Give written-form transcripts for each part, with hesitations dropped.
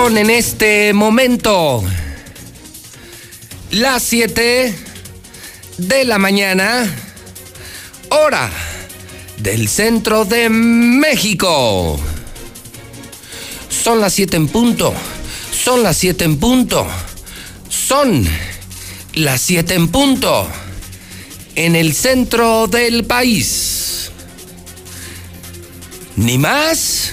Son en este momento las 7 de la mañana, hora del centro de México. Son las 7 en punto. Son las 7 en punto. Son las 7 en punto. En el centro del país. Ni más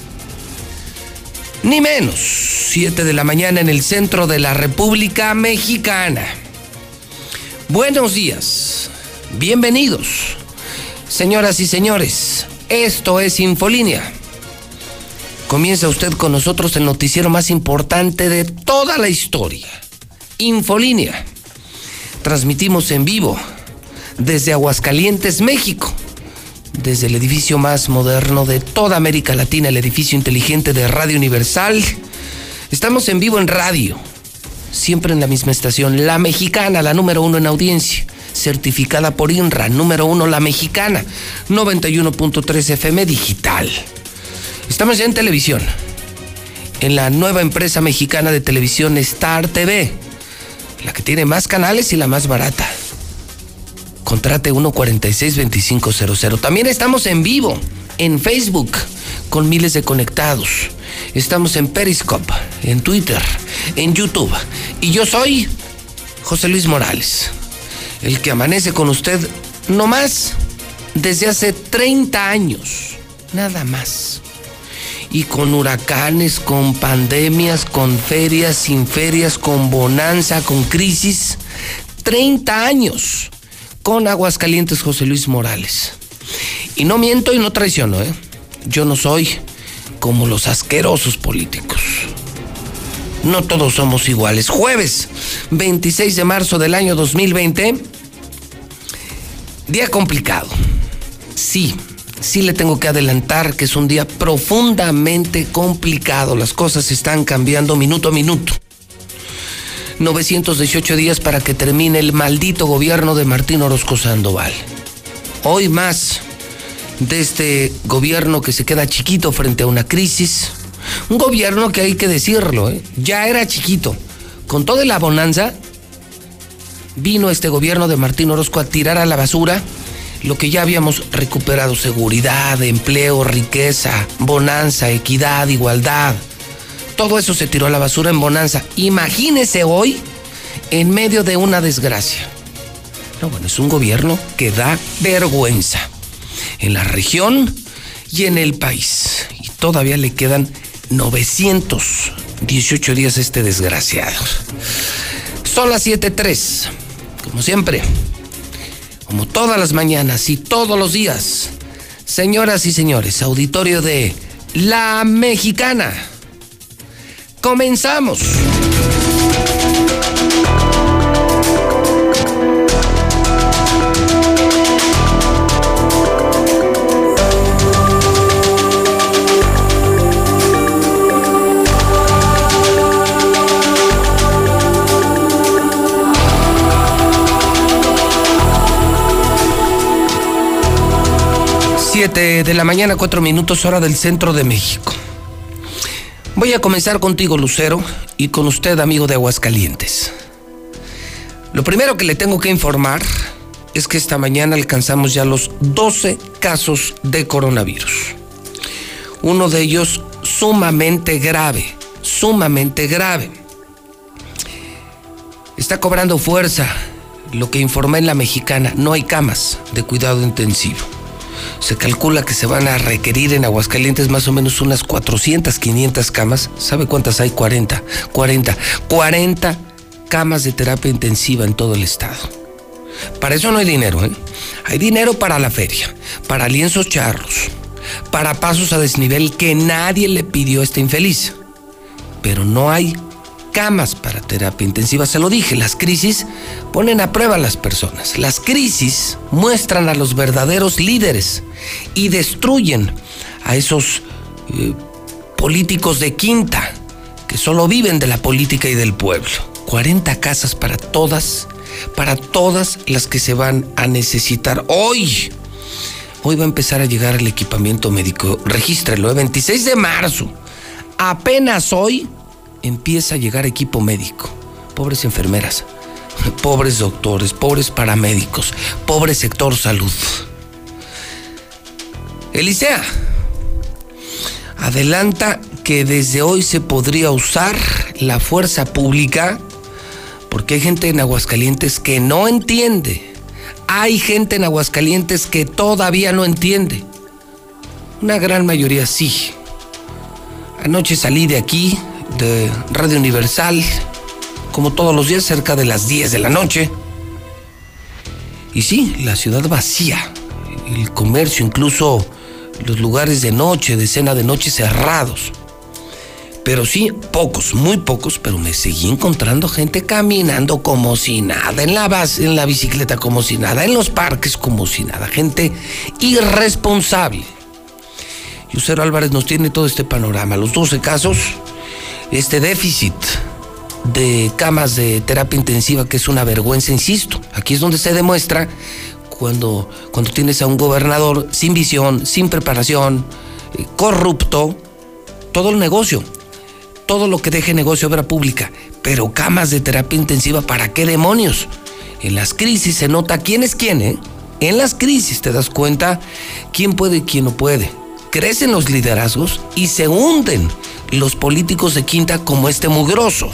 ni menos. 7 de la mañana en el centro de la República Mexicana. Buenos días. Bienvenidos. Señoras y señores, esto es Infolínea. Comienza usted con nosotros el noticiero más importante de toda la historia. Infolínea. Transmitimos en vivo desde Aguascalientes, México. Desde el edificio más moderno de toda América Latina, el edificio inteligente de Radio Universal. Estamos en vivo en radio, siempre en la misma estación, La Mexicana, la número 1 en audiencia, certificada por INRA, número 1 La Mexicana, 91.3 FM digital. Estamos ya en televisión, en la nueva empresa mexicana de televisión Star TV, la que tiene más canales y la más barata. Contrate 146-2500. También estamos en vivo en Facebook con miles de conectados. Estamos en Periscope, en Twitter, en YouTube. Y yo soy José Luis Morales, el que amanece con usted no más desde hace 30 años, nada más. Y con huracanes, con pandemias, con ferias, sin ferias, con bonanza, con crisis. 30 años. Con Aguascalientes, José Luis Morales. Y no miento y no traiciono, ¿eh? Yo no soy como los asquerosos políticos. No todos somos iguales. Jueves 26 de marzo del año 2020. Día complicado. Sí le tengo que adelantar que es un día profundamente complicado. Las cosas están cambiando minuto a minuto. 918 días para que termine el maldito gobierno de Martín Orozco Sandoval. Hoy más de este gobierno que se queda chiquito frente a una crisis. Un gobierno que hay que decirlo, ya era chiquito. Con toda la bonanza, vino este gobierno de Martín Orozco a tirar a la basura lo que ya habíamos recuperado: seguridad, empleo, riqueza, bonanza, equidad, igualdad. Todo eso se tiró a la basura en bonanza. Imagínese hoy en medio de una desgracia. No, bueno, es un gobierno que da vergüenza en la región y en el país. Y todavía le quedan 918 días a este desgraciado. Son las 7:03. Como siempre, como todas las mañanas y todos los días. Señoras y señores, auditorio de La Mexicana. Comenzamos. Siete de la mañana, 4 minutos, hora del centro de México. Voy a comenzar contigo, Lucero, y con usted, amigo de Aguascalientes. Lo primero que le tengo que informar es que esta mañana alcanzamos ya los 12 casos de coronavirus. Uno de ellos sumamente grave. Está cobrando fuerza lo que informé en La Mexicana. No hay camas de cuidado intensivo. Se calcula que se van a requerir en Aguascalientes más o menos unas 400, 500 camas. ¿Sabe cuántas hay? 40 camas de terapia intensiva en todo el estado. Para eso no hay dinero, ¿eh? Hay dinero para la feria, para lienzos charros, para pasos a desnivel que nadie le pidió a este infeliz. Pero no hay camas para terapia intensiva. Se lo dije, las crisis ponen a prueba a las personas. Las crisis muestran a los verdaderos líderes y destruyen a esos políticos de quinta que solo viven de la política y del pueblo. 40 casas para todas las que se van a necesitar hoy. Hoy va a empezar a llegar el equipamiento médico. Regístrelo, 26 de marzo. Apenas hoy empieza a llegar equipo médico. Pobres enfermeras, pobres doctores, pobres paramédicos, pobre sector salud. El ICEA adelanta que desde hoy se podría usar la fuerza pública porque hay gente en Aguascalientes que no entiende. Hay gente en Aguascalientes que todavía no entiende. Una gran mayoría sí. Anoche salí de aquí, de Radio Universal, como todos los días, cerca de las 10 de la noche. Y sí, la ciudad vacía. El comercio, incluso los lugares de noche, de cena de noche cerrados. Pero sí, pocos, muy pocos, pero me seguí encontrando gente caminando como si nada, en la bicicleta como si nada, en los parques como si nada, gente irresponsable. Lucero Álvarez nos tiene todo este panorama, los 12 casos, este déficit de camas de terapia intensiva que es una vergüenza, insisto. Aquí es donde se demuestra cuando tienes a un gobernador sin visión, sin preparación, corrupto, todo el negocio, todo lo que deje negocio, obra pública, pero camas de terapia intensiva, ¿para qué demonios? En las crisis se nota quién es quién, ¿eh? En las crisis te das cuenta quién puede y quién no puede. Crecen los liderazgos y se hunden los políticos de quinta como este mugroso.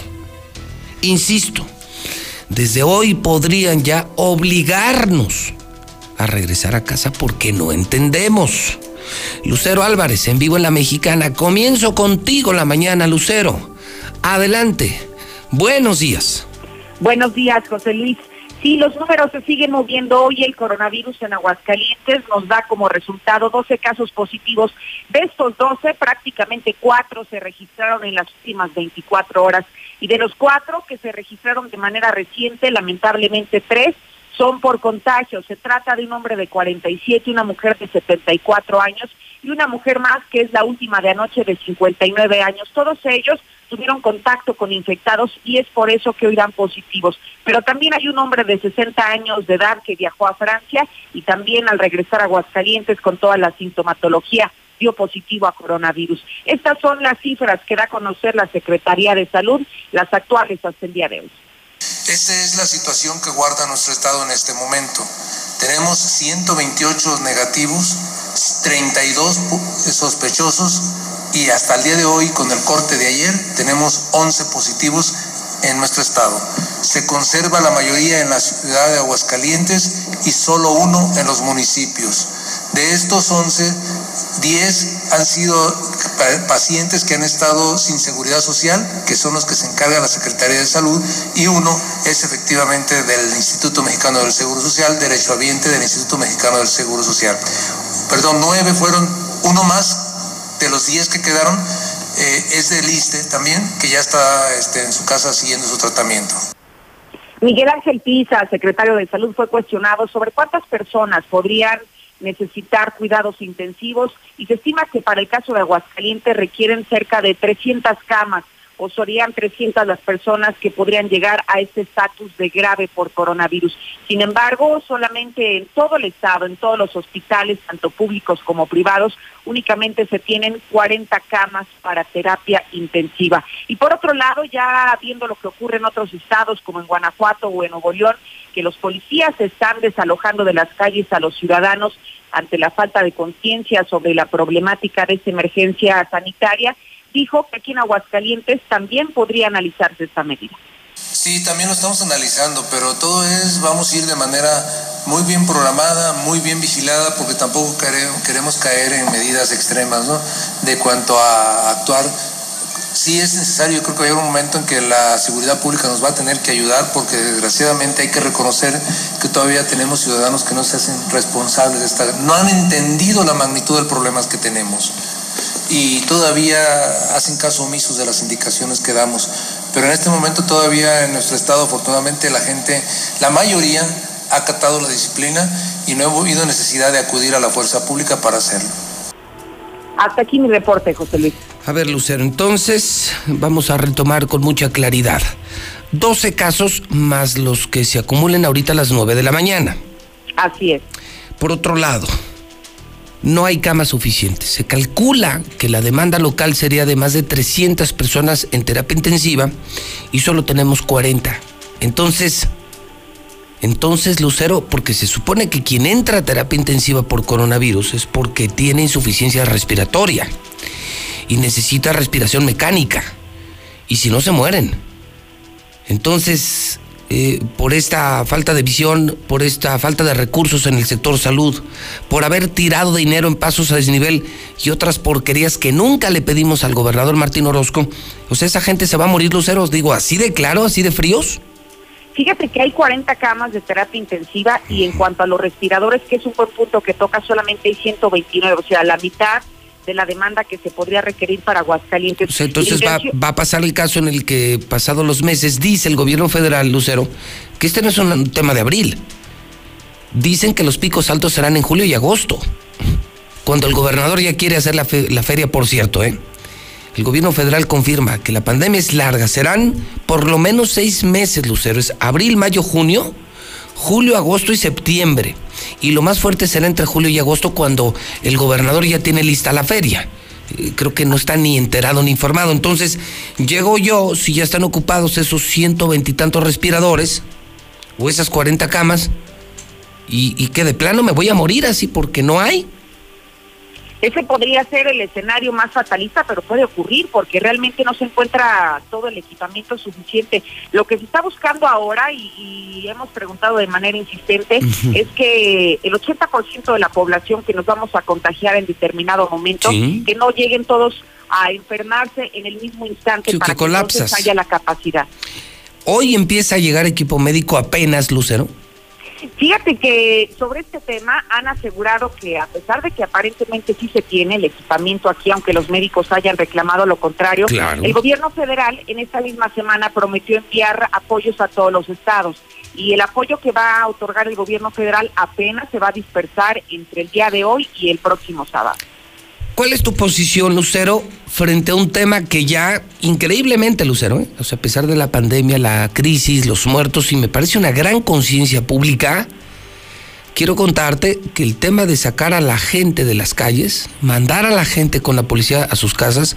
Insisto, desde hoy podrían ya obligarnos a regresar a casa porque no entendemos. Lucero Álvarez, en vivo en La Mexicana. Comienzo contigo la mañana, Lucero. Adelante. Buenos días. Buenos días, José Luis. Sí, los números se siguen moviendo. Hoy el coronavirus en Aguascalientes nos da como resultado 12 casos positivos. De estos 12, prácticamente 4 se registraron en las últimas 24 horas. Y de los 4 que se registraron de manera reciente, lamentablemente 3 son por contagio. Se trata de un hombre de 47, una mujer de 74 años y una mujer más que es la última de anoche de 59 años. Todos ellos tuvieron contacto con infectados y es por eso que hoy dan positivos. Pero también hay un hombre de 60 años de edad que viajó a Francia y también al regresar a Aguascalientes con toda la sintomatología dio positivo a coronavirus. Estas son las cifras que da a conocer la Secretaría de Salud, las actuales hasta el día de hoy. Esta es la situación que guarda nuestro estado en este momento. Tenemos 128 negativos, 32 sospechosos y hasta el día de hoy, con el corte de ayer, tenemos 11 positivos en nuestro estado. Se conserva la mayoría en la ciudad de Aguascalientes y solo 1 en los municipios. De estos 11, 10 han sido pacientes que han estado sin seguridad social, que son los que se encarga la Secretaría de Salud, y 1 es efectivamente del Instituto Mexicano del Seguro Social, derechohabiente del Instituto Mexicano del Seguro Social. 9 fueron, 1 más de los 10 que quedaron, es del ISSSTE también, que ya está en su casa siguiendo su tratamiento. Miguel Ángel Pisa, secretario de Salud, fue cuestionado sobre cuántas personas podrían necesitar cuidados intensivos y se estima que para el caso de Aguascalientes requieren cerca de 300 camas o serían 300 las personas que podrían llegar a este estatus de grave por coronavirus. Sin embargo, solamente en todo el estado, en todos los hospitales, tanto públicos como privados, únicamente se tienen 40 camas para terapia intensiva. Y por otro lado, ya viendo lo que ocurre en otros estados como en Guanajuato o en Nuevo León, que los policías están desalojando de las calles a los ciudadanos ante la falta de conciencia sobre la problemática de esta emergencia sanitaria, dijo que aquí en Aguascalientes también podría analizarse esta medida. Sí, también lo estamos analizando, pero vamos a ir de manera muy bien programada, muy bien vigilada, porque tampoco queremos caer en medidas extremas, ¿no? De cuanto a actuar. Sí es necesario, yo creo que va a llegar un momento en que la seguridad pública nos va a tener que ayudar, porque desgraciadamente hay que reconocer que todavía tenemos ciudadanos que no se hacen responsables no han entendido la magnitud del problema que tenemos y todavía hacen caso omisos de las indicaciones que damos. Pero en este momento todavía en nuestro estado, afortunadamente, la mayoría ha acatado la disciplina y no ha habido necesidad de acudir a la fuerza pública para hacerlo. Hasta aquí mi reporte, José Luis. A ver, Lucero, entonces vamos a retomar con mucha claridad. 12 casos más los que se acumulen ahorita a las 9 de la mañana. Así es. Por otro lado, no hay camas suficientes. Se calcula que la demanda local sería de más de 300 personas en terapia intensiva y solo tenemos 40. Entonces, Lucero, porque se supone que quien entra a terapia intensiva por coronavirus es porque tiene insuficiencia respiratoria y necesita respiración mecánica, y si no se mueren. Entonces, por esta falta de visión, por esta falta de recursos en el sector salud, por haber tirado dinero en pasos a desnivel y otras porquerías que nunca le pedimos al gobernador Martín Orozco, o sea, esa gente se va a morir, Lucero, os digo, así de claro, así de fríos. Fíjate que hay 40 camas de terapia intensiva y en cuanto a los respiradores, que es un buen punto que toca, solamente hay 129, o sea, la mitad de la demanda que se podría requerir para Aguascalientes. O sea, entonces va a pasar el caso en el que, pasados los meses, dice el gobierno federal, Lucero, que este no es un tema de abril. Dicen que los picos altos serán en julio y agosto, cuando el gobernador ya quiere hacer la feria, por cierto, El gobierno federal confirma que la pandemia es larga, serán por lo menos 6 meses, Lucero, es abril, mayo, junio, julio, agosto y septiembre. Y lo más fuerte será entre julio y agosto, cuando el gobernador ya tiene lista la feria. Creo que no está ni enterado ni informado. Entonces, llego yo, si ya están ocupados esos 120 y tantos respiradores, o esas 40 camas, y que de plano me voy a morir así porque no hay. Ese podría ser el escenario más fatalista, pero puede ocurrir porque realmente no se encuentra todo el equipamiento suficiente. Lo que se está buscando ahora, y hemos preguntado de manera insistente, es que el 80% de la población que nos vamos a contagiar en determinado momento, que no lleguen todos a enfermarse en el mismo instante, para que entonces haya la capacidad. Hoy empieza a llegar equipo médico apenas, Lucero. Fíjate que sobre este tema han asegurado que, a pesar de que aparentemente sí se tiene el equipamiento aquí, aunque los médicos hayan reclamado lo contrario, claro, el gobierno federal en esta misma semana prometió enviar apoyos a todos los estados, y el apoyo que va a otorgar el gobierno federal apenas se va a dispersar entre el día de hoy y el próximo sábado. ¿Cuál es tu posición, Lucero, frente a un tema que ya, increíblemente, Lucero, o sea, a pesar de la pandemia, la crisis, los muertos, y me parece una gran conciencia pública, quiero contarte que el tema de sacar a la gente de las calles, mandar a la gente con la policía a sus casas,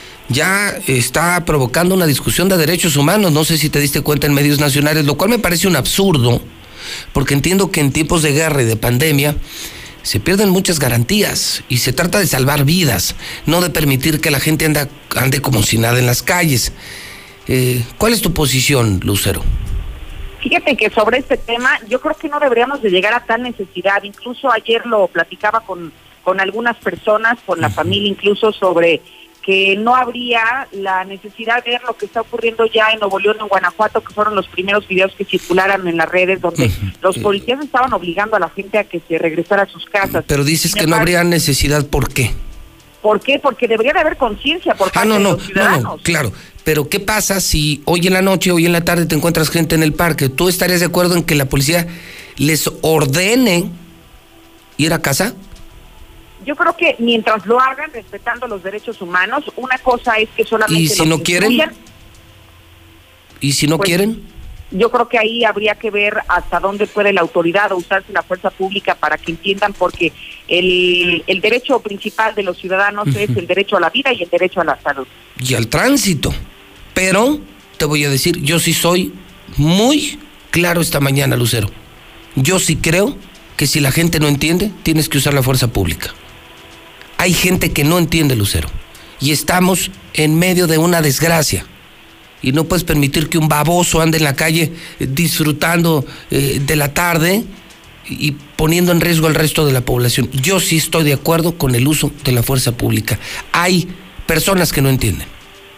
ya está provocando una discusión de derechos humanos? No sé si te diste cuenta en medios nacionales, lo cual me parece un absurdo, porque entiendo que en tiempos de guerra y de pandemia se pierden muchas garantías y se trata de salvar vidas, no de permitir que la gente ande como si nada en las calles. ¿Cuál es tu posición, Lucero? Fíjate que sobre este tema yo creo que no deberíamos de llegar a tal necesidad. Incluso ayer lo platicaba con algunas personas, con la familia incluso, sobre que no habría la necesidad de ver lo que está ocurriendo ya en Nuevo León, en Guanajuato, que fueron los primeros videos que circularon en las redes, donde los policías estaban obligando a la gente a que se regresara a sus casas. Pero dices que no habría necesidad, ¿por qué? ¿Por qué? Porque debería de haber conciencia por parte de los ciudadanos. No, claro. Pero ¿qué pasa si hoy en la noche, hoy en la tarde te encuentras gente en el parque? ¿Tú estarías de acuerdo en que la policía les ordene ir a casa? Yo creo que mientras lo hagan respetando los derechos humanos, una cosa es que solamente... ¿Y si no quieren? ¿Y si no quieren? Yo creo que ahí habría que ver hasta dónde puede la autoridad o usarse la fuerza pública para que entiendan, porque el derecho principal de los ciudadanos es el derecho a la vida y el derecho a la salud. Y al tránsito. Pero, te voy a decir, yo sí soy muy claro esta mañana, Lucero. Yo sí creo que si la gente no entiende, tienes que usar la fuerza pública. Hay gente que no entiende, Lucero, y estamos en medio de una desgracia, y no puedes permitir que un baboso ande en la calle disfrutando de la tarde y poniendo en riesgo al resto de la población. Yo sí estoy de acuerdo con el uso de la fuerza pública. Hay personas que no entienden.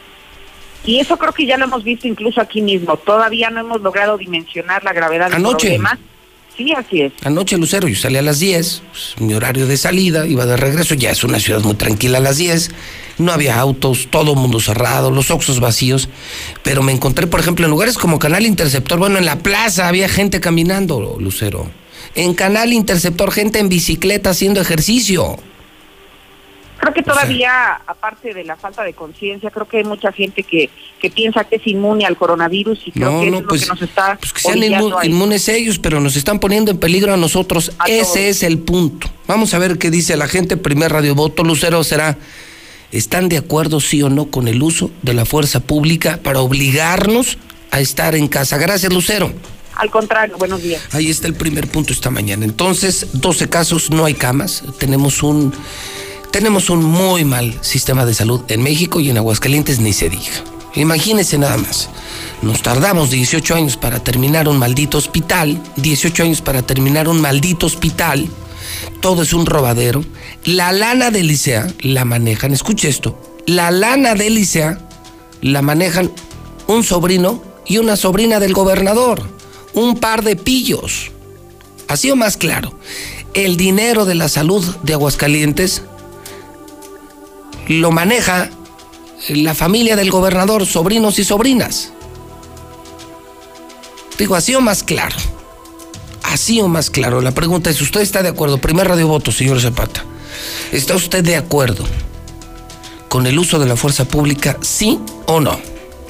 Y eso creo que ya lo hemos visto incluso aquí mismo. Todavía no hemos logrado dimensionar la gravedad del problema. Sí, así es. Anoche, Lucero, yo salí a las 10, pues, mi horario de salida, iba de regreso, ya es una ciudad muy tranquila a las 10, no había autos, todo el mundo cerrado, los oxxos vacíos, pero me encontré, por ejemplo, en lugares como Canal Interceptor, bueno, en la plaza había gente caminando, Lucero, en Canal Interceptor, gente en bicicleta haciendo ejercicio. Creo que todavía, aparte de la falta de conciencia, creo que hay mucha gente que piensa que es inmune al coronavirus y creo que es lo que nos está pues que sean inmunes ellos, pero nos están poniendo en peligro a nosotros. Ese es el punto. Vamos a ver qué dice la gente. Primer Radio Voto. Lucero, ¿están de acuerdo sí o no con el uso de la fuerza pública para obligarnos a estar en casa? Gracias, Lucero. Al contrario, buenos días. Ahí está el primer punto esta mañana. Entonces, 12 casos, no hay camas. Tenemos un muy mal sistema de salud en México y en Aguascalientes ni se diga. Imagínense nada más. Nos tardamos 18 años para terminar un maldito hospital. 18 años para terminar un maldito hospital. Todo es un robadero. La lana del ICEA la manejan, escuche esto, la lana del ICEA la manejan un sobrino y una sobrina del gobernador. Un par de pillos. Así o más claro. El dinero de la salud de Aguascalientes lo maneja la familia del gobernador, sobrinos y sobrinas. Digo, así o más claro. Así o más claro. La pregunta es, ¿usted está de acuerdo? Primer Radio Voto, señor Zapata. ¿Está usted de acuerdo con el uso de la fuerza pública, sí o no?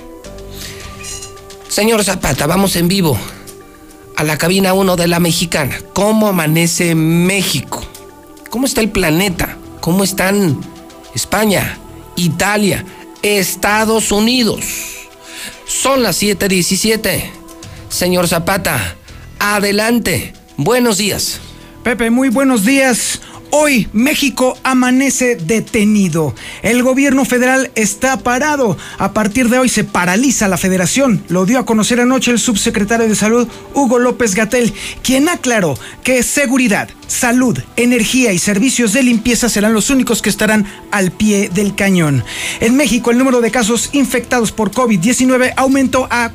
Señor Zapata, vamos en vivo a la cabina 1 de La Mexicana. ¿Cómo amanece México? ¿Cómo está el planeta? ¿Cómo están España, Italia, Estados Unidos? Son las 7:17. Señor Zapata, adelante. Buenos días. Pepe, muy buenos días. Hoy México amanece detenido. El gobierno federal está parado. A partir de hoy se paraliza la federación. Lo dio a conocer anoche el subsecretario de Salud, Hugo López-Gatell, quien aclaró que seguridad, salud, energía y servicios de limpieza serán los únicos que estarán al pie del cañón. En México, el número de casos infectados por COVID-19 aumentó a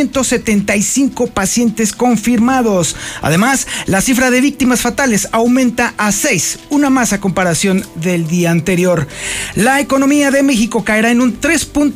475 pacientes confirmados. Además, la cifra de víctimas fatales aumenta a 6, una más a comparación del día anterior. La economía de México caerá en un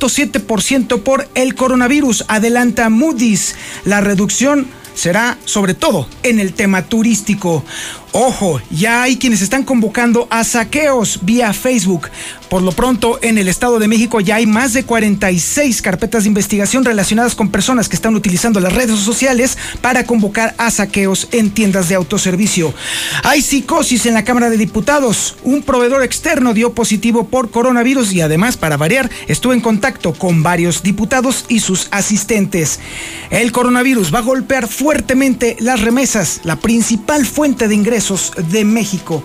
3.7% por el coronavirus, adelanta Moody's. La reducción será sobre todo en el tema turístico. Ojo, ya hay quienes están convocando a saqueos vía Facebook. Por lo pronto, en el Estado de México ya hay más de 46 carpetas de investigación relacionadas con personas que están utilizando las redes sociales para convocar a saqueos en tiendas de autoservicio. Hay psicosis en la Cámara de Diputados. Un proveedor externo dio positivo por coronavirus y además, para variar, estuvo en contacto con varios diputados y sus asistentes. El coronavirus va a golpear fuertemente las remesas, la principal fuente de ingresos de México.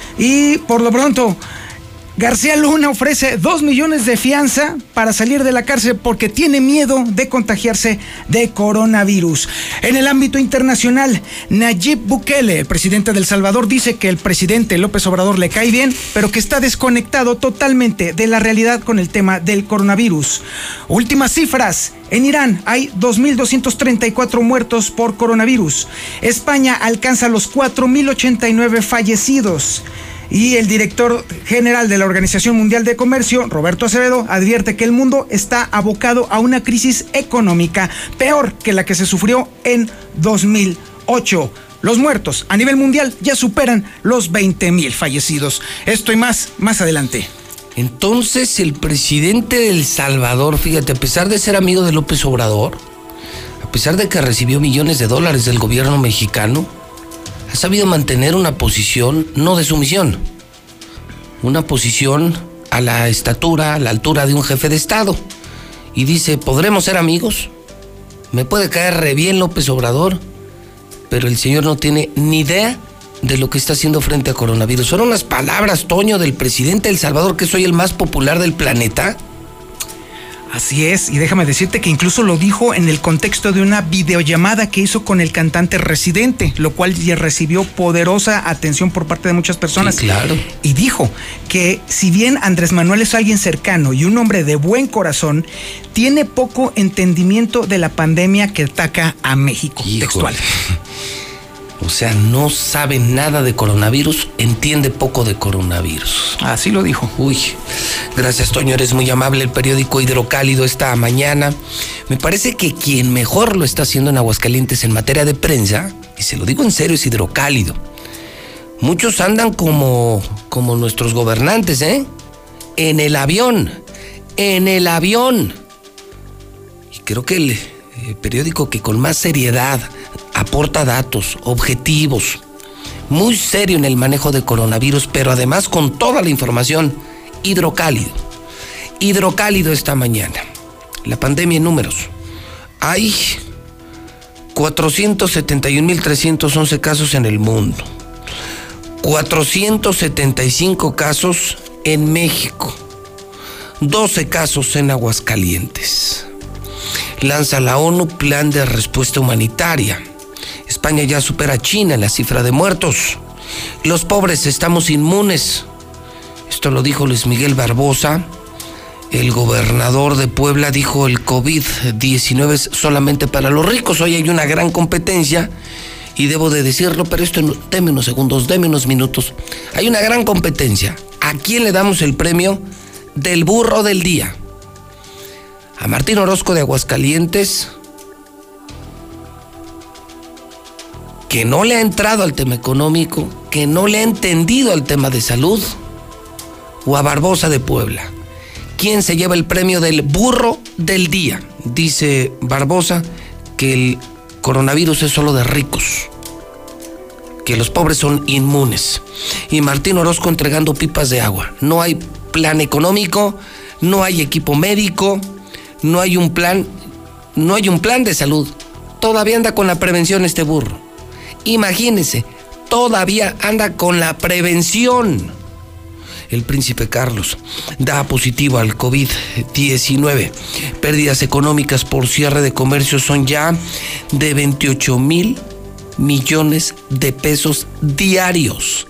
Y por lo pronto, García Luna ofrece 2 millones de fianza para salir de la cárcel porque tiene miedo de contagiarse de coronavirus. En el ámbito internacional, Nayib Bukele, el presidente de El Salvador, dice que el presidente López Obrador le cae bien, pero que está desconectado totalmente de la realidad con el tema del coronavirus. Últimas cifras. En Irán hay 2.234 muertos por coronavirus. España alcanza los 4.089 fallecidos. Y el director general de la Organización Mundial de Comercio, Roberto Acevedo, advierte que el mundo está abocado a una crisis económica peor que la que se sufrió en 2008. Los muertos a nivel mundial ya superan los 20,000 fallecidos. Esto y más adelante. Entonces, el presidente de El Salvador, fíjate, a pesar de ser amigo de López Obrador, a pesar de que recibió millones de dólares del gobierno mexicano, ha sabido mantener una posición no de sumisión, una posición a la estatura, a la altura de un jefe de Estado. Y dice, ¿podremos ser amigos? Me puede caer re bien López Obrador, pero el señor no tiene ni idea de lo que está haciendo frente a coronavirus. Fueron las palabras, Toño, del presidente de El Salvador, que soy el más popular del planeta. Así es, y déjame decirte que incluso lo dijo en el contexto de una videollamada que hizo con el cantante Residente, lo cual ya recibió poderosa atención por parte de muchas personas. Sí, claro. Y dijo que si bien Andrés Manuel es alguien cercano y un hombre de buen corazón, tiene poco entendimiento de la pandemia que ataca a México. Hijo. Textual. O sea, no sabe nada de coronavirus, entiende poco de coronavirus. Así lo dijo. Uy, gracias, Toño, eres muy amable. El periódico Hidrocálido esta mañana. Me parece que quien mejor lo está haciendo en Aguascalientes en materia de prensa, y se lo digo en serio, es Hidrocálido. Muchos andan como nuestros gobernantes, en el avión. Y creo que el periódico que con más seriedad aporta datos objetivos, muy serio en el manejo de coronavirus, pero además con toda la información, Hidrocálido esta mañana. La pandemia en números. Hay 471.311 casos en el mundo. 475 casos en México. 12 casos en Aguascalientes. Lanza la ONU plan de respuesta humanitaria. España ya supera a China en la cifra de muertos. Los pobres estamos inmunes. Esto lo dijo Luis Miguel Barbosa. El gobernador de Puebla dijo el COVID-19 es solamente para los ricos. Hoy hay una gran competencia y debo de decirlo, pero esto deme unos segundos, deme unos minutos. Hay una gran competencia. ¿A quién le damos el premio del burro del día? A Martín Orozco de Aguascalientes, que no le ha entrado al tema económico, que no le ha entendido al tema de salud, o a Barbosa de Puebla. ¿Quién se lleva el premio del burro del día? Dice Barbosa que el coronavirus es solo de ricos, que los pobres son inmunes. Y Martín Orozco entregando pipas de agua. No hay plan económico, no hay equipo médico, no hay un plan de salud. Todavía anda con la prevención este burro. Imagínense, todavía anda con la prevención. El príncipe Carlos da positivo al COVID-19. Pérdidas económicas por cierre de comercio son ya de 28,000 millones de pesos diarios.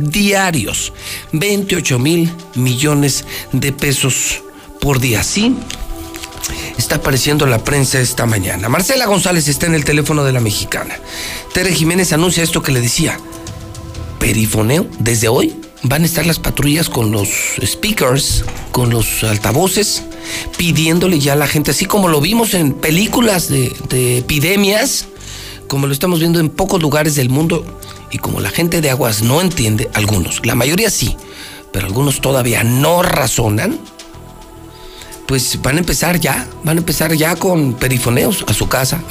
28,000 millones de pesos por día. Sí, está apareciendo la prensa esta mañana. Marcela González está en el teléfono de La Mexicana. Tere Jiménez anuncia esto que le decía. Perifoneo, desde hoy van a estar las patrullas con los speakers, con los altavoces, pidiéndole ya a la gente, así como lo vimos en películas de epidemias, como lo estamos viendo en pocos lugares del mundo, y como la gente de Aguas no entiende, algunos, la mayoría sí, pero algunos todavía no razonan, pues van a empezar ya con perifoneos a su casa.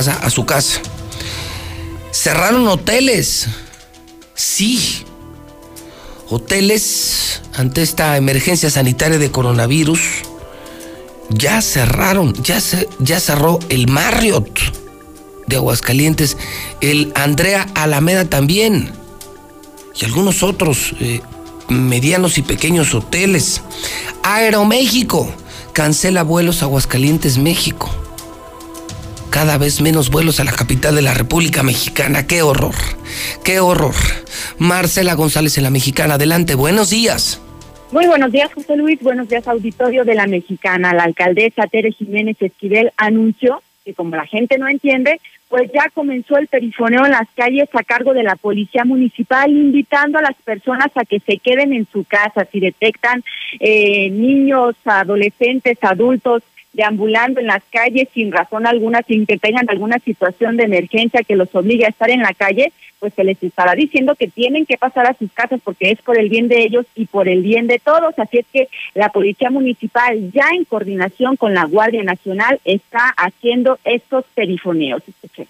Cerraron hoteles, sí, hoteles ante esta emergencia sanitaria de coronavirus. Ya cerraron, ya cerró el Marriott de Aguascalientes, el Andrea Alameda también, y algunos otros medianos y pequeños hoteles. Aeroméxico cancela vuelos a Aguascalientes, México. Cada vez menos vuelos a la capital de la República Mexicana. ¡Qué horror! ¡Qué horror! Marcela González en La Mexicana. Adelante, buenos días. Muy buenos días, José Luis. Buenos días, auditorio de La Mexicana. La alcaldesa Tere Jiménez Esquivel anunció que como la gente no entiende, pues ya comenzó el perifoneo en las calles a cargo de la Policía Municipal, invitando a las personas a que se queden en su casa. Si detectan niños, adolescentes, adultos deambulando en las calles sin razón alguna, sin que tengan alguna situación de emergencia que los obligue a estar en la calle, pues se les estará diciendo que tienen que pasar a sus casas porque es por el bien de ellos y por el bien de todos. Así es que la Policía Municipal, ya en coordinación con la Guardia Nacional, está haciendo estos perifoneos. Escuchen.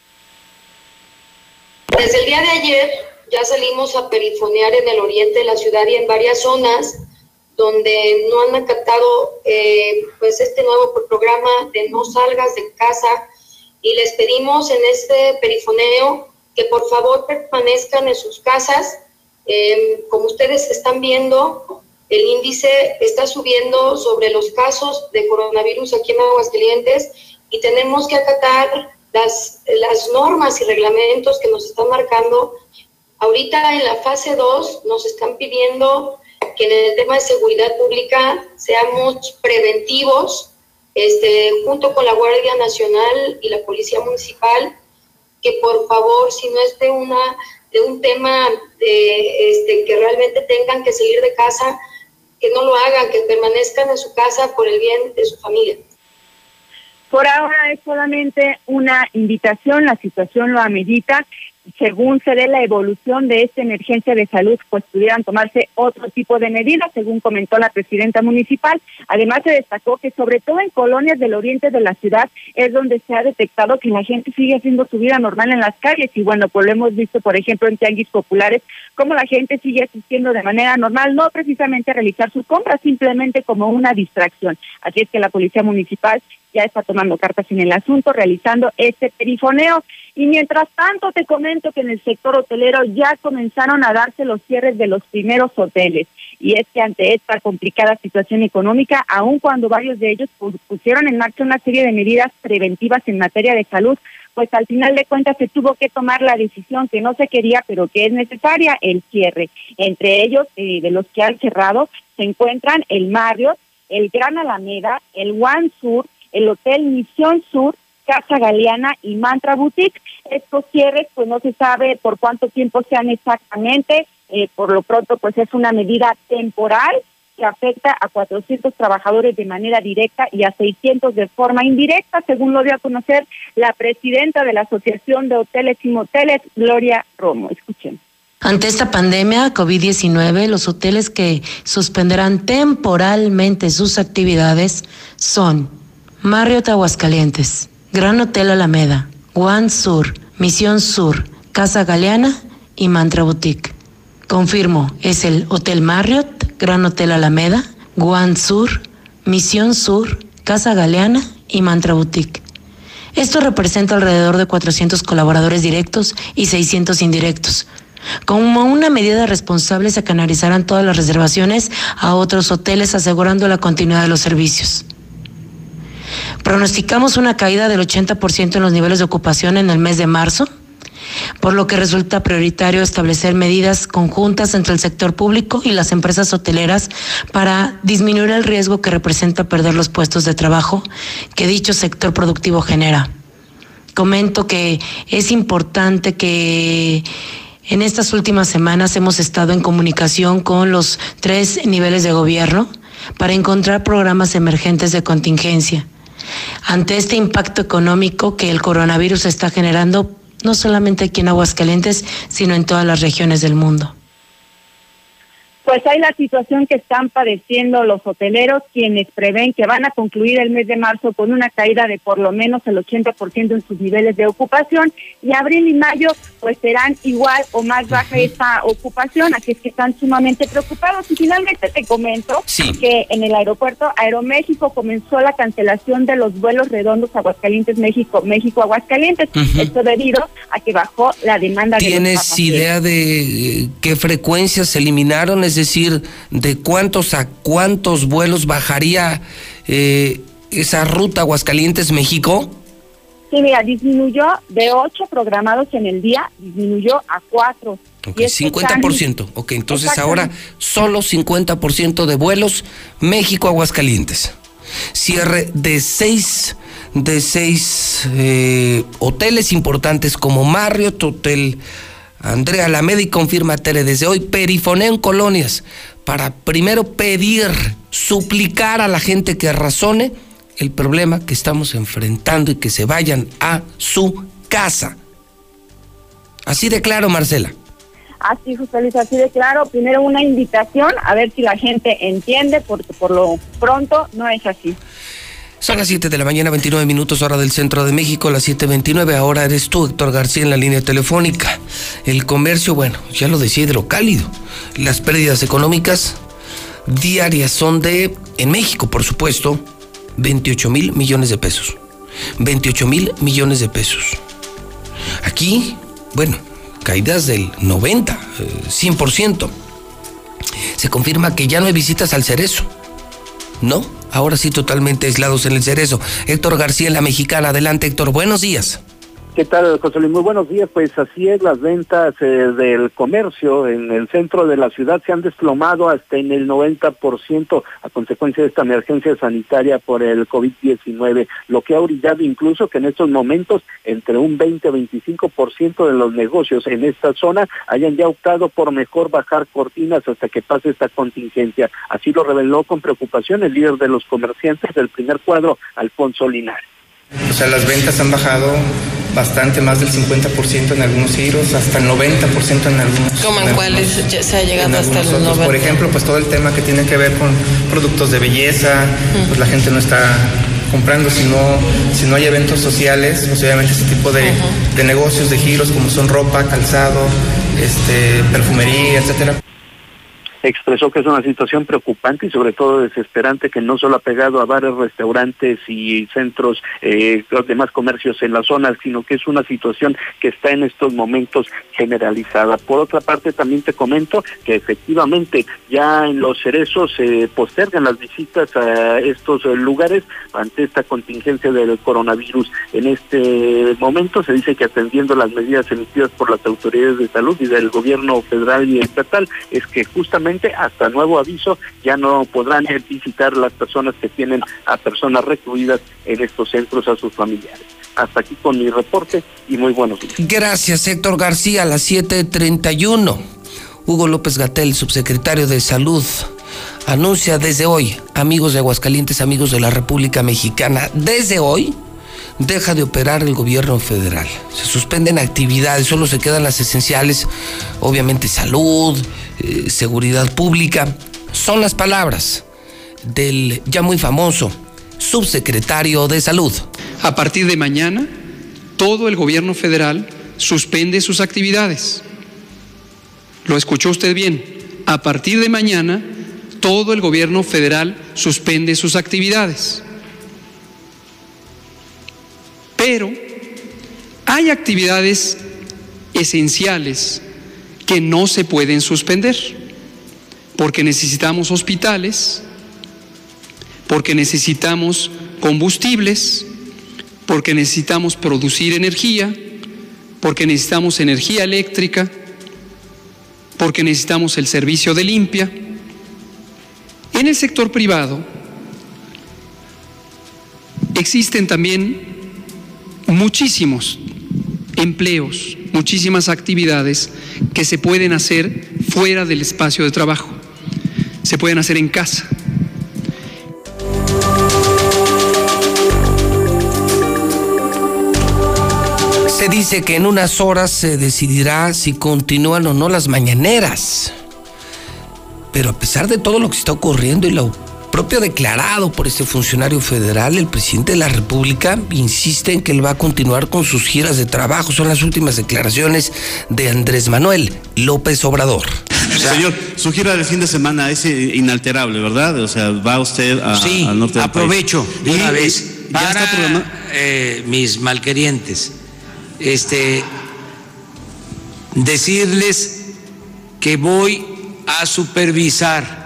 Desde el día de ayer ya salimos a perifonear en el oriente de la ciudad y en varias zonas donde no han acatado pues este nuevo programa de no salgas de casa, y les pedimos en este perifoneo que por favor permanezcan en sus casas. Como ustedes están viendo, el índice está subiendo sobre los casos de coronavirus aquí en Aguascalientes y tenemos que acatar las normas y reglamentos que nos están marcando. Ahorita en la fase 2 nos están pidiendo que en el tema de seguridad pública seamos preventivos, junto con la Guardia Nacional y la Policía Municipal, que por favor, si no es de un tema que realmente tengan que salir de casa, que no lo hagan, que permanezcan en su casa por el bien de su familia. Por ahora es solamente una invitación, la situación lo amerita. según se dé la evolución de esta emergencia de salud, pues pudieran tomarse otro tipo de medidas, según comentó la presidenta municipal. Además, se destacó que sobre todo en colonias del oriente de la ciudad es donde se ha detectado que la gente sigue haciendo su vida normal en las calles, y bueno, pues lo hemos visto, por ejemplo, en tianguis populares, cómo la gente sigue asistiendo de manera normal, no precisamente a realizar sus compras, simplemente como una distracción. Así es que la Policía Municipal ya está tomando cartas en el asunto, realizando este perifoneo. Y mientras tanto, te comento que en el sector hotelero ya comenzaron a darse los cierres de los primeros hoteles. Y es que ante esta complicada situación económica, aun cuando varios de ellos pusieron en marcha una serie de medidas preventivas en materia de salud, pues al final de cuentas se tuvo que tomar la decisión que no se quería, pero que es necesaria, el cierre. Entre ellos, de los que han cerrado, se encuentran el Marriott, el Gran Alameda, el One Sur, el Hotel Misión Sur, Casa Galeana y Mantra Boutique. Estos cierres, pues no se sabe por cuánto tiempo sean exactamente, por lo pronto pues es una medida temporal que afecta a 400 trabajadores de manera directa y a 600 de forma indirecta, según lo dio a conocer la presidenta de la Asociación de Hoteles y Moteles, Gloria Romo. Escuchen. Ante esta pandemia COVID-19, los hoteles que suspenderán temporalmente sus actividades son Marriott Aguascalientes, Gran Hotel Alameda, One Sur, Misión Sur, Casa Galeana y Mantra Boutique. Confirmo, es el Hotel Marriott, Gran Hotel Alameda, One Sur, Misión Sur, Casa Galeana y Mantra Boutique. Esto representa alrededor de 400 colaboradores directos y 600 indirectos. Como una medida responsable, se canalizarán todas las reservaciones a otros hoteles, asegurando la continuidad de los servicios. Pronosticamos una caída del 80% en los niveles de ocupación en el mes de marzo, por lo que resulta prioritario establecer medidas conjuntas entre el sector público y las empresas hoteleras para disminuir el riesgo que representa perder los puestos de trabajo que dicho sector productivo genera. Comento que es importante que en estas últimas semanas hemos estado en comunicación con los 3 niveles de gobierno para encontrar programas emergentes de contingencia ante este impacto económico que el coronavirus está generando, no solamente aquí en Aguascalientes, sino en todas las regiones del mundo. Pues hay la situación que están padeciendo los hoteleros, quienes prevén que van a concluir el mes de marzo con una caída de por lo menos el 80% en sus niveles de ocupación, y abril y mayo pues serán igual o más baja esta ocupación, así es que están sumamente preocupados. Y finalmente te comento que en el aeropuerto Aeroméxico comenzó la cancelación de los vuelos redondos Aguascalientes, México-Aguascalientes, esto debido a que bajó la demanda de los pasajeros. ¿Tienes idea de qué frecuencias se eliminaron? Es decir, ¿de cuántos a cuántos vuelos bajaría esa ruta Aguascalientes-México? Sí, mira, disminuyó de 8 programados en el día, disminuyó a 4. Ok, 50%. Ok, entonces ahora solo 50% de vuelos México-Aguascalientes. Cierre de 6 hoteles importantes como Marriott, Hotel Andrea Alameda, y confirma Tere desde hoy, perifoneo en colonias para primero pedir, suplicar a la gente que razone el problema que estamos enfrentando y que se vayan a su casa. Así de claro, Marcela. Así, José Luis, así de claro. Primero una invitación, a ver si la gente entiende, porque por lo pronto no es así. Son las 7 de la mañana, 29 minutos, hora del centro de México, las 7:29. Ahora eres tú, Héctor García, en la línea telefónica. El comercio, bueno, ya lo decía, hidrocálido. Las pérdidas económicas diarias son en México, por supuesto, 28,000 millones de pesos. 28,000 millones de pesos. Aquí, bueno, caídas del 90, 100%. Se confirma que ya no hay visitas al Cerezo. No, ahora sí totalmente aislados en el Cerezo. Héctor García, en La Mexicana. Adelante, Héctor, buenos días. ¿Qué tal, José Luis? Muy buenos días. Pues así es, las ventas del comercio en el centro de la ciudad se han desplomado hasta en el 90% a consecuencia de esta emergencia sanitaria por el COVID-19, lo que ha orillado incluso que en estos momentos entre un 20 a 25% de los negocios en esta zona hayan ya optado por mejor bajar cortinas hasta que pase esta contingencia. Así lo reveló con preocupación el líder de los comerciantes del primer cuadro, Alfonso Linares. O sea, las ventas han bajado bastante, más del 50% en algunos giros, hasta el 90% en algunos. ¿Cómo en cuáles se ha llegado hasta el 90%? Por ejemplo, pues todo el tema que tiene que ver con productos de belleza, pues la gente no está comprando si no hay eventos sociales, pues obviamente ese tipo de negocios, de giros, como son ropa, calzado, perfumería, etcétera. Expresó que es una situación preocupante y sobre todo desesperante, que no solo ha pegado a bares, restaurantes y centros, los demás comercios en la zona, sino que es una situación que está en estos momentos generalizada. Por otra parte, también te comento que efectivamente ya en Los Cerezos se postergan las visitas a estos lugares ante esta contingencia del coronavirus. En este momento se dice que atendiendo las medidas emitidas por las autoridades de salud y del gobierno federal y estatal, es que justamente hasta nuevo aviso ya no podrán visitar las personas que tienen a personas recluidas en estos centros a sus familiares. Hasta aquí con mi reporte y muy buenos días. Gracias, Héctor García. A las 7:31, Hugo López-Gatell, subsecretario de Salud, anuncia desde hoy, amigos de Aguascalientes, amigos de la República Mexicana, desde hoy deja de operar el gobierno federal. Se suspenden actividades, solo se quedan las esenciales, obviamente salud, seguridad pública. Son las palabras del ya muy famoso subsecretario de Salud. A partir de mañana, todo el gobierno federal suspende sus actividades. ¿Lo escuchó usted bien? A partir de mañana, todo el gobierno federal suspende sus actividades. Pero hay actividades esenciales que no se pueden suspender, porque necesitamos hospitales, porque necesitamos combustibles, porque necesitamos producir energía, porque necesitamos energía eléctrica, porque necesitamos el servicio de limpia. En el sector privado existen también muchísimos empleos, muchísimas actividades que se pueden hacer fuera del espacio de trabajo, se pueden hacer en casa. Se dice que en unas horas se decidirá si continúan o no las mañaneras. Pero a pesar de todo lo que está ocurriendo y lo propio declarado por este funcionario federal, el presidente de la República insiste en que él va a continuar con sus giras de trabajo. Son las últimas declaraciones de Andrés Manuel López Obrador. Señor, su gira del fin de semana es inalterable, ¿verdad? O sea, va usted al norte del aprovecho país. de una vez ¿Ya está programado? Mis malquerientes, decirles que voy a supervisar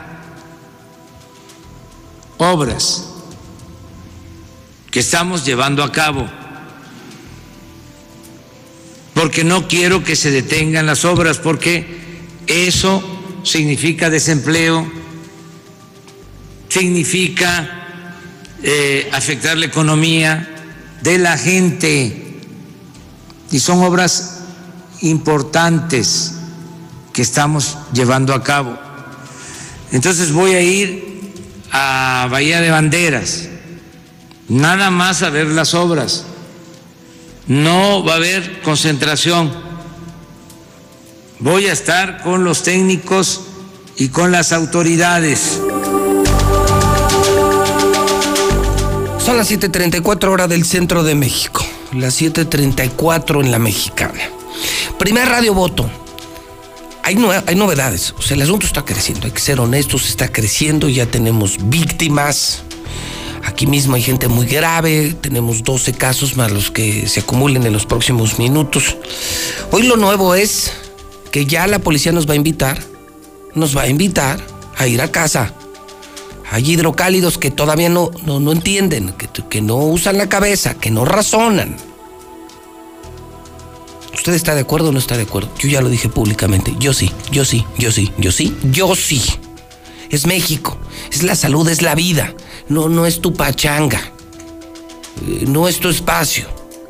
obras que estamos llevando a cabo, porque no quiero que se detengan las obras, porque eso significa desempleo, significa afectar la economía de la gente, y son obras importantes que estamos llevando a cabo. Entonces voy a ir a Bahía de Banderas, nada más a ver las obras. No va a haber concentración. Voy a estar con los técnicos y con las autoridades. Son las 7:34 hora del centro de México, las 7:34 en la Mexicana. Primer Radio Voto. Hay novedades, o sea, el asunto está creciendo, hay que ser honestos, está creciendo, ya tenemos víctimas, aquí mismo hay gente muy grave, tenemos 12 casos más los que se acumulen en los próximos minutos. Hoy lo nuevo es que ya la policía nos va a invitar a ir a casa. Hay hidrocálidos que todavía no entienden, que no usan la cabeza, que no razonan. ¿Usted está de acuerdo o no está de acuerdo? Yo ya lo dije públicamente. Yo sí. Es México, es la salud, es la vida. No es tu pachanga. No es tu espacio.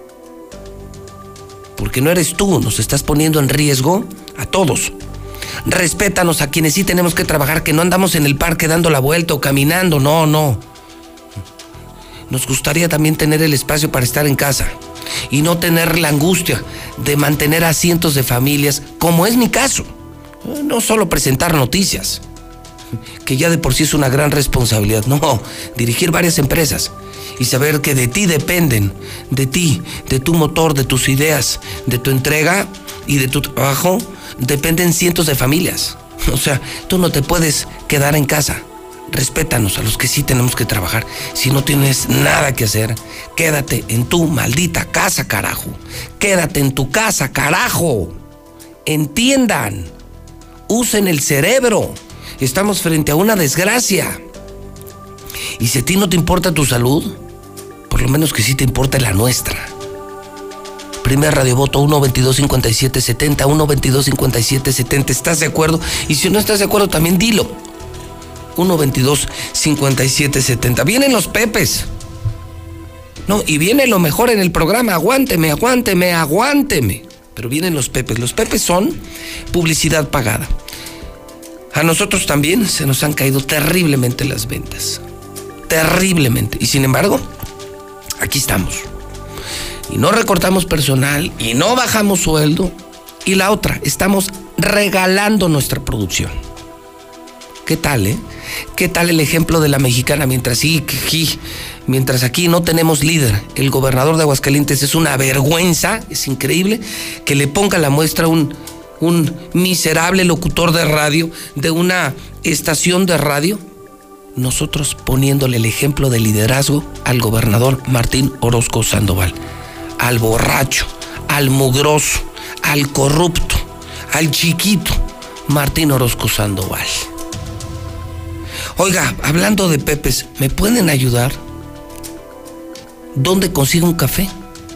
Porque no eres tú, nos estás poniendo en riesgo a todos. Respétanos a quienes sí tenemos que trabajar, que no andamos en el parque dando la vuelta o caminando, no. Nos gustaría también tener el espacio para estar en casa. y no tener la angustia de mantener a cientos de familias, como es mi caso. No solo presentar noticias, que ya de por sí es una gran responsabilidad, no, dirigir varias empresas y saber que de ti dependen, de ti, de tu motor, de tus ideas, de tu entrega y de tu trabajo, dependen cientos de familias. O sea, tú no te puedes quedar en casa. Respétanos a los que sí tenemos que trabajar. Si no tienes nada que hacer, quédate en tu maldita casa, carajo. Quédate en tu casa, carajo. Entiendan. Usen el cerebro. Estamos frente a una desgracia. Y si a ti no te importa tu salud, por lo menos que sí te importe la nuestra. Primer radiovoto 1-22-57-70, 1-22-57-70. ¿Estás de acuerdo? Y si no estás de acuerdo, también dilo. 1-22-57-70. Vienen los Pepes. No, y viene lo mejor en el programa. Aguánteme. Pero vienen los Pepes. Los Pepes son publicidad pagada. A nosotros también se nos han caído terriblemente las ventas. Terriblemente. Y sin embargo, aquí estamos. Y no recortamos personal, y no bajamos sueldo. Y la otra, estamos regalando nuestra producción. ¿Qué tal, ¿Qué tal el ejemplo de la mexicana? Mientras aquí no tenemos líder, el gobernador de Aguascalientes es una vergüenza, es increíble que le ponga la muestra un miserable locutor de radio de una estación de radio. Nosotros poniéndole el ejemplo de liderazgo al gobernador Martín Orozco Sandoval, al borracho, al mugroso, al corrupto, al chiquito Martín Orozco Sandoval. Oiga, hablando de Pepes, ¿me pueden ayudar? ¿Dónde consigo un café?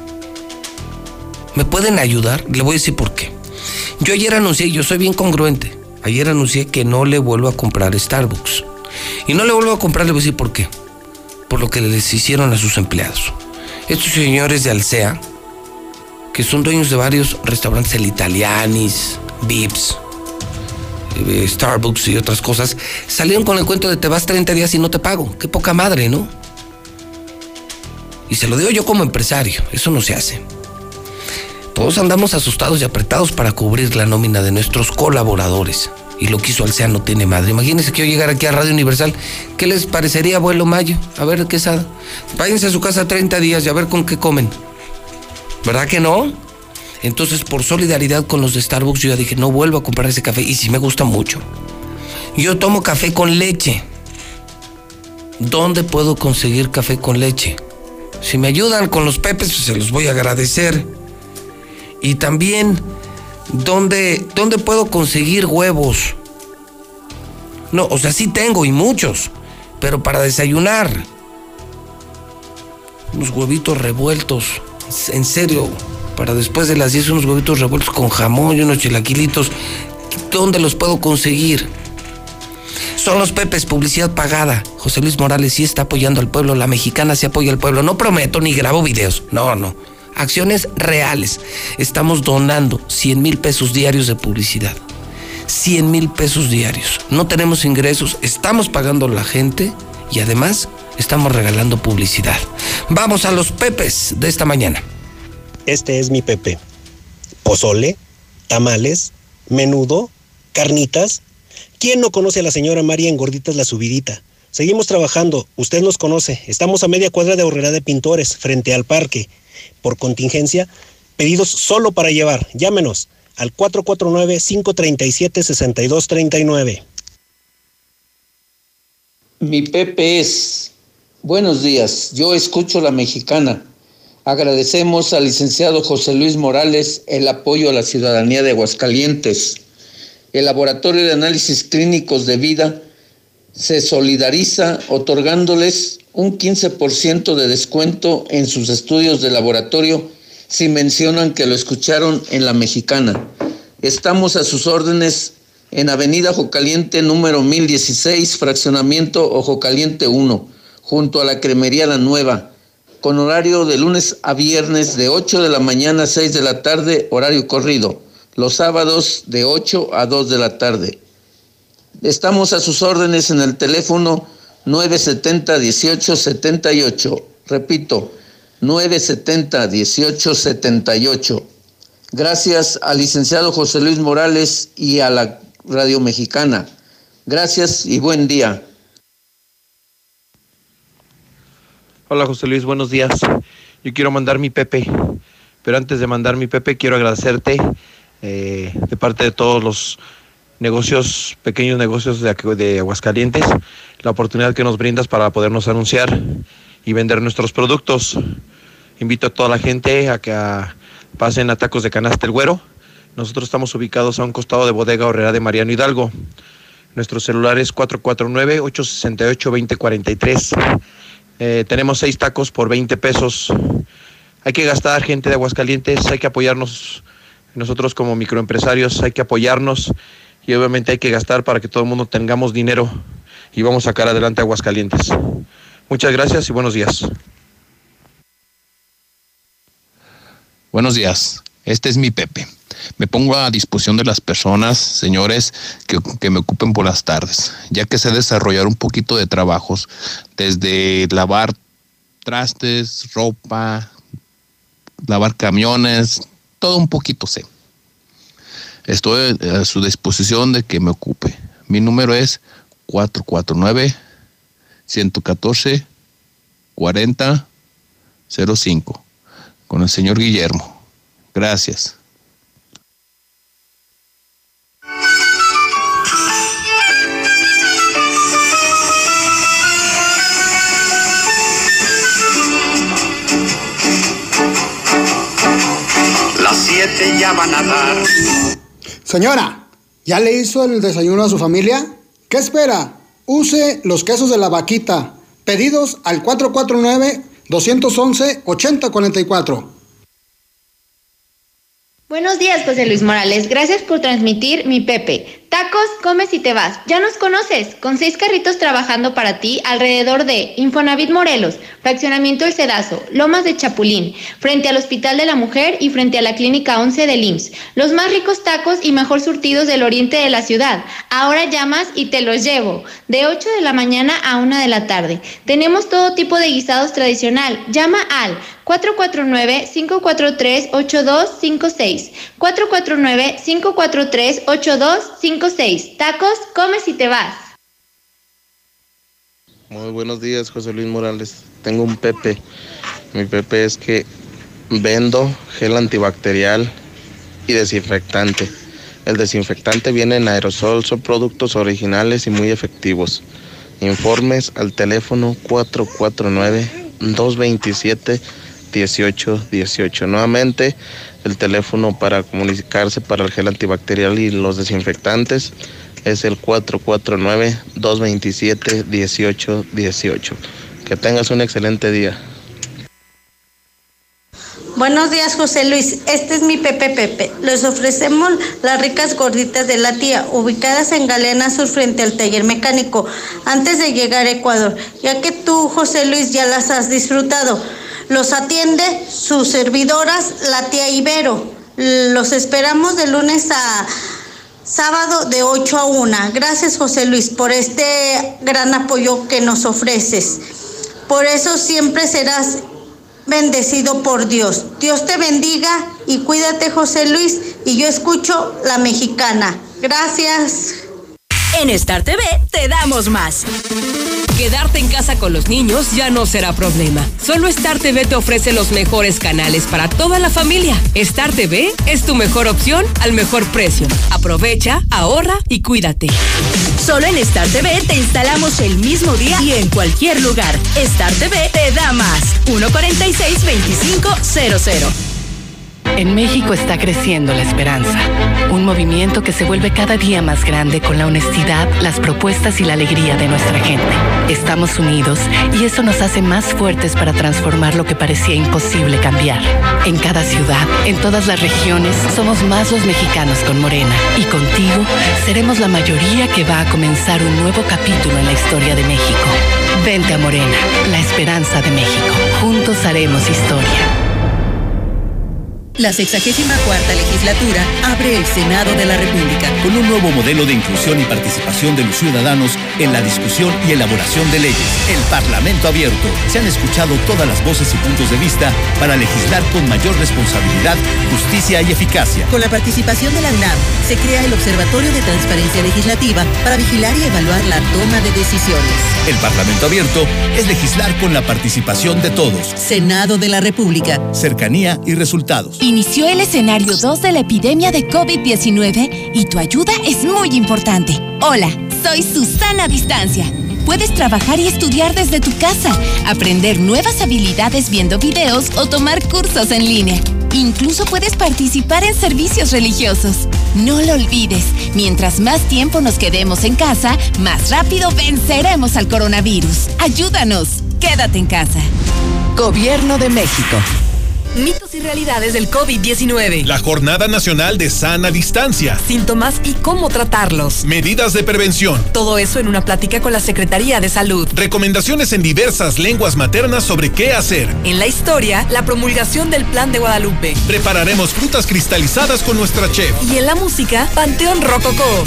¿Me pueden ayudar? Le voy a decir por qué. Yo ayer anuncié, yo soy bien congruente, ayer anuncié que no le vuelvo a comprar Starbucks. Y no le vuelvo a comprar, le voy a decir por qué. Por lo que les hicieron a sus empleados. Estos señores de Alsea, que son dueños de varios restaurantes, el Italianis, Vips, Starbucks y otras cosas, salieron con el cuento de te vas 30 días y no te pago. Qué poca madre, ¿no? Y se lo digo yo como empresario, eso no se hace. Todos andamos asustados y apretados para cubrir la nómina de nuestros colaboradores. Y lo que hizo Alsea no tiene madre. Imagínense que yo llegara aquí a Radio Universal. ¿Qué les parecería, abuelo Mayo? A ver, Quesada. Váyanse a su casa 30 días y a ver con qué comen. ¿Verdad que no? Entonces, por solidaridad con los de Starbucks, yo ya dije, no vuelvo a comprar ese café. Y sí me gusta mucho. Yo tomo café con leche. ¿Dónde puedo conseguir café con leche? Si me ayudan con los Pepes, pues se los voy a agradecer. Y también, ¿dónde puedo conseguir huevos? No, o sea, sí tengo y muchos, pero para desayunar. Unos huevitos revueltos, en serio, para después de las 10 unos huevitos revueltos con jamón y unos chilaquilitos. ¿Dónde los puedo conseguir? Son los Pepes, publicidad pagada. José Luis Morales sí está apoyando al pueblo, la mexicana sí apoya al pueblo. No prometo ni grabo videos, no. Acciones reales. Estamos donando 100,000 pesos diarios de publicidad. 100,000 pesos diarios. No tenemos ingresos, estamos pagando a la gente y además estamos regalando publicidad. Vamos a los Pepes de esta mañana. Este es mi Pepe. Pozole, tamales, menudo, carnitas. ¿Quién no conoce a la señora María en Gorditas La Subidita? Seguimos trabajando, usted nos conoce. Estamos a media cuadra de Horrera de Pintores, frente al parque. Por contingencia, pedidos solo para llevar. Llámenos al 449-537-6239. Mi Pepe es: buenos días, yo escucho La Mexicana. Agradecemos al licenciado José Luis Morales el apoyo a la ciudadanía de Aguascalientes. El Laboratorio de Análisis Clínicos de Vida se solidariza otorgándoles un 15% de descuento en sus estudios de laboratorio si mencionan que lo escucharon en La Mexicana. Estamos a sus órdenes en Avenida Ojo Caliente número 1016, fraccionamiento Ojo Caliente 1, junto a la Cremería La Nueva, con horario de lunes a viernes de 8 de la mañana a 6 de la tarde, horario corrido. Los sábados de 8 a 2 de la tarde. Estamos a sus órdenes en el teléfono 970-1878. Repito, 970-1878. Gracias al licenciado José Luis Morales y a la Radio Mexicana. Gracias y buen día. Hola José Luis, buenos días. Yo quiero mandar mi Pepe, pero antes de mandar mi Pepe quiero agradecerte de parte de todos los negocios, pequeños negocios de Aguascalientes, la oportunidad que nos brindas para podernos anunciar y vender nuestros productos. Invito a toda la gente a que pasen a Tacos de Canasta El Güero. Nosotros estamos ubicados a un costado de Bodega Horrera de Mariano Hidalgo. Nuestro celular es 449-868-2043. Tenemos 6 tacos por 20 pesos. Hay que gastar, gente de Aguascalientes, hay que apoyarnos. Nosotros como microempresarios hay que apoyarnos y obviamente hay que gastar para que todo el mundo tengamos dinero y vamos a sacar adelante a Aguascalientes. Muchas gracias y buenos días. Buenos días, este es mi Pepe. Me pongo a disposición de las personas, señores, que me ocupen por las tardes, ya que sé desarrollar un poquito de trabajos, desde lavar trastes, ropa, lavar camiones, todo un poquito sé. Estoy a su disposición de que me ocupe. Mi número es 449-114-4005, con el señor Guillermo. Gracias. Las 7 ya van a dar. Señora, ¿ya le hizo el desayuno a su familia? ¿Qué espera? Use los quesos de la vaquita. Pedidos al 449-211-8044. Buenos días, José Luis Morales. Gracias por transmitir mi Pepe. Tacos, comes y te vas. Ya nos conoces, con 6 carritos trabajando para ti alrededor de Infonavit Morelos, Fraccionamiento El Cedazo, Lomas de Chapulín, frente al Hospital de la Mujer y frente a la Clínica 11 del IMSS. Los más ricos tacos y mejor surtidos del oriente de la ciudad. Ahora llamas y te los llevo, de 8 de la mañana a 1 de la tarde. Tenemos todo tipo de guisados tradicional. Llama al 449-543-8256. 449-543-8256. Tacos, comes y te vas. Muy buenos días, José Luis Morales. Tengo un Pepe. Mi Pepe es que vendo gel antibacterial y desinfectante. El desinfectante viene en aerosol, son productos originales y muy efectivos. Informes al teléfono 449-227-1818. Nuevamente, el teléfono para comunicarse para el gel antibacterial y los desinfectantes es el 449-227-1818. Que tengas un excelente día. Buenos días, José Luis. Este es mi Pepe. Les ofrecemos las ricas gorditas de la tía, ubicadas en Galeana Sur frente al taller mecánico, antes de llegar a Ecuador, ya que tú, José Luis, ya las has disfrutado. Los atiende sus servidoras, la tía Ibero. Los esperamos de lunes a sábado de 8 a 1. Gracias, José Luis, por este gran apoyo que nos ofreces. Por eso siempre serás bendecido por Dios. Dios te bendiga y cuídate, José Luis. Y yo escucho La Mexicana. Gracias. En Star TV te damos más. Quedarte en casa con los niños ya no será problema. Solo Star TV te ofrece los mejores canales para toda la familia. Star TV es tu mejor opción al mejor precio. Aprovecha, ahorra y cuídate. Solo en Star TV te instalamos el mismo día y en cualquier lugar. Star TV te da más. 146-2500. En México está creciendo la esperanza, un movimiento que se vuelve cada día más grande con la honestidad, las propuestas y la alegría de nuestra gente. Estamos unidos y eso nos hace más fuertes para transformar lo que parecía imposible cambiar. En cada ciudad, en todas las regiones, somos más los mexicanos con Morena y contigo seremos la mayoría que va a comenzar un nuevo capítulo en la historia de México. Vente a Morena, la esperanza de México. Juntos haremos historia. La 64ª legislatura abre el Senado de la República. Con un nuevo modelo de inclusión y participación de los ciudadanos en la discusión y elaboración de leyes. El Parlamento abierto. Se han escuchado todas las voces y puntos de vista para legislar con mayor responsabilidad, justicia y eficacia. Con la participación de la UNAM, se crea el Observatorio de Transparencia Legislativa para vigilar y evaluar la toma de decisiones. El Parlamento abierto es legislar con la participación de todos. Senado de la República. Cercanía y resultados. Inició el escenario 2 de la epidemia de COVID-19 y tu ayuda es muy importante. Hola, soy Susana Distancia. Puedes trabajar y estudiar desde tu casa, aprender nuevas habilidades viendo videos o tomar cursos en línea. Incluso puedes participar en servicios religiosos. No lo olvides, mientras más tiempo nos quedemos en casa, más rápido venceremos al coronavirus. Ayúdanos, quédate en casa. Gobierno de México. Mitos y realidades del COVID-19. La Jornada Nacional de Sana Distancia. Síntomas y cómo tratarlos. Medidas de prevención. Todo eso en una plática con la Secretaría de Salud. Recomendaciones en diversas lenguas maternas sobre qué hacer. En la historia, la promulgación del Plan de Guadalupe. Prepararemos frutas cristalizadas con nuestra chef. Y en la música, Panteón Rococó.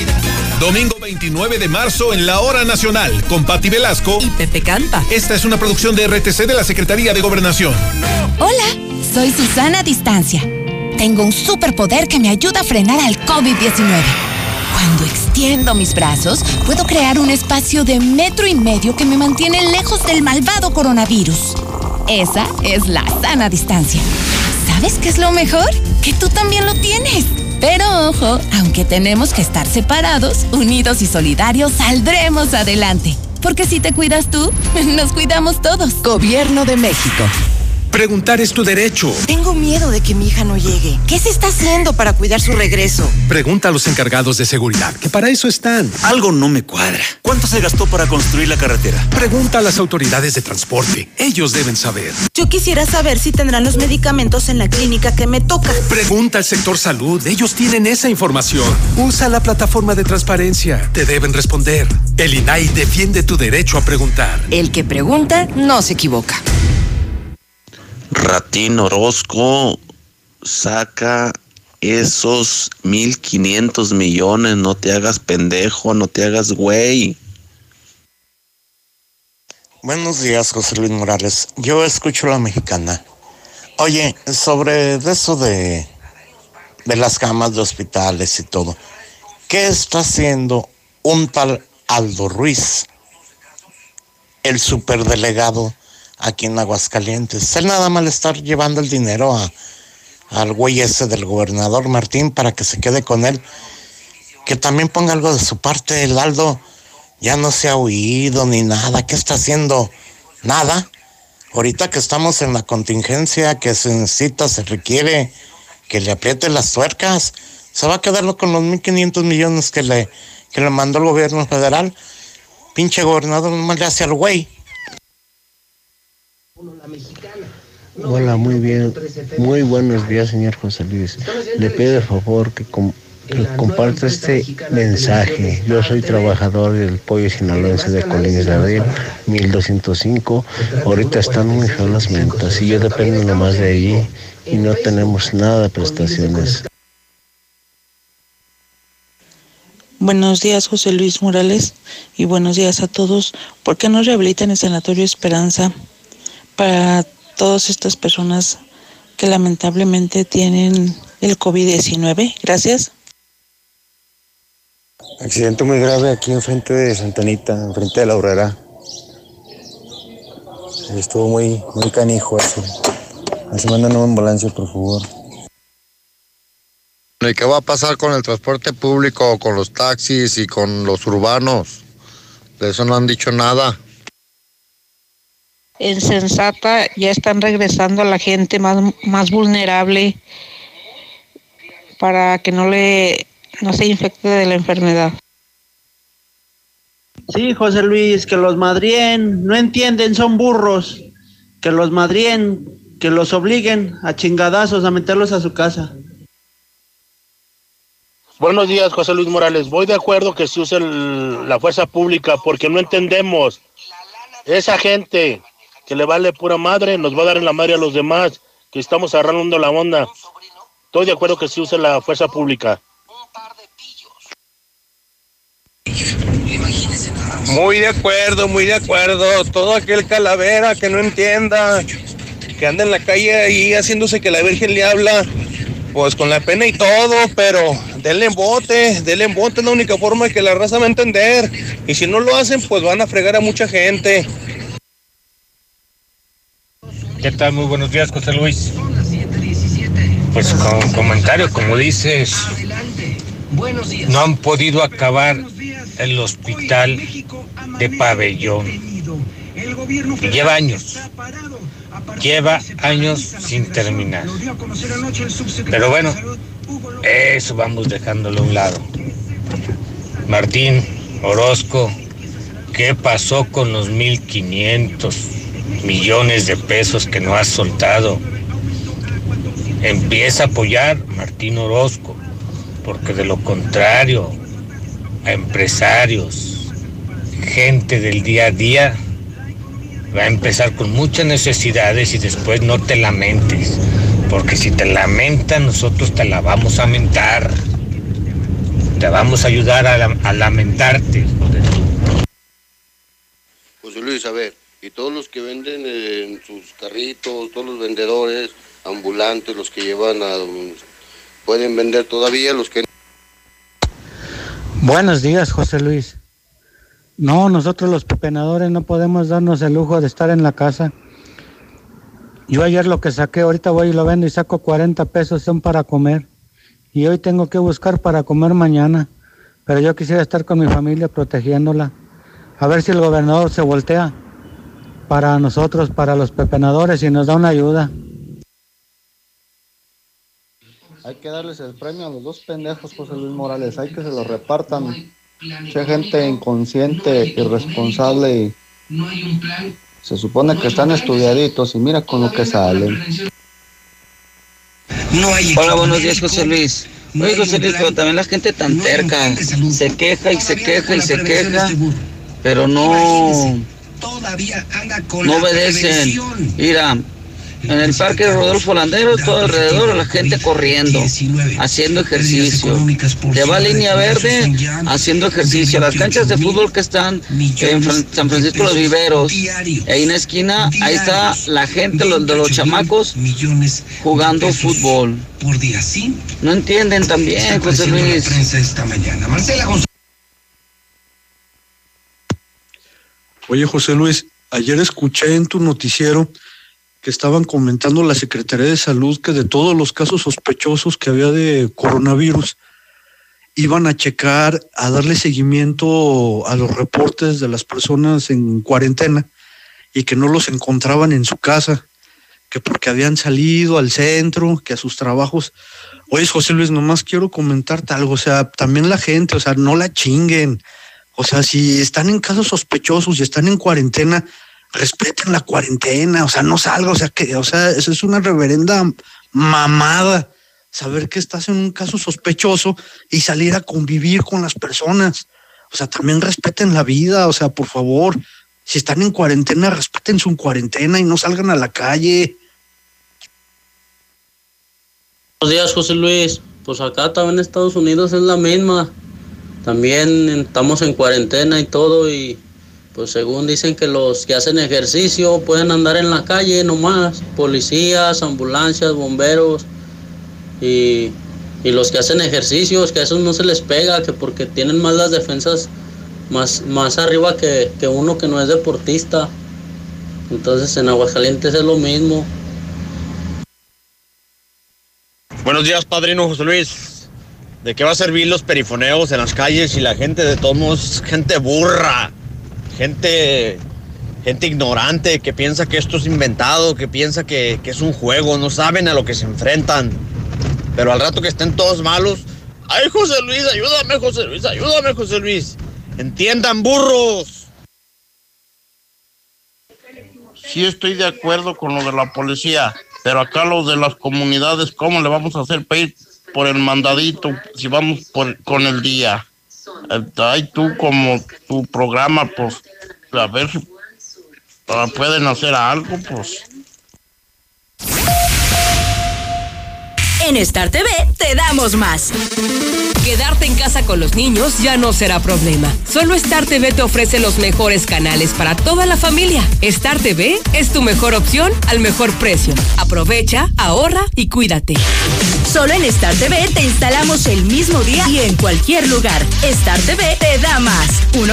Domingo 29 de marzo en la Hora Nacional, con Patti Velasco y Pepe Canta. Esta es una producción de RTC de la Secretaría de Gobernación. Hola, soy Susana Distancia. Tengo un superpoder que me ayuda a frenar al COVID-19. Cuando extiendo mis brazos, puedo crear un espacio de 1,5 metros que me mantiene lejos del malvado coronavirus. Esa es la sana distancia. ¿Sabes qué es lo mejor? Que tú también lo tienes. Pero ojo, aunque tenemos que estar separados, unidos y solidarios, saldremos adelante. Porque si te cuidas tú, nos cuidamos todos. Gobierno de México. Preguntar es tu derecho. Tengo miedo de que mi hija no llegue. ¿Qué se está haciendo para cuidar su regreso? Pregunta a los encargados de seguridad, que para eso están. Algo no me cuadra. ¿Cuánto se gastó para construir la carretera? Pregunta a las autoridades de transporte. Ellos deben saber. Yo quisiera saber si tendrán los medicamentos en la clínica que me toca. Pregunta al sector salud. Ellos tienen esa información. Usa la plataforma de transparencia. Te deben responder. El INAI defiende tu derecho a preguntar. El que pregunta no se equivoca. Ratín Orozco, saca esos 1,500 millones, no te hagas pendejo, no te hagas güey. Buenos días, José Luis Morales. Yo escucho La Mexicana. Oye, sobre eso de las camas de hospitales y todo, ¿qué está haciendo un tal Aldo Ruiz, el superdelegado aquí en Aguascalientes? Él nada más le está llevando el dinero al güey ese del gobernador Martín para que se quede con él. Que también ponga algo de su parte. El Aldo ya no se ha huido ni nada. ¿Qué está haciendo? Nada. Ahorita que estamos en la contingencia, que se necesita, se requiere que le apriete las tuercas, se va a quedar con los 1,500 millones que le mandó el gobierno federal. Pinche gobernador nomás le hace al güey. Hola, muy bien. Muy buenos días, señor José Luis. Le pido el favor que comparta este mensaje. Yo soy trabajador del pollo sinaloense de Colinas de Abril, 1205. Ahorita están muy feas las ventas y yo dependo nomás de allí y no tenemos nada de prestaciones. Buenos días, José Luis Morales, y buenos días a todos. ¿Por qué no rehabilitan el Sanatorio Esperanza para todas estas personas que lamentablemente tienen el COVID-19? Gracias. Accidente muy grave aquí enfrente de Santa Anita, enfrente de la Aurrera. Estuvo muy canijo eso. Se mandan una ambulancia, por favor. ¿Y qué va a pasar con el transporte público, con los taxis y con los urbanos? De eso no han dicho nada. En Sensata ya están regresando a la gente más vulnerable para que no se infecte de la enfermedad. Sí, José Luis, que los madrien, no entienden, son burros. Que los madrien, que los obliguen a chingadazos a meterlos a su casa. Buenos días, José Luis Morales. Voy de acuerdo que se use la fuerza pública porque no entendemos. Esa gente que le vale pura madre nos va a dar en la madre a los demás. que estamos agarrando la onda. Estoy de acuerdo que se use la fuerza pública. Muy de acuerdo. Todo aquel calavera que no entienda, que anda en la calle ahí haciéndose que la Virgen le habla, pues con la pena y todo, pero denle bote, es la única forma que la raza va a entender. Y si no lo hacen, pues van a fregar a mucha gente. ¿Qué tal? Muy buenos días, José Luis. Pues con comentario, como dices, no han podido acabar el hospital de Pabellón. Y lleva años sin terminar. Pero bueno, eso vamos dejándolo a un lado. Martín Orozco, ¿qué pasó con los 1,500 millones de pesos que no has soltado? Empieza a apoyar Martín Orozco, porque de lo contrario, a empresarios, gente del día a día, va a empezar con muchas necesidades y después no te lamentes, porque si te lamentan, nosotros te la vamos a mentar. Te vamos a ayudar a lamentarte. José Luis, a ver, y todos los que venden en sus carritos, todos los vendedores, ambulantes, los que llevan pueden vender todavía, los que... Buenos días, José Luis. No, nosotros los pepenadores no podemos darnos el lujo de estar en la casa. Yo ayer lo que saqué, ahorita voy y lo vendo y saco 40 pesos, son para comer. Y hoy tengo que buscar para comer mañana. Pero yo quisiera estar con mi familia protegiéndola. A ver si el gobernador se voltea para nosotros, para los pepenadores, y nos da una ayuda. Hay que darles el premio a los dos pendejos, José Luis Morales. Hay que se lo repartan. Mucha gente inconsciente, irresponsable, y se supone que están estudiaditos y mira con lo que salen. Hola, buenos días, José Luis. Oye, José Luis, pero también la gente tan terca, se queja y se queja y se queja, pero no obedecen. Mira, en el parque de Rodolfo Landeros, todo alrededor, la gente corriendo, haciendo ejercicio. Te va a Línea Verde, haciendo ejercicio. Las canchas de fútbol que están en San Francisco de los Viveros, ahí en la esquina, ahí está la gente, los de los chamacos, jugando fútbol. No entienden también, José Luis. Oye, José Luis, ayer escuché en tu noticiero que estaban comentando la Secretaría de Salud que de todos los casos sospechosos que había de coronavirus, iban a checar, a darle seguimiento a los reportes de las personas en cuarentena y que no los encontraban en su casa, que porque habían salido al centro, que a sus trabajos. Oye, José Luis, nomás quiero comentarte algo, o sea, también la gente, o sea, no la chinguen. O sea, si están en casos sospechosos y están en cuarentena, respeten la cuarentena, o sea, no salga, o sea, eso es una reverenda mamada, saber que estás en un caso sospechoso y salir a convivir con las personas. O sea, también respeten la vida, o sea, por favor, si están en cuarentena, respeten su cuarentena y no salgan a la calle. Buenos días, José Luis. Pues acá también en Estados Unidos es la misma. También estamos en cuarentena y todo, y pues según dicen que los que hacen ejercicio pueden andar en la calle nomás, policías, ambulancias, bomberos, y los que hacen ejercicios, que a esos no se les pega, que porque tienen más las defensas más arriba que uno que no es deportista. Entonces en Aguascalientes es lo mismo. Buenos días, padrino José Luis. ¿De qué va a servir los perifoneos en las calles si la gente de todos modos, gente burra? Gente ignorante que piensa que esto es inventado, que piensa que es un juego, no saben a lo que se enfrentan. Pero al rato que estén todos malos, ¡ay, José Luis, ayúdame, José Luis, ayúdame, José Luis! ¡Entiendan, burros! Sí estoy de acuerdo con lo de la policía, pero acá los de las comunidades, ¿cómo le vamos a hacer para ir por el mandadito si vamos con el día? Ahí tú como tu programa, pues, a ver si pueden hacer algo, pues. En Star TV te damos más. Quedarte en casa con los niños ya no será problema. Solo Star TV te ofrece los mejores canales para toda la familia. Star TV es tu mejor opción al mejor precio. Aprovecha, ahorra y cuídate. Solo en Star TV te instalamos el mismo día y en cualquier lugar. Star TV te da más.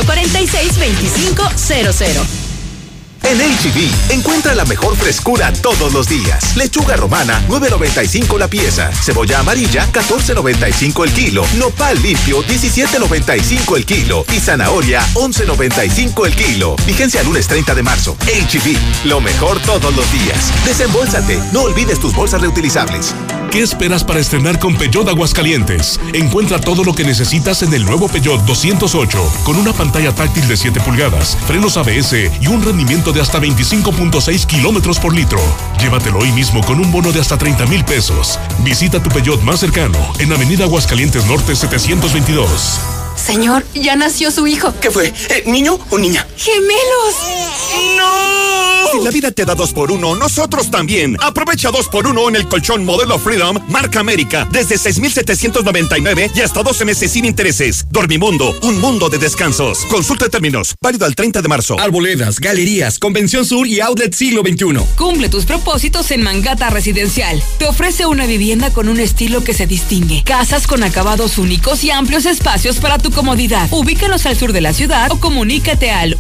146-2500. En H-E-B, encuentra la mejor frescura todos los días. Lechuga romana, $9.95 la pieza. Cebolla amarilla, $14.95 el kilo. Nopal limpio, $17.95 el kilo. Y zanahoria, $11.95 el kilo. Vigencia el lunes 30 de marzo. H-E-B, lo mejor todos los días. Desembolsate, no olvides tus bolsas reutilizables. ¿Qué esperas para estrenar con Peugeot Aguascalientes? Encuentra todo lo que necesitas en el nuevo Peugeot 208, con una pantalla táctil de 7 pulgadas, frenos ABS y un rendimiento de hasta 25.6 kilómetros por litro. Llévatelo hoy mismo con un bono de hasta 30,000 pesos. Visita tu Peugeot más cercano en Avenida Aguascalientes Norte 722. Señor, ya nació su hijo. ¿Qué fue? ¿Niño o niña? ¡Gemelos! ¡No! Si la vida te da 2x1, nosotros también. Aprovecha 2x1 en el colchón modelo Freedom, marca América, desde 6,799 y hasta 12 meses sin intereses. Dormimundo, un mundo de descansos. Consulta términos, válido al 30 de marzo. Arboledas, galerías, Convención Sur y Outlet Siglo XXI. Cumple tus propósitos en Mangata Residencial. Te ofrece una vivienda con un estilo que se distingue. Casas con acabados únicos y amplios espacios para tu comodidad. Ubícanos al sur de la ciudad o comunícate al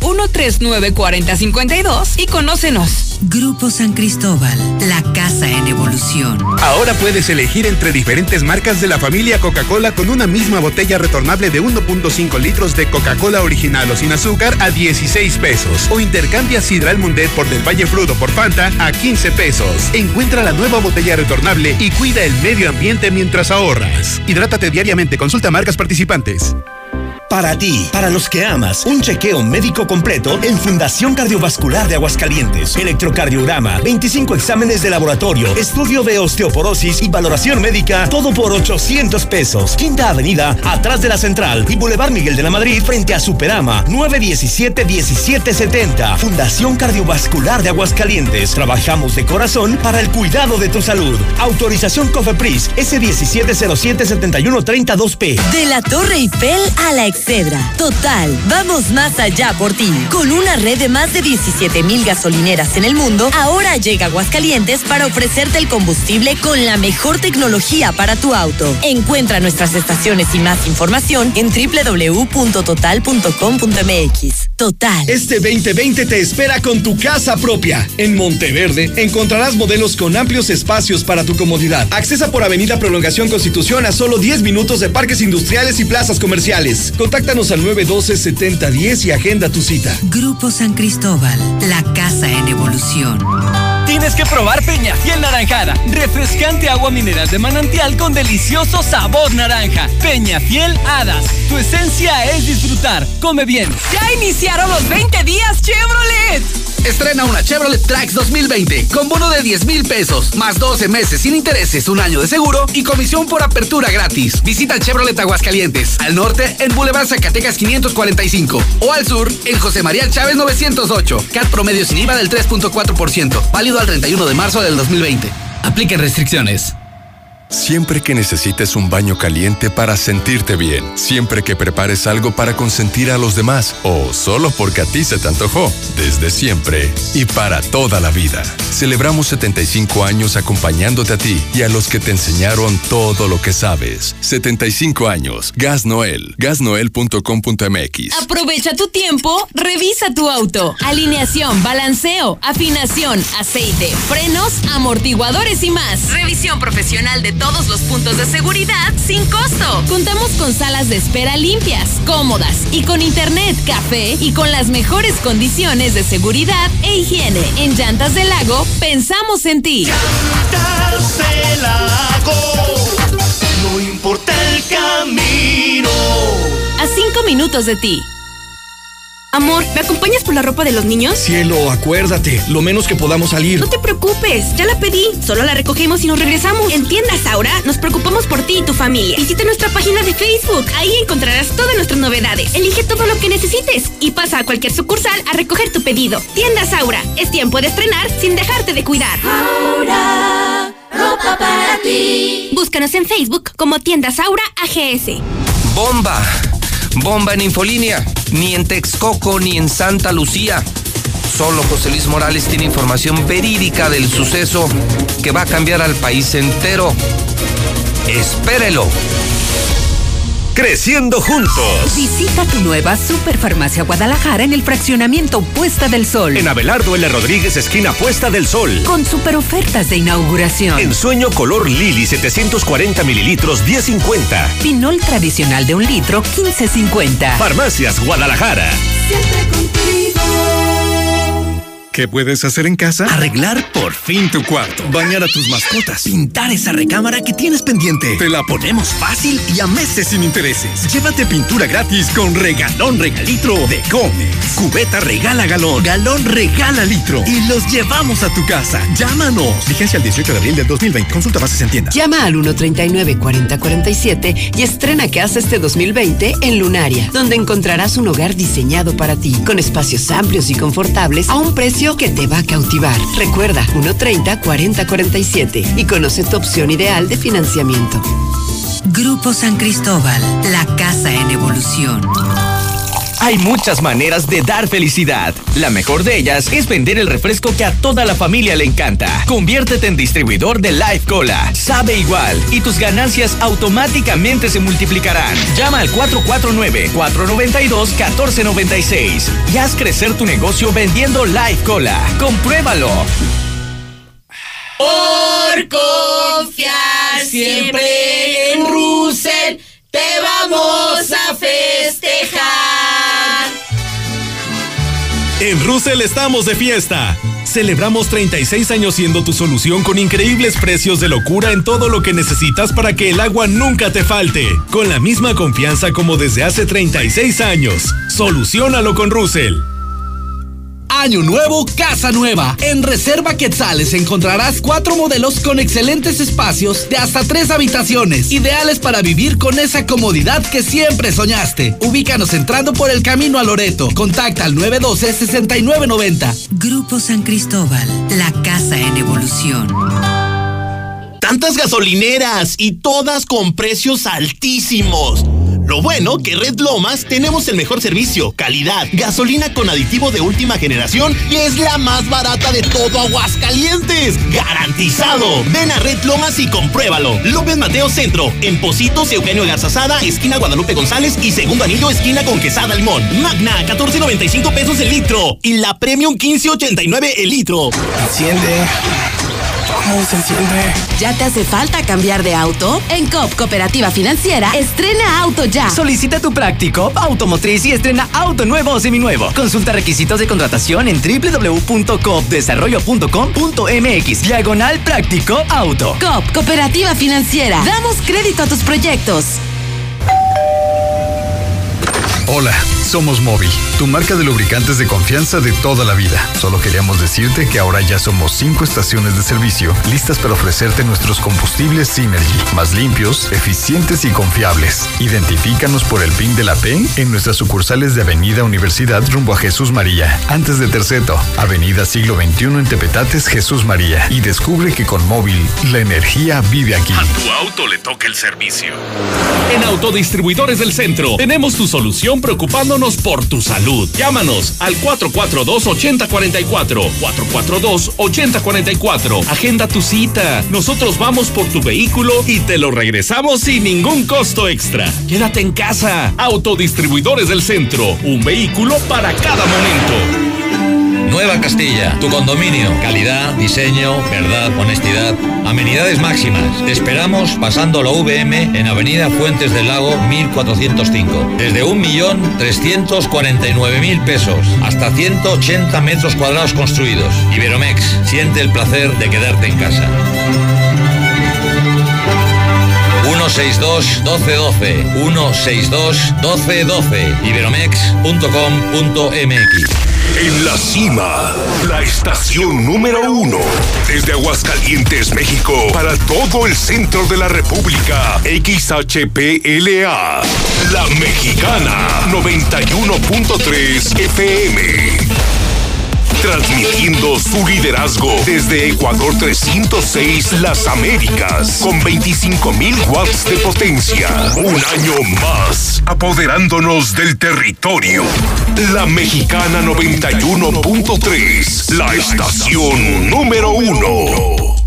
139-4052 y conócenos. Grupo San Cristóbal, la casa en evolución. Ahora puedes elegir entre diferentes marcas de la familia Coca-Cola con una misma botella retornable de 1.5 litros de Coca-Cola original o sin azúcar a 16 pesos. O intercambia Sidral Mundet por Del Valle Fruto por Fanta a 15 pesos. Encuentra la nueva botella retornable y cuida el medio ambiente mientras ahorras. Hidrátate diariamente, consulta marcas participantes. Para ti, para los que amas, un chequeo médico completo en Fundación Cardiovascular de Aguascalientes. Electrocardiograma, 25 exámenes de laboratorio, estudio de osteoporosis y valoración médica, todo por 800 pesos. Quinta Avenida, atrás de la Central y Boulevard Miguel de la Madrid, frente a Superama, 917-1770. Fundación Cardiovascular de Aguascalientes. Trabajamos de corazón para el cuidado de tu salud. Autorización COFEPRIS, S1707-7132P. De la Torre Eiffel a la Excedra. Total, vamos más allá por ti. Con una red de más de 17,000 gasolineras en el mundo, ahora llega Aguascalientes para ofrecerte el combustible con la mejor tecnología para tu auto. Encuentra nuestras estaciones y más información en www.total.com.mx. Total. Este 2020 te espera con tu casa propia. En Monteverde encontrarás modelos con amplios espacios para tu comodidad. Accesa por Avenida Prolongación Constitución a solo 10 minutos de parques industriales y plazas comerciales. Contáctanos al 912-7010 y agenda tu cita. Grupo San Cristóbal, la casa en evolución. Tienes que probar Peñafiel Naranjada, refrescante agua mineral de manantial con delicioso sabor naranja. Peñafiel Hadas, tu esencia es disfrutar. Come bien. ¡Ya iniciaron los 20 días Chevrolet! Estrena una Chevrolet Trax 2020 con bono de 10,000 pesos, más 12 meses sin intereses, un año de seguro y comisión por apertura gratis. Visita Chevrolet Aguascalientes, al norte en Boulevard Zacatecas 545 o al sur en José María Chávez 908. CAT promedio sin IVA del 3.4%, válido al 31 de marzo del 2020. Apliquen restricciones. Siempre que necesites un baño caliente para sentirte bien, siempre que prepares algo para consentir a los demás o solo porque a ti se te antojó, desde siempre y para toda la vida. Celebramos 75 años acompañándote a ti y a los que te enseñaron todo lo que sabes. 75 años. Gas Noel. Gasnoel.com.mx. Aprovecha tu tiempo, revisa tu auto. Alineación, balanceo, afinación, aceite, frenos, amortiguadores y más. Revisión profesional de todos los puntos de seguridad sin costo. Contamos con salas de espera limpias, cómodas y con internet, café y con las mejores condiciones de seguridad e higiene. En Llantas del Lago, pensamos en ti. Llantas del Lago, no importa el camino. A 5 minutos de ti. Amor, ¿me acompañas por la ropa de los niños? Cielo, acuérdate, lo menos que podamos salir. No te preocupes, ya la pedí. Solo la recogemos y nos regresamos. En Tiendas Aura, nos preocupamos por ti y tu familia. Visita nuestra página de Facebook. Ahí encontrarás todas nuestras novedades. Elige todo lo que necesites y pasa a cualquier sucursal a recoger tu pedido. Tiendas Aura, es tiempo de estrenar sin dejarte de cuidar. Aura, Copa para ti. Búscanos en Facebook como Tiendas Aura AGS. Bomba. Bomba en Infolínea. Ni en Texcoco ni en Santa Lucía. Solo José Luis Morales tiene información verídica del suceso que va a cambiar al país entero. Espérelo. Creciendo juntos. Visita tu nueva Superfarmacia Guadalajara en el fraccionamiento Puesta del Sol. En Abelardo L. Rodríguez, esquina Puesta del Sol. Con super ofertas de inauguración. Ensueño color Lili, 740 mililitros, 10.50. Pinol tradicional de 1 litro, 15.50. Farmacias Guadalajara. Siempre contigo. ¿Qué puedes hacer en casa? Arreglar por fin tu cuarto. Bañar a tus mascotas. Pintar esa recámara que tienes pendiente. Te la ponemos fácil y a meses sin intereses. Llévate pintura gratis con regalón regalitro de Comex. Cubeta regala galón. Galón regala litro. Y los llevamos a tu casa. Llámanos. Vigencia el 18 de abril del 2020. Consulta bases en tienda. Llama al 139-4047 y estrena casa este 2020 en Lunaria, donde encontrarás un hogar diseñado para ti, con espacios amplios y confortables a un precio que te va a cautivar. Recuerda, 130-4047 y conoce tu opción ideal de financiamiento. Grupo San Cristóbal, la casa en evolución. Hay muchas maneras de dar felicidad. La mejor de ellas es vender el refresco que a toda la familia le encanta. Conviértete en distribuidor de Life Cola. Sabe igual y tus ganancias automáticamente se multiplicarán. Llama al 449-492-1496 y haz crecer tu negocio vendiendo Life Cola. ¡Compruébalo! Por confiar siempre en Russell, te vamos a festejar. En Russell estamos de fiesta. Celebramos 36 años siendo tu solución con increíbles precios de locura en todo lo que necesitas para que el agua nunca te falte. Con la misma confianza como desde hace 36 años. Soluciónalo con Russell. Año nuevo, casa nueva. En Reserva Quetzales encontrarás 4 modelos con excelentes espacios de hasta 3 habitaciones, ideales para vivir con esa comodidad que siempre soñaste. Ubícanos entrando por el camino a Loreto. Contacta al 912-6990. Grupo San Cristóbal, la casa en evolución. Tantas gasolineras y todas con precios altísimos. Lo bueno que Red Lomas tenemos el mejor servicio, calidad, gasolina con aditivo de última generación y es la más barata de todo Aguascalientes. ¡Garantizado! Ven a Red Lomas y compruébalo. López Mateo Centro, en Pocitos, Eugenio Garzazada, esquina Guadalupe González y Segundo Anillo, esquina con Quesada Limón. Magna, 14.95 pesos el litro y la Premium 15.89 el litro. Enciende. ¿Cómo se enciende? ¿Ya te hace falta cambiar de auto? En COP Cooperativa Financiera, estrena auto ya. Solicita tu práctico automotriz y estrena auto nuevo o seminuevo. Consulta requisitos de contratación en www.coopdesarrollo.com.mx/práctico auto. COP Cooperativa Financiera. Damos crédito a tus proyectos. Hola, somos Móvil, tu marca de lubricantes de confianza de toda la vida. Solo queríamos decirte que ahora ya somos 5 estaciones de servicio listas para ofrecerte nuestros combustibles Synergy, más limpios, eficientes y confiables. Identifícanos por el PIN de la P en nuestras sucursales de Avenida Universidad rumbo a Jesús María, antes de Terceto, Avenida Siglo XXI en Tepetates, Jesús María. Y descubre que con Móvil, la energía vive aquí. A tu auto le toca el servicio. En Autodistribuidores del Centro tenemos tu solución preocupándonos por tu salud. Llámanos al 442-8044. 442-8044. Agenda tu cita. Nosotros vamos por tu vehículo y te lo regresamos sin ningún costo extra. Quédate en casa. Autodistribuidores del Centro. Un vehículo para cada momento. Nueva Castilla, tu condominio. Calidad, diseño, verdad, honestidad, amenidades máximas. Te esperamos pasando la VM en Avenida Fuentes del Lago 1405. Desde 1.349.000 pesos hasta 180 metros cuadrados construidos. Iberomex, siente el placer de quedarte en casa. 162-1212. 162-1212. Iberomex.com.mx. En la cima, la estación número 1. Desde Aguascalientes, México, para todo el centro de la República. XHPLA, La Mexicana, 91.3 FM. transmitiendo su liderazgo desde Ecuador 306 Las Américas, con 25,000 watts de potencia. Un año más, apoderándonos del territorio. La Mexicana 91.3, la estación número 1.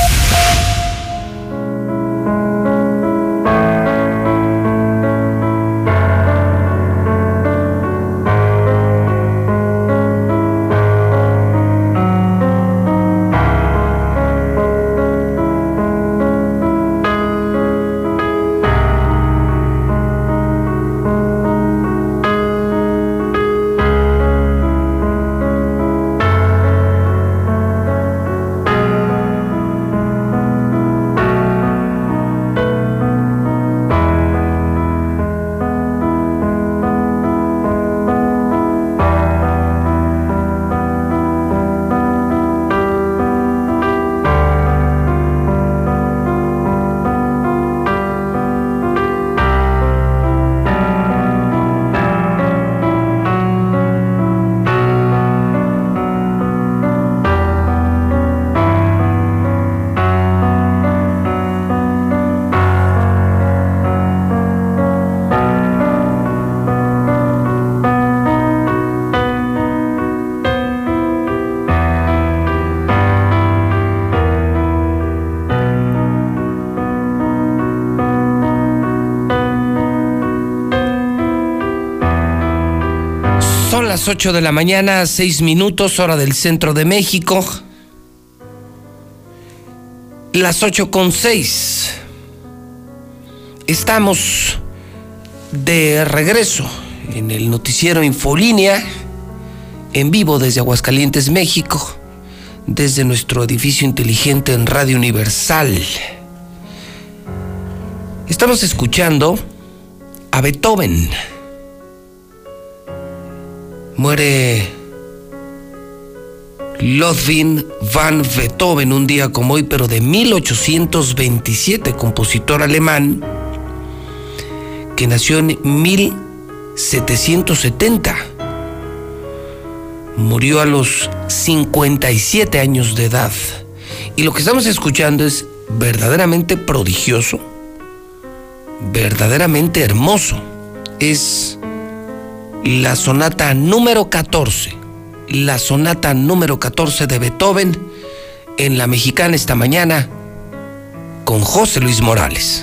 Las 8 de la mañana, 6 minutos, hora del centro de México. Las 8:06. Estamos de regreso en el noticiero Infolínea, en vivo desde Aguascalientes, México, desde nuestro edificio inteligente en Radio Universal. Estamos escuchando a Beethoven. Muere Ludwig van Beethoven un día como hoy, pero de 1827, compositor alemán que nació en 1770. Murió a los 57 años de edad. Y lo que estamos escuchando es verdaderamente prodigioso, verdaderamente hermoso. Es la sonata número 14, la sonata número 14 de Beethoven en La Mexicana esta mañana con José Luis Morales.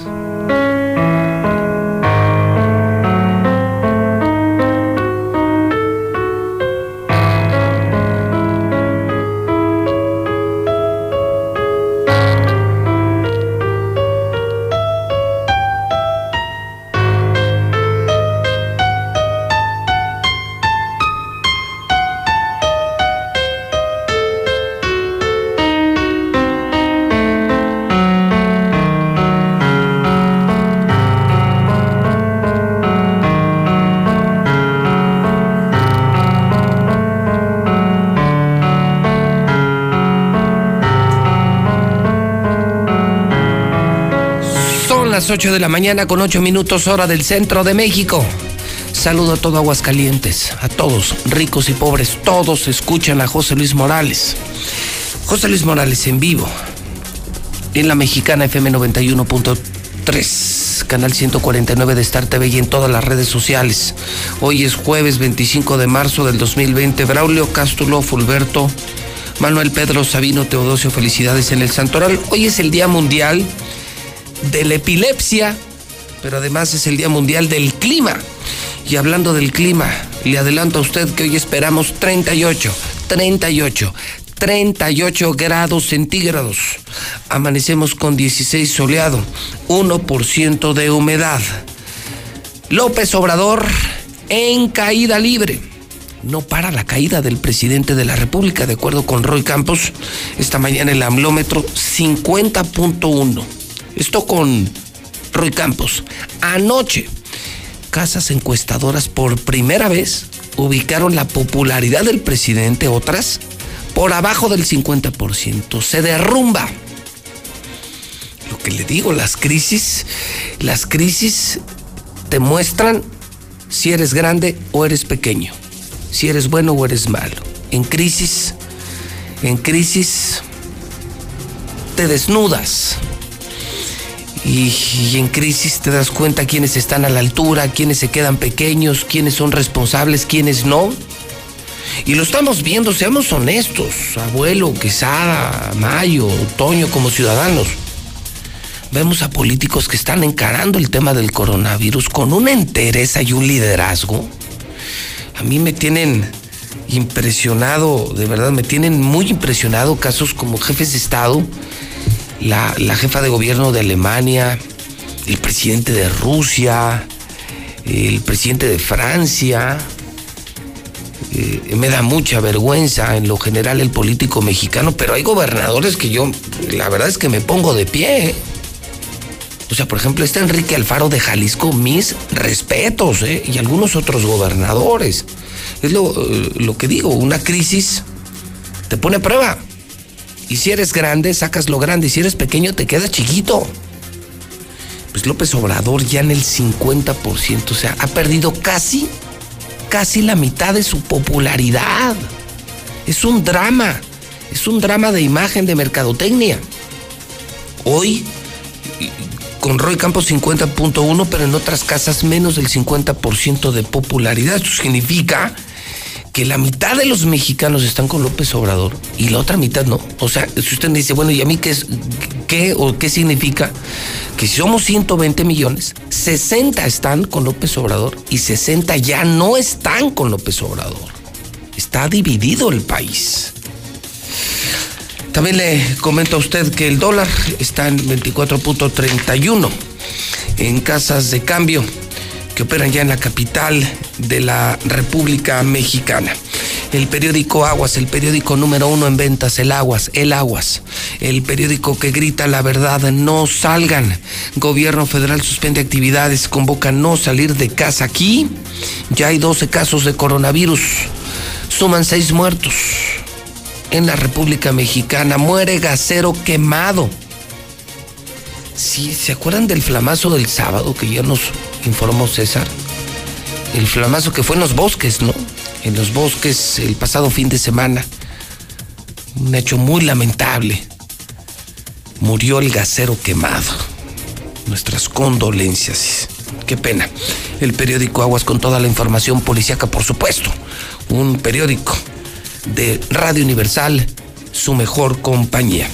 Las 8 de la mañana con 8 minutos, hora del centro de México. Saludo a todo Aguascalientes, a todos, ricos y pobres, todos escuchan a José Luis Morales. José Luis Morales en vivo, en La Mexicana FM 91.3, canal 149 de Star TV y en todas las redes sociales. Hoy es jueves 25 de marzo del 2020. Braulio, Cástulo, Fulberto, Manuel, Pedro, Sabino, Teodosio, felicidades en el Santoral. Hoy es el Día Mundial de la Epilepsia, pero además es el Día Mundial del Clima. Y hablando del clima, le adelanto a usted que hoy esperamos 38 grados centígrados. Amanecemos con 16 soleado, 1% de humedad. López Obrador en caída libre. No para la caída del presidente de la República, de acuerdo con Roy Campos. Esta mañana el amlómetro 50.1. Esto con Roy Campos. Anoche, casas encuestadoras por primera vez ubicaron la popularidad del presidente, otras por abajo del 50%. Se derrumba. Lo que le digo, las crisis te muestran si eres grande o eres pequeño, si eres bueno o eres malo. En crisis te desnudas. Y en crisis te das cuenta quiénes están a la altura, quiénes se quedan pequeños, quiénes son responsables, quiénes no. Y lo estamos viendo, seamos honestos, Abuelo, Quesada, Mayo, Toño, como ciudadanos. Vemos a políticos que están encarando el tema del coronavirus con una entereza y un liderazgo. A mí me tienen impresionado, de verdad, me tienen muy impresionado casos como jefes de Estado, la jefa de gobierno de Alemania, el presidente de Rusia, el presidente de Francia. Me da mucha vergüenza en lo general el político mexicano, pero hay gobernadores que yo, la verdad es que me pongo de pie. O sea, por ejemplo, Enrique Alfaro de Jalisco, mis respetos, y algunos otros gobernadores. Es lo que digo, una crisis te pone a prueba. Y si eres grande, sacas lo grande, y si eres pequeño, te quedas chiquito. Pues López Obrador ya en el 50%, o sea, ha perdido casi la mitad de su popularidad. Es un drama de imagen, de mercadotecnia. Hoy, con Roy Campos 50.1, pero en otras casas menos del 50% de popularidad. Esto significa que la mitad de los mexicanos están con López Obrador y la otra mitad no. O sea, si usted me dice, bueno, ¿y a mí qué significa? Que si somos 120 millones, 60 están con López Obrador y 60 ya no están con López Obrador. Está dividido el país. También le comento a usted que el dólar está en 24.31 en casas de cambio que operan ya en la capital de la República Mexicana. El periódico Aguas, el periódico número 1 en ventas, el Aguas, el periódico que grita la verdad, no salgan. Gobierno federal suspende actividades, convoca no salir de casa. Aquí ya hay 12 casos de coronavirus, suman 6 muertos. En la República Mexicana muere gasero quemado. Sí, ¿se acuerdan del flamazo del sábado que ya nos informó César? El flamazo que fue en los bosques, ¿no? En los bosques el pasado fin de semana. Un hecho muy lamentable. Murió el gasero quemado. Nuestras condolencias. Qué pena. El periódico Aguas con toda la información policíaca, por supuesto. Un periódico de Radio Universal, su mejor compañía.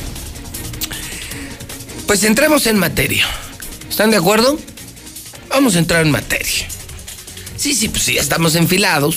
Pues entremos en materia. ¿Están de acuerdo? Vamos a entrar en materia. Sí, pues sí, ya estamos enfilados.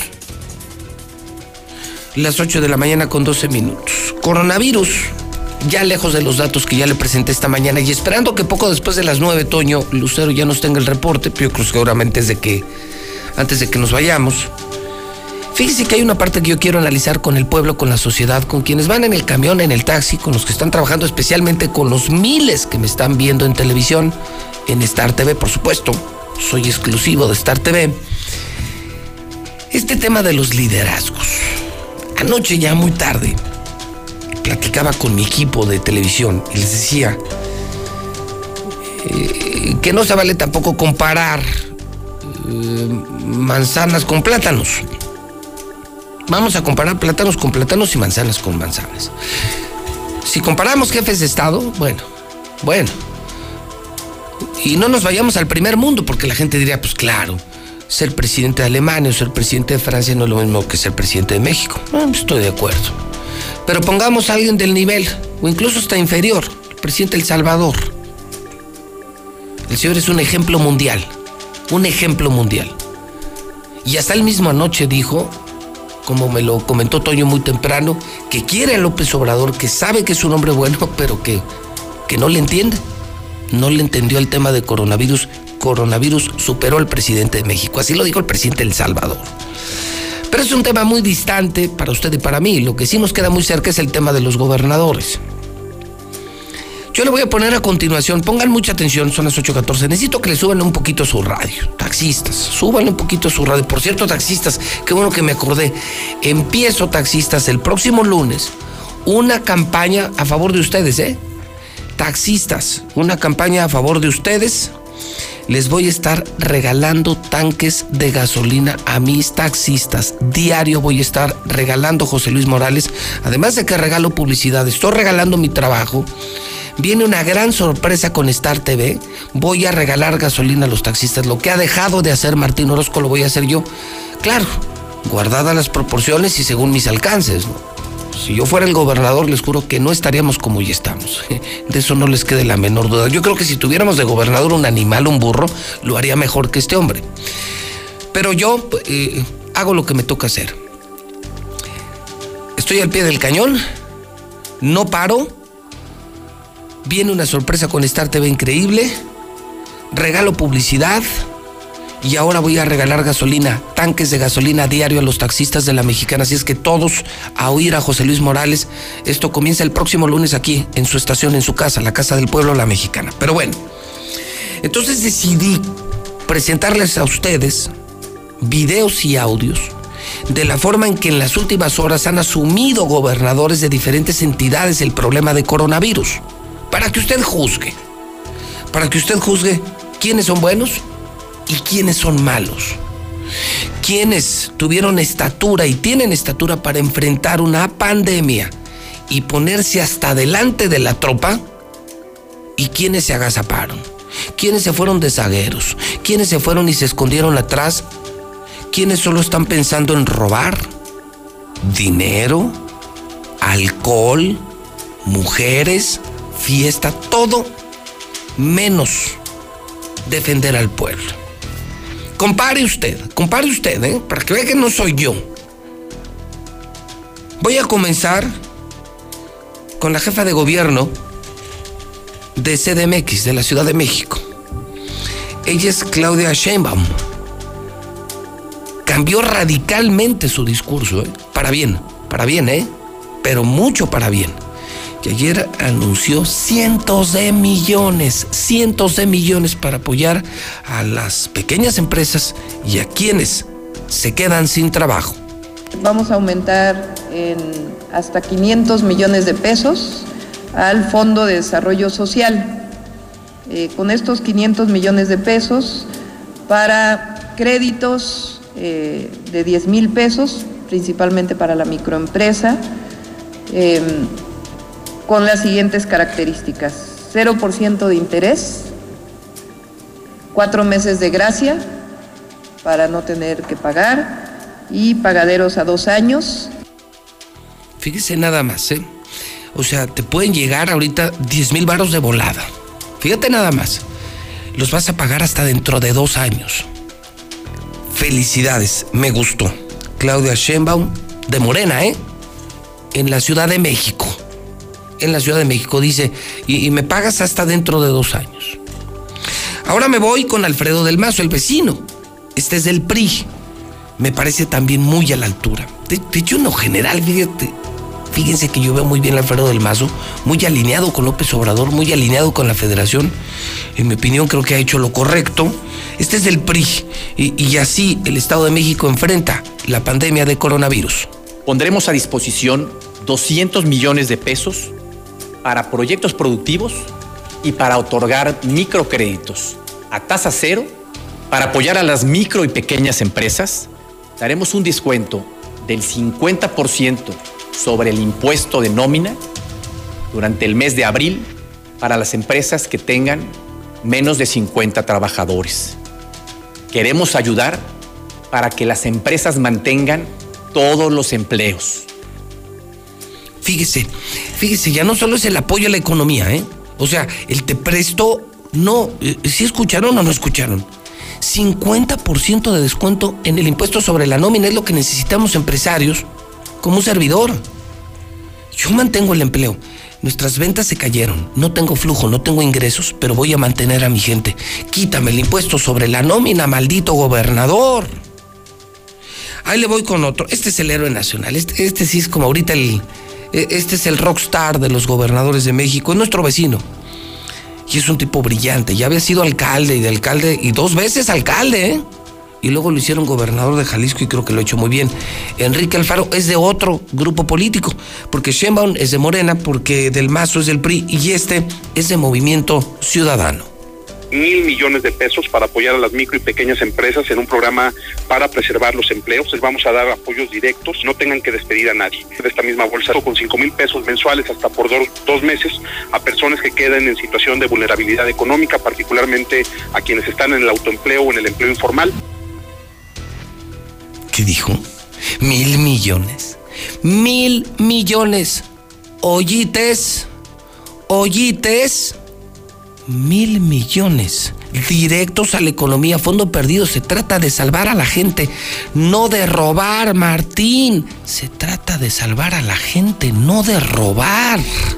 Las 8 de la mañana con 12 minutos. Coronavirus, ya lejos de los datos que ya le presenté esta mañana y esperando que poco después de las 9, Toño Lucero ya nos tenga el reporte, pero yo creo que seguramente antes de que nos vayamos. Fíjese que hay una parte que yo quiero analizar con el pueblo, con la sociedad, con quienes van en el camión, en el taxi, con los que están trabajando, especialmente con los miles que me están viendo en televisión, en Star TV, por supuesto. Soy exclusivo de Star TV. Este tema de los liderazgos. Anoche, ya muy tarde, platicaba con mi equipo de televisión y les decía que no se vale tampoco comparar manzanas con plátanos. Vamos a comparar plátanos con plátanos y manzanas con manzanas. Si comparamos jefes de Estado, bueno. Y no nos vayamos al primer mundo, porque la gente diría, pues claro, ser presidente de Alemania o ser presidente de Francia no es lo mismo que ser presidente de México. Estoy de acuerdo. Pero pongamos a alguien del nivel, o incluso hasta inferior, el presidente de El Salvador. El señor es un ejemplo mundial. Y hasta él mismo anoche dijo, como me lo comentó Toño muy temprano, que quiere a López Obrador, que sabe que es un hombre bueno, pero que no le entiende. No le entendió el tema de coronavirus. Coronavirus superó al presidente de México. Así lo dijo el presidente de El Salvador. Pero es un tema muy distante para usted y para mí. Lo que sí nos queda muy cerca es el tema de los gobernadores. Yo le voy a poner a continuación, pongan mucha atención, son las 8:14. Necesito que le suban un poquito su radio. Taxistas, súbanle un poquito su radio. Por cierto, taxistas, qué bueno que me acordé. Empiezo, taxistas, el próximo lunes, una campaña a favor de ustedes, Taxistas, una campaña a favor de ustedes. les voy a estar regalando tanques de gasolina a mis taxistas. Diario voy a estar regalando, José Luis Morales, además de que regalo publicidad, estoy regalando mi trabajo. Viene una gran sorpresa con Star TV. Voy a regalar gasolina a los taxistas. Lo que ha dejado de hacer Martín Orozco lo voy a hacer yo. Claro, guardadas las proporciones y según mis alcances, ¿no? Si yo fuera el gobernador, les juro que no estaríamos como hoy estamos. De eso no les quede la menor duda. Yo creo que si tuviéramos de gobernador un animal, un burro, lo haría mejor que este hombre. Pero yo hago lo que me toca hacer. Estoy al pie del cañón, no paro. Viene una sorpresa con Star TV increíble. Regalo publicidad. Y ahora voy a regalar gasolina, tanques de gasolina diario a los taxistas de La Mexicana. Así es que todos a oír a José Luis Morales. Esto comienza el próximo lunes aquí, en su estación, en su casa, la Casa del Pueblo, La Mexicana. Pero bueno, entonces decidí presentarles a ustedes videos y audios de la forma en que en las últimas horas han asumido gobernadores de diferentes entidades el problema de coronavirus. Para que usted juzgue. Para que usted juzgue quiénes son buenos y quiénes son malos. Quiénes tuvieron estatura y tienen estatura para enfrentar una pandemia y ponerse hasta delante de la tropa, y quiénes se agazaparon, quiénes se fueron de zagueros, quiénes se fueron y se escondieron atrás, quiénes solo están pensando en robar dinero, alcohol, mujeres, fiesta, todo menos defender al pueblo. Compare usted, para que vea que no soy yo. Voy a comenzar con la jefa de gobierno de CDMX, de la Ciudad de México. Ella es Claudia Sheinbaum. Cambió radicalmente su discurso, para bien, pero mucho para bien. Que ayer anunció cientos de millones para apoyar a las pequeñas empresas y a quienes se quedan sin trabajo. Vamos a aumentar en hasta 500 millones de pesos al Fondo de Desarrollo Social. Con estos 500 millones de pesos para créditos de 10,000 pesos, principalmente para la microempresa, con las siguientes características: 0% de interés, 4 meses de gracia para no tener que pagar y pagaderos a 2 años. Fíjese nada más, o sea, te pueden llegar ahorita 10,000 varos de volada. Fíjate nada más, los vas a pagar hasta dentro de 2 años. Felicidades, me gustó. Claudia Sheinbaum, de Morena, en la Ciudad de México. En la Ciudad de México dice, y me pagas hasta dentro de 2 años. Ahora me voy con Alfredo del Mazo, el vecino. Este es del PRI. Me parece también muy a la altura. De hecho, en lo general, fíjense que yo veo muy bien a Alfredo del Mazo, muy alineado con López Obrador, muy alineado con la Federación. En mi opinión, creo que ha hecho lo correcto. Este es del PRI. Y así el Estado de México enfrenta la pandemia de coronavirus. Pondremos a disposición 200 millones de pesos para proyectos productivos y para otorgar microcréditos a tasa cero para apoyar a las micro y pequeñas empresas. Daremos un descuento del 50% sobre el impuesto de nómina durante el mes de abril para las empresas que tengan menos de 50 trabajadores. Queremos ayudar para que las empresas mantengan todos los empleos. Fíjese, ya no solo es el apoyo a la economía, O sea, el te presto, no, ¿sí escucharon o no escucharon? 50% de descuento en el impuesto sobre la nómina es lo que necesitamos empresarios, como un servidor. Yo mantengo el empleo. Nuestras ventas se cayeron, no tengo flujo, no tengo ingresos, pero voy a mantener a mi gente. Quítame el impuesto sobre la nómina, maldito gobernador. Ahí le voy con otro. Este es el héroe nacional. Este sí es como ahorita este es el rockstar de los gobernadores de México. Es nuestro vecino. Y es un tipo brillante. Ya había sido alcalde y 2 veces alcalde, Y luego lo hicieron gobernador de Jalisco y creo que lo ha hecho muy bien. Enrique Alfaro es de otro grupo político, porque Sheinbaum es de Morena, porque Del Mazo es del PRI y este es de Movimiento Ciudadano. 1,000 millones de pesos para apoyar a las micro y pequeñas empresas en un programa para preservar los empleos. Les vamos a dar apoyos directos, no tengan que despedir a nadie. De esta misma bolsa, con 5,000 pesos mensuales hasta por 2 meses a personas que queden en situación de vulnerabilidad económica, particularmente a quienes están en el autoempleo o en el empleo informal. ¿Qué dijo? 1,000 millones. 1,000 millones. Ollites. 1,000 millones directos a la economía, fondo perdido. Se trata de salvar a la gente, no de robar, Martín. Se trata de salvar a la gente, no de robar.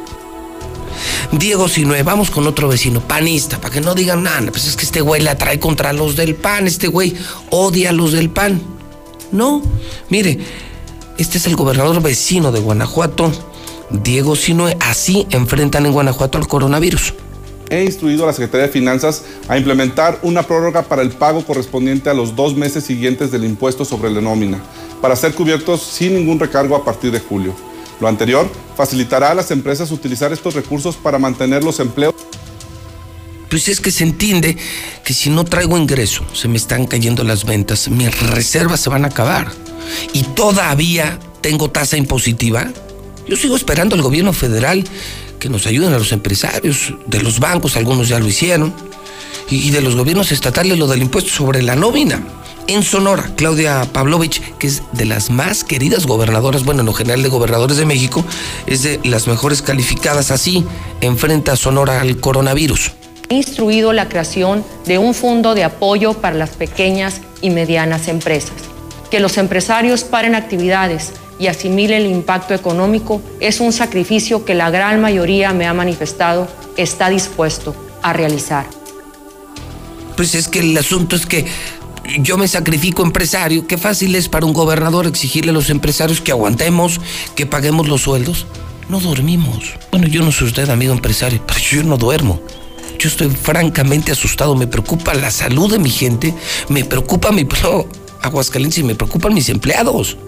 Diego Sinue, vamos con otro vecino panista, para que no digan nada, pues es que este güey la trae contra los del PAN, este güey odia a los del PAN. No, mire, este es el gobernador vecino de Guanajuato, Diego Sinue. Así enfrentan en Guanajuato al coronavirus. He instruido a la Secretaría de Finanzas a implementar una prórroga para el pago correspondiente a los 2 meses siguientes del impuesto sobre la nómina, para ser cubiertos sin ningún recargo a partir de julio. Lo anterior facilitará a las empresas utilizar estos recursos para mantener los empleos. Pues es que se entiende que si no traigo ingreso, se me están cayendo las ventas, mis reservas se van a acabar y todavía tengo tasa impositiva. Yo sigo esperando al gobierno federal que nos ayuden a los empresarios, de los bancos, algunos ya lo hicieron, y de los gobiernos estatales lo del impuesto sobre la nómina. En Sonora, Claudia Pavlovich, que es de las más queridas gobernadoras, bueno, en lo general de gobernadores de México, es de las mejores calificadas, así enfrenta a Sonora al coronavirus. He instruido la creación de un fondo de apoyo para las pequeñas y medianas empresas. Que los empresarios paren actividades y asimilen el impacto económico es un sacrificio que la gran mayoría me ha manifestado está dispuesto a realizar. Pues es que el asunto es que yo me sacrifico empresario. Qué fácil es para un gobernador exigirle a los empresarios que aguantemos, que paguemos los sueldos. No dormimos. Bueno, yo no soy usted, amigo empresario, pero yo no duermo. Yo estoy francamente asustado. Me preocupa la salud de mi gente, me preocupa mi pueblo Aguascalientes y me preocupan mis empleados.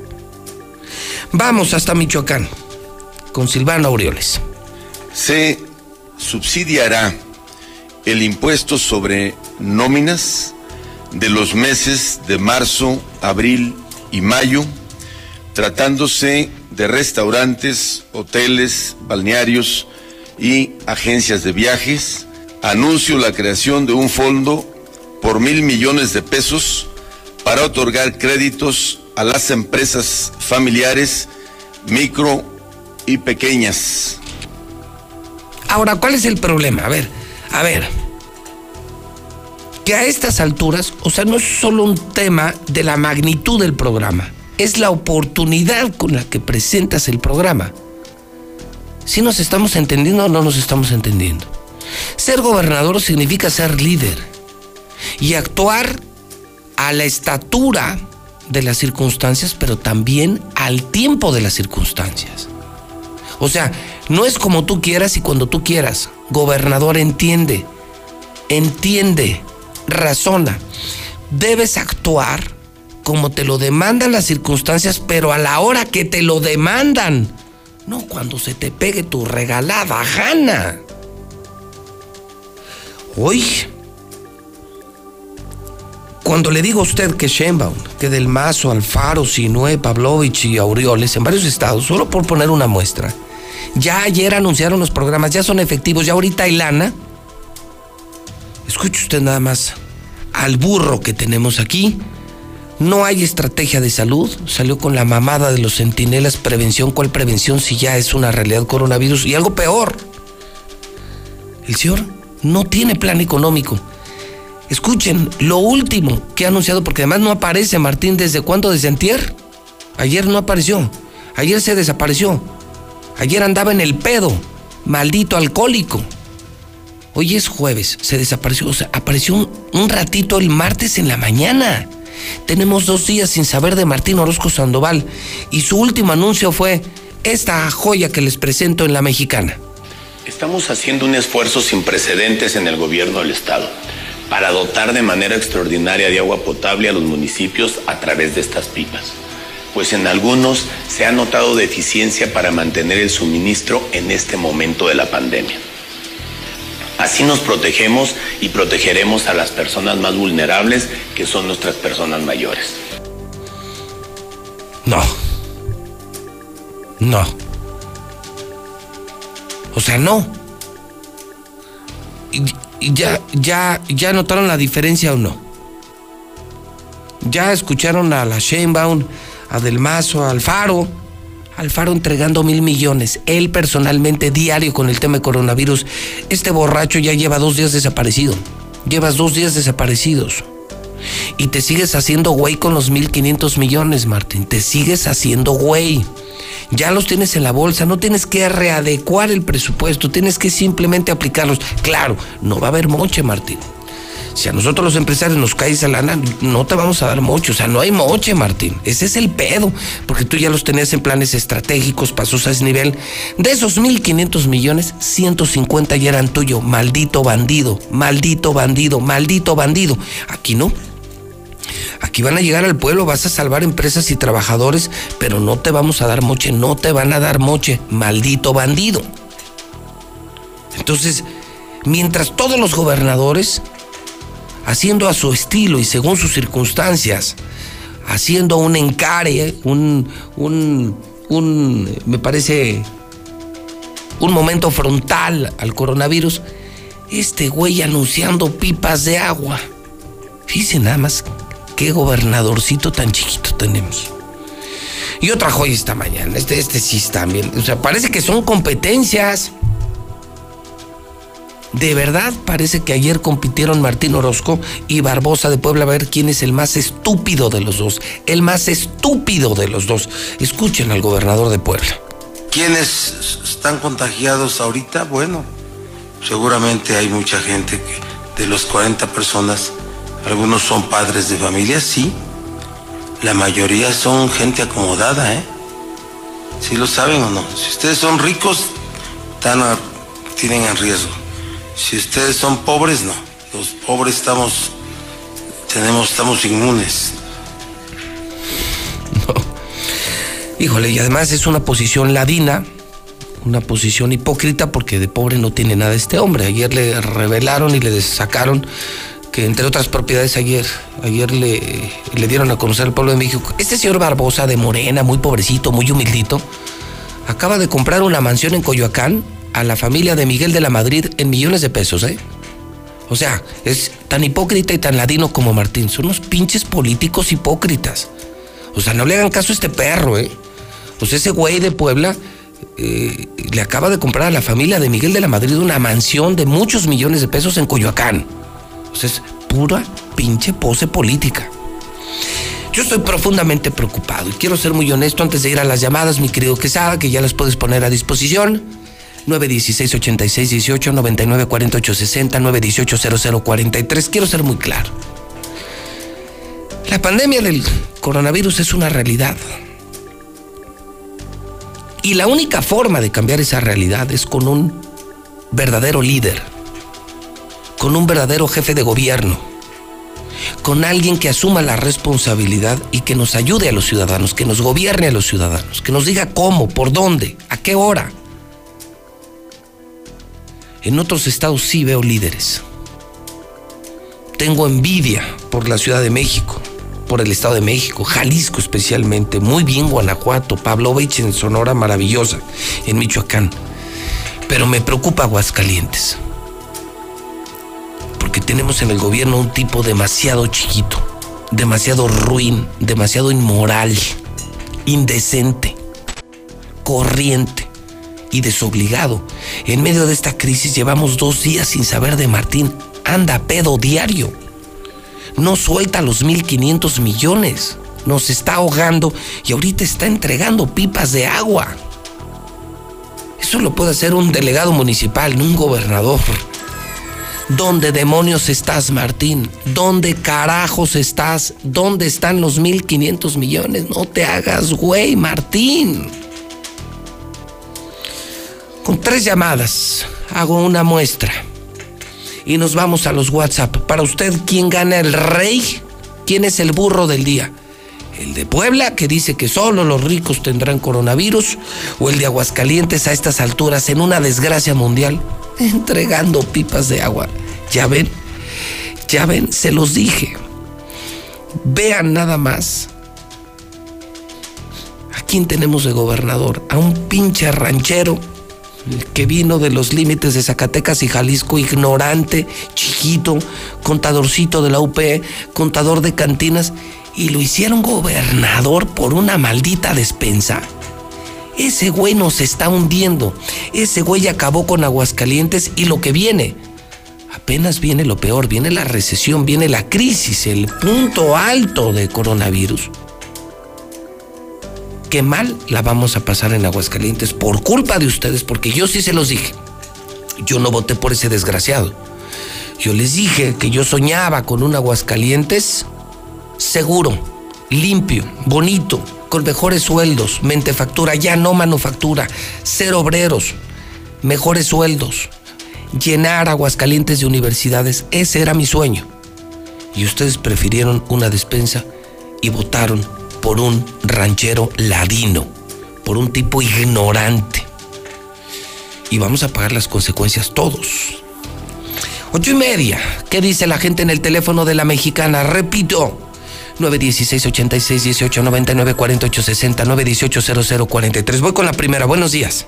Vamos hasta Michoacán con Silvano Aureoles. Se subsidiará el impuesto sobre nóminas de los meses de marzo, abril y mayo, tratándose de restaurantes, hoteles, balnearios y agencias de viajes. Anuncio la creación de un fondo por 1,000 millones de pesos para otorgar créditos a las empresas familiares, micro y pequeñas. Ahora, ¿cuál es el problema? A ver, que a estas alturas, o sea, no es solo un tema de la magnitud del programa, es la oportunidad con la que presentas el programa. ¿Sí nos estamos entendiendo o no nos estamos entendiendo? Ser gobernador significa ser líder y actuar a la estatura de las circunstancias, pero también al tiempo de las circunstancias. O sea, no es como tú quieras y cuando tú quieras. Gobernador, entiende, razona. Debes actuar como te lo demandan las circunstancias, pero a la hora que te lo demandan, no cuando se te pegue tu regalada gana. Hoy, cuando le digo a usted que Sheinbaum, que Del Mazo, Alfaro, Sinue, Pavlovich y Aureoles en varios estados, solo por poner una muestra, ya ayer anunciaron los programas, ya son efectivos, ya ahorita hay lana. Escuche usted nada más al burro que tenemos aquí. No hay estrategia de salud. Salió con la mamada de los centinelas, prevención. ¿Cuál prevención si ya es una realidad coronavirus? Y algo peor, el señor no tiene plan económico. Escuchen lo último que ha anunciado, porque además no aparece, Martín, ¿desde cuándo? ¿Desde antier? Ayer no apareció, ayer se desapareció, ayer andaba en el pedo, maldito alcohólico. Hoy es jueves, se desapareció, o sea, apareció un ratito el martes en la mañana. Tenemos 2 días sin saber de Martín Orozco Sandoval y su último anuncio fue esta joya que les presento en La Mexicana. Estamos haciendo un esfuerzo sin precedentes en el gobierno del estado para dotar de manera extraordinaria de agua potable a los municipios a través de estas pipas, pues en algunos se ha notado deficiencia para mantener el suministro en este momento de la pandemia. Así nos protegemos y protegeremos a las personas más vulnerables, que son nuestras personas mayores. No. O sea, no. ¿Ya notaron la diferencia o no? ¿Ya escucharon a la Sheinbaum, a Del Mazo, a Alfaro entregando 1,000 millones, él personalmente diario con el tema de coronavirus? Este borracho ya lleva 2 días desaparecido. Llevas 2 días desaparecidos. Y te sigues haciendo güey con los 1,500 millones, Martín. Te sigues haciendo güey. Ya los tienes en la bolsa, no tienes que readecuar el presupuesto, tienes que simplemente aplicarlos. Claro, no va a haber moche, Martín. Si a nosotros los empresarios nos cae esa lana, no te vamos a dar moche. O sea, no hay moche, Martín. Ese es el pedo. Porque tú ya los tenías en planes estratégicos, pasos a ese nivel. De esos 1,500 millones, 150 ya eran tuyos. Maldito bandido, maldito bandido, maldito bandido. Aquí no. Aquí van a llegar al pueblo, vas a salvar empresas y trabajadores, pero no te vamos a dar moche, no te van a dar moche. Maldito bandido. Entonces, mientras todos los gobernadores, haciendo a su estilo y según sus circunstancias, haciendo un encare, me parece, un momento frontal al coronavirus, este güey anunciando pipas de agua. Fíjense nada más qué gobernadorcito tan chiquito tenemos. Y otra joya esta mañana, este sí está bien, o sea, parece que son competencias. De verdad parece que ayer compitieron Martín Orozco y Barbosa de Puebla a ver quién es el más estúpido de los dos. El más estúpido de los dos. Escuchen al gobernador de Puebla. ¿Quiénes están contagiados ahorita? Bueno, seguramente hay mucha gente que de los 40 personas, algunos son padres de familia, sí. La mayoría son gente acomodada, ¿eh? ¿Sí lo saben o no? Si ustedes son ricos, tienen en riesgo. Si ustedes son pobres, no. Los pobres estamos inmunes. No. Híjole, y además es una posición ladina, una posición hipócrita, porque de pobre no tiene nada este hombre. Ayer le revelaron y le sacaron que, entre otras propiedades, ayer le dieron a conocer al pueblo de México. Este señor Barbosa de Morena, muy pobrecito, muy humildito, acaba de comprar una mansión en Coyoacán a la familia de Miguel de la Madrid en millones de pesos, ¿eh? O sea, es tan hipócrita y tan ladino como Martín. Son unos pinches políticos hipócritas. O sea, no le hagan caso a este perro, ¿eh? O sea, ese güey de Puebla le acaba de comprar a la familia de Miguel de la Madrid una mansión de muchos millones de pesos en Coyoacán. O sea, es pura pinche pose política. Yo estoy profundamente preocupado y quiero ser muy honesto antes de ir a las llamadas, mi querido Quesada, que ya las puedes poner a disposición. 916-8618, 994860, 918-0043. Quiero ser muy claro. La pandemia del coronavirus es una realidad. Y la única forma de cambiar esa realidad es con un verdadero líder, con un verdadero jefe de gobierno, con alguien que asuma la responsabilidad y que nos ayude a los ciudadanos, que nos gobierne a los ciudadanos, que nos diga cómo, por dónde, a qué hora. En otros estados sí veo líderes. Tengo envidia por la Ciudad de México, por el Estado de México, Jalisco especialmente, muy bien Guanajuato, Pavlovich en Sonora, maravillosa, en Michoacán. Pero me preocupa Aguascalientes, porque tenemos en el gobierno un tipo demasiado chiquito, demasiado ruin, demasiado inmoral, indecente, corriente y desobligado. En medio de esta crisis llevamos 2 días sin saber de Martín. Anda pedo diario. No suelta los 1,500 millones. Nos está ahogando y ahorita está entregando pipas de agua. Eso lo puede hacer un delegado municipal, no un gobernador. ¿Dónde demonios estás, Martín? ¿Dónde carajos estás? ¿Dónde están los 1,500 millones? No te hagas güey, Martín. Con 3 llamadas hago una muestra y nos vamos a los WhatsApp. Para usted, ¿quién gana el rey? ¿Quién es el burro del día? ¿El de Puebla, que dice que solo los ricos tendrán coronavirus? ¿O el de Aguascalientes a estas alturas, en una desgracia mundial, entregando pipas de agua. Ya ven, se los dije. Vean nada más. ¿A quién tenemos de gobernador? A un pinche ranchero que vino de los límites de Zacatecas y Jalisco, ignorante, chiquito, contadorcito de la UP, contador de cantinas, y lo hicieron gobernador por una maldita despensa. Ese güey nos está hundiendo. Ese güey acabó con Aguascalientes y lo que viene. Apenas viene lo peor, viene la recesión, viene la crisis, el punto alto de coronavirus. Qué mal la vamos a pasar en Aguascalientes por culpa de ustedes, porque yo sí se los dije. Yo no voté por ese desgraciado. Yo les dije que yo soñaba con un Aguascalientes seguro, limpio, bonito, con mejores sueldos, mentefactura, ya no manufactura, cero obreros, mejores sueldos, llenar Aguascalientes de universidades. Ese era mi sueño. Y ustedes prefirieron una despensa y votaron por un ranchero ladino, por un tipo ignorante. Y vamos a pagar las consecuencias todos. 8:30. ¿Qué dice la gente en el teléfono de la Mexicana? Repito, 916-86-1899-4860, 918-0043. Voy con la primera. Buenos días.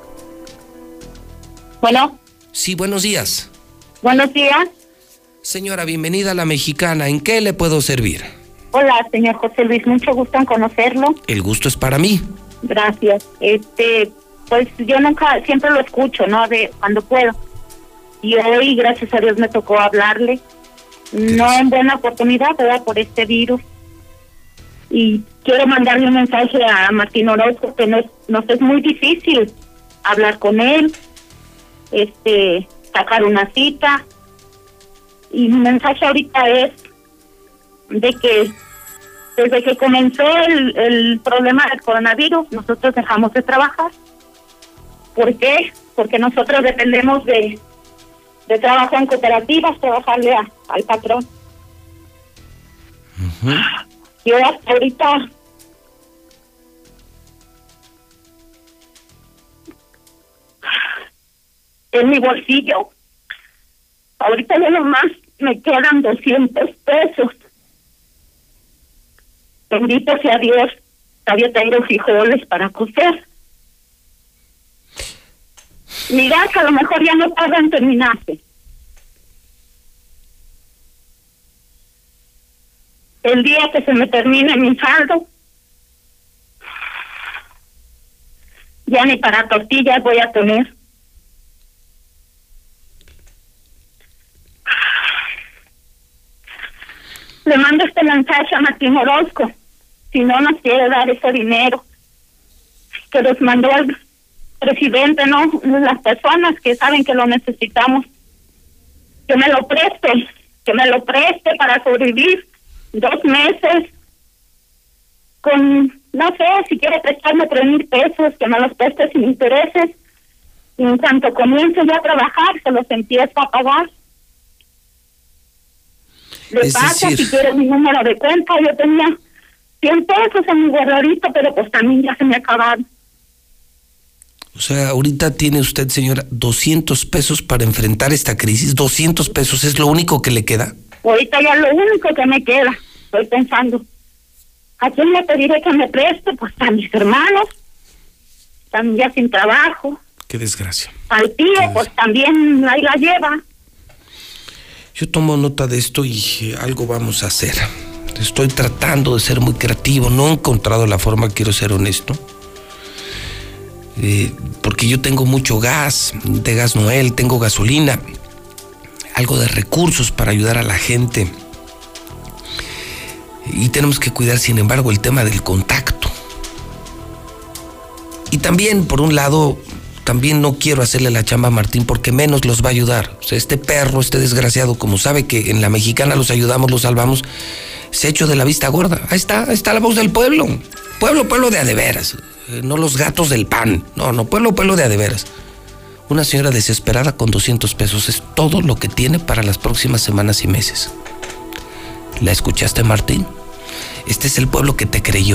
Bueno. Sí, buenos días. Buenos días. Señora, bienvenida a la Mexicana. ¿En qué le puedo servir? Hola, señor José Luis, mucho gusto en conocerlo. El gusto es para mí. Gracias. Pues yo siempre lo escucho, ¿no? Cuando puedo. Y hoy, gracias a Dios, me tocó hablarle. No en buena oportunidad, ¿verdad? Por este virus. Y quiero mandarle un mensaje a Martín Orozco, que nos es muy difícil hablar con él, sacar una cita. Y mi mensaje ahorita es de que desde que comenzó el problema del coronavirus, nosotros dejamos de trabajar. ¿Por qué? Porque nosotros dependemos de trabajo en cooperativas, trabajarle al patrón. Uh-huh. Yo hasta ahorita en mi bolsillo, ahorita ya nomás me quedan 200 pesos. Bendito sea Dios, todavía tengo frijoles para cocer. Mi gas a lo mejor ya no tarda en terminarse. El día que se me termine mi saldo, ya ni para tortillas voy a tener. Le mando este mensaje a Martín Orozco, si no nos quiere dar ese dinero que nos mandó el presidente, ¿no? Las personas que saben que lo necesitamos, que me lo preste para sobrevivir 2 meses, con, no sé, si quiere prestarme 3,000 pesos, que me los preste sin intereses, y en cuanto comience yo a trabajar, se los empiezo a pagar. Le pasa, si quiere mi número de cuenta, yo tenía 100 pesos en mi guardadito, pero pues también ya se me acabaron. O sea, ahorita tiene usted, señora, 200 pesos para enfrentar esta crisis. 200 pesos es lo único que le queda. Ahorita ya lo único que me queda. Estoy pensando, ¿a quién le pediré que me preste? Pues a mis hermanos, están ya sin trabajo. Qué desgracia. Al tío, pues también ahí la lleva. Yo tomo nota de esto y algo vamos a hacer. Estoy tratando de ser muy creativo. No he encontrado la forma, quiero ser honesto. Porque yo tengo mucho gas, de Gas Noel, tengo gasolina, algo de recursos para ayudar a la gente. Y tenemos que cuidar, sin embargo, el tema del contacto. Y también, por un lado, también no quiero hacerle la chamba a Martín porque menos los va a ayudar. O sea, este perro, este desgraciado, como sabe que en la Mexicana los ayudamos, los salvamos, se ha hecho de la vista gorda. Ahí está la voz del pueblo. Pueblo de a de veras. No los gatos del pan. No, pueblo de a de veras. Una señora desesperada con 200 pesos es todo lo que tiene para las próximas semanas y meses. ¿La escuchaste, Martín? Este es el pueblo que te creyó.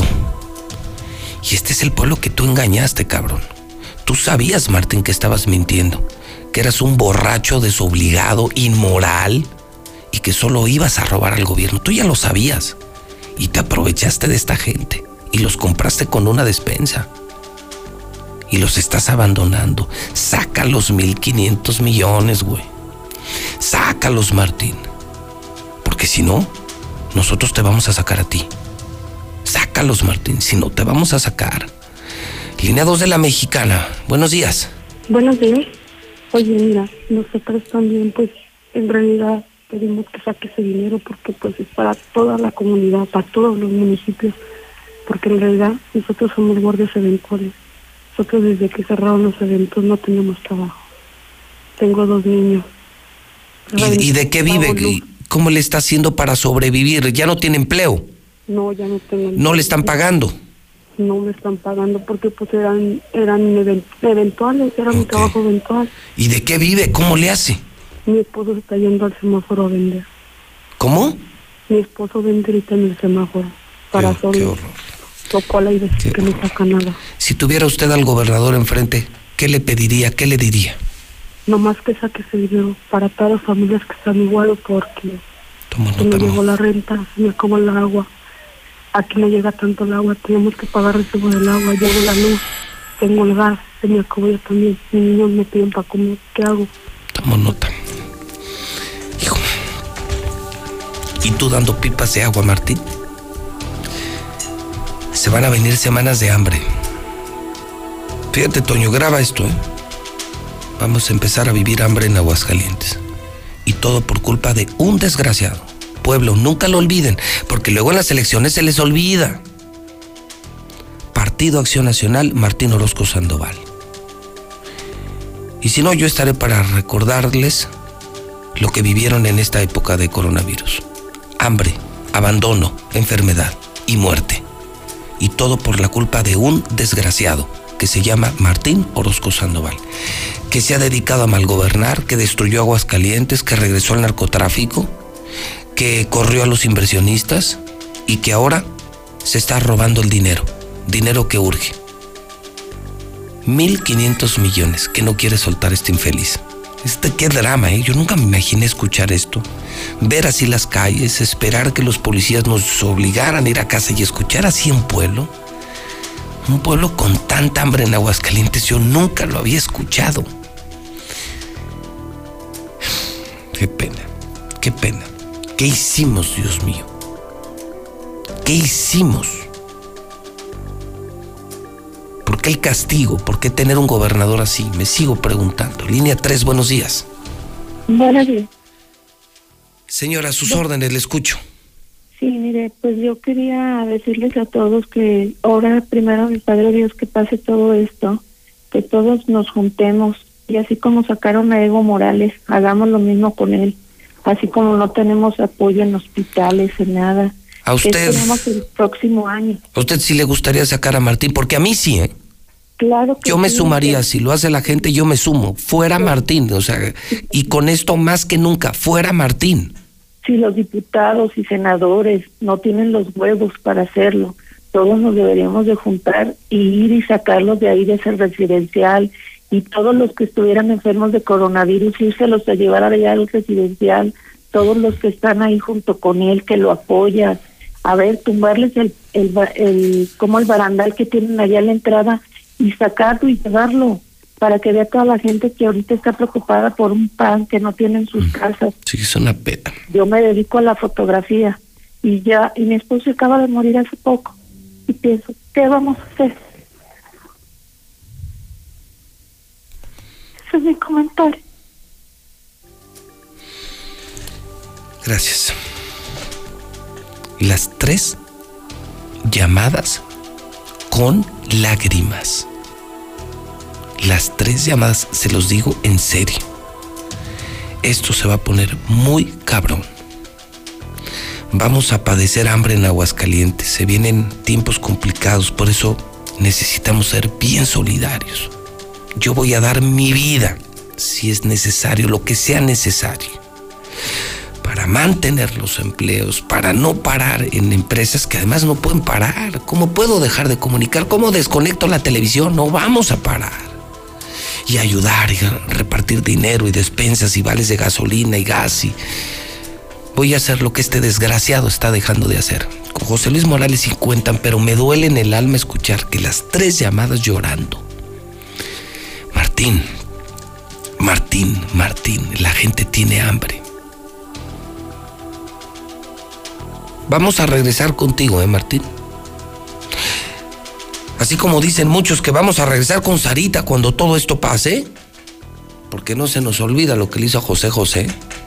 Y este es el pueblo que tú engañaste, cabrón. Tú sabías, Martín, que estabas mintiendo, que eras un borracho desobligado, inmoral, y que solo ibas a robar al gobierno. Tú ya lo sabías y te aprovechaste de esta gente y los compraste con una despensa y los estás abandonando. Saca los 1,500 millones, güey. Sácalos, Martín, porque si no, nosotros te vamos a sacar a ti. Sácalos, Martín, si no te vamos a sacar. Línea 2 de La Mexicana. Buenos días. Buenos días. Oye, mira, nosotros también, pues, en realidad pedimos que saque ese dinero porque, pues, es para toda la comunidad, para todos los municipios, porque en realidad nosotros somos guardias eventuales. Nosotros desde que cerraron los eventos no tenemos trabajo. Tengo 2 niños. ¿Y de qué vive? ¿Cómo le está haciendo para sobrevivir? ¿Ya no tiene empleo? No, ya no tengo empleo. ¿No le están pagando? No me están pagando porque pues eran eventuales, era mi trabajo eventual. ¿Y de qué vive? ¿Cómo le hace? Mi esposo está yendo al semáforo a vender. ¿Cómo? Mi esposo vende ahorita en el semáforo para solo, lo cual hay veces que no saca nada. Si tuviera usted al gobernador enfrente, ¿qué le pediría? ¿Qué le diría? Nomás que saque ese dinero para todas las familias que están igual, porque se me llegó la renta, se me acabó el agua. Aquí no llega tanto el agua, tenemos que pagar recibo del agua, llevo la luz, tengo el gas, se me acabó ya también. Mis niños me piden para comer, ¿qué hago? Tomo nota. Hijo. ¿Y tú dando pipas de agua, Martín? Se van a venir semanas de hambre. Fíjate, Toño, graba esto, ¿eh? Vamos a empezar a vivir hambre en Aguascalientes. Y todo por culpa de un desgraciado. Pueblo, nunca lo olviden, porque luego en las elecciones se les olvida. Partido Acción Nacional, Martín Orozco Sandoval. Y si no, yo estaré para recordarles lo que vivieron en esta época de coronavirus. Hambre, abandono, enfermedad y muerte. Y todo por la culpa de un desgraciado que se llama Martín Orozco Sandoval, que se ha dedicado a malgobernar, que destruyó Aguascalientes, que regresó al narcotráfico, que corrió a los inversionistas y que ahora se está robando el dinero que urge. 1,500 millones que no quiere soltar este infeliz. Qué drama, ¿eh? Yo nunca me imaginé escuchar esto. Ver así las calles, esperar que los policías nos obligaran a ir a casa y escuchar así un pueblo con tanta hambre en Aguascalientes. Yo nunca lo había escuchado. Qué pena, qué pena. ¿Qué hicimos, Dios mío? ¿Qué hicimos? ¿Por qué el castigo? ¿Por qué tener un gobernador así? Me sigo preguntando. Línea 3, buenos días. Buenos días. Señora, a sus órdenes, le escucho. Sí, mire, pues yo quería decirles a todos que ahora primero mi Padre Dios que pase todo esto, que todos nos juntemos y así como sacaron a Evo Morales, hagamos lo mismo con él. Así como no tenemos apoyo en hospitales, en nada. A usted. Tenemos el próximo año. ¿A usted sí le gustaría sacar a Martín? Porque a mí sí, ¿eh? Claro que yo me sí, sumaría, si lo hace la gente, yo me sumo. Fuera Martín, o sea, y con esto más que nunca, fuera Martín. Si los diputados y senadores no tienen los huevos para hacerlo, todos nos deberíamos de juntar y ir y sacarlos de ahí de ese residencial, y todos los que estuvieran enfermos de coronavirus, írselos a llevar allá al residencial, todos los que están ahí junto con él, que lo apoyan, a ver, tumbarles como el barandal que tienen allá en la entrada y sacarlo y llevarlo, para que vea toda la gente que ahorita está preocupada por un pan que no tiene en sus casas. Sí, es una pena. Yo me dedico a la fotografía y mi esposo acaba de morir hace poco y pienso, ¿qué vamos a hacer? Ese es mi comentario. Gracias. Las 3 llamadas con lágrimas. Las 3 llamadas, se los digo en serio. Esto se va a poner muy cabrón. Vamos a padecer hambre en Aguascalientes. Se vienen tiempos complicados, por eso necesitamos ser bien solidarios. Yo voy a dar mi vida, si es necesario, lo que sea necesario, para mantener los empleos, para no parar en empresas que además no pueden parar. ¿Cómo puedo dejar de comunicar? ¿Cómo desconecto la televisión? No vamos a parar. y ayudar y repartir dinero y despensas y vales de gasolina y gas, y voy a hacer lo que este desgraciado está dejando de hacer. Con José Luis Morales sí cuentan, pero me duele en el alma escuchar que las 3 llamadas llorando. Martín, la gente tiene hambre. Vamos a regresar contigo, Martín. Así como dicen muchos que vamos a regresar con Sarita cuando todo esto pase, porque no se nos olvida lo que le hizo a José José.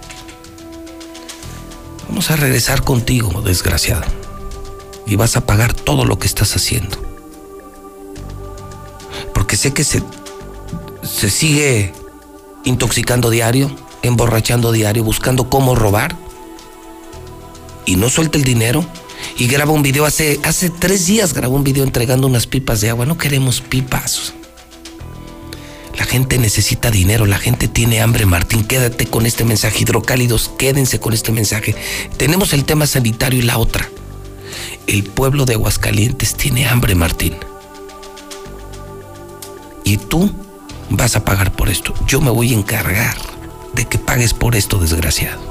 Vamos a regresar contigo, desgraciado, y vas a pagar todo lo que estás haciendo, porque sé que se sigue intoxicando diario, emborrachando diario, buscando cómo robar, y no suelta el dinero, y graba un video, hace 3 días grabó un video entregando unas pipas de agua. No queremos pipas. La gente necesita dinero, la gente tiene hambre, Martín. Quédate con este mensaje. Hidrocálidos, quédense con este mensaje. Tenemos el tema sanitario y la otra. El pueblo de Aguascalientes tiene hambre, Martín. Y tú vas a pagar por esto. Yo me voy a encargar de que pagues por esto, desgraciado.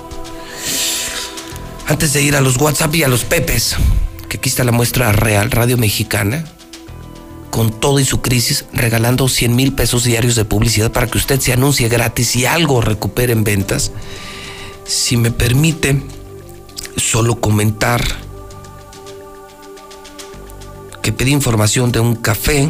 Antes de ir a los WhatsApp y a los Pepes, que aquí está la muestra real, Radio Mexicana, con todo y su crisis, regalando 100,000 pesos diarios de publicidad para que usted se anuncie gratis y algo recupere en ventas. Si me permite, solo comentar que pedí información de un café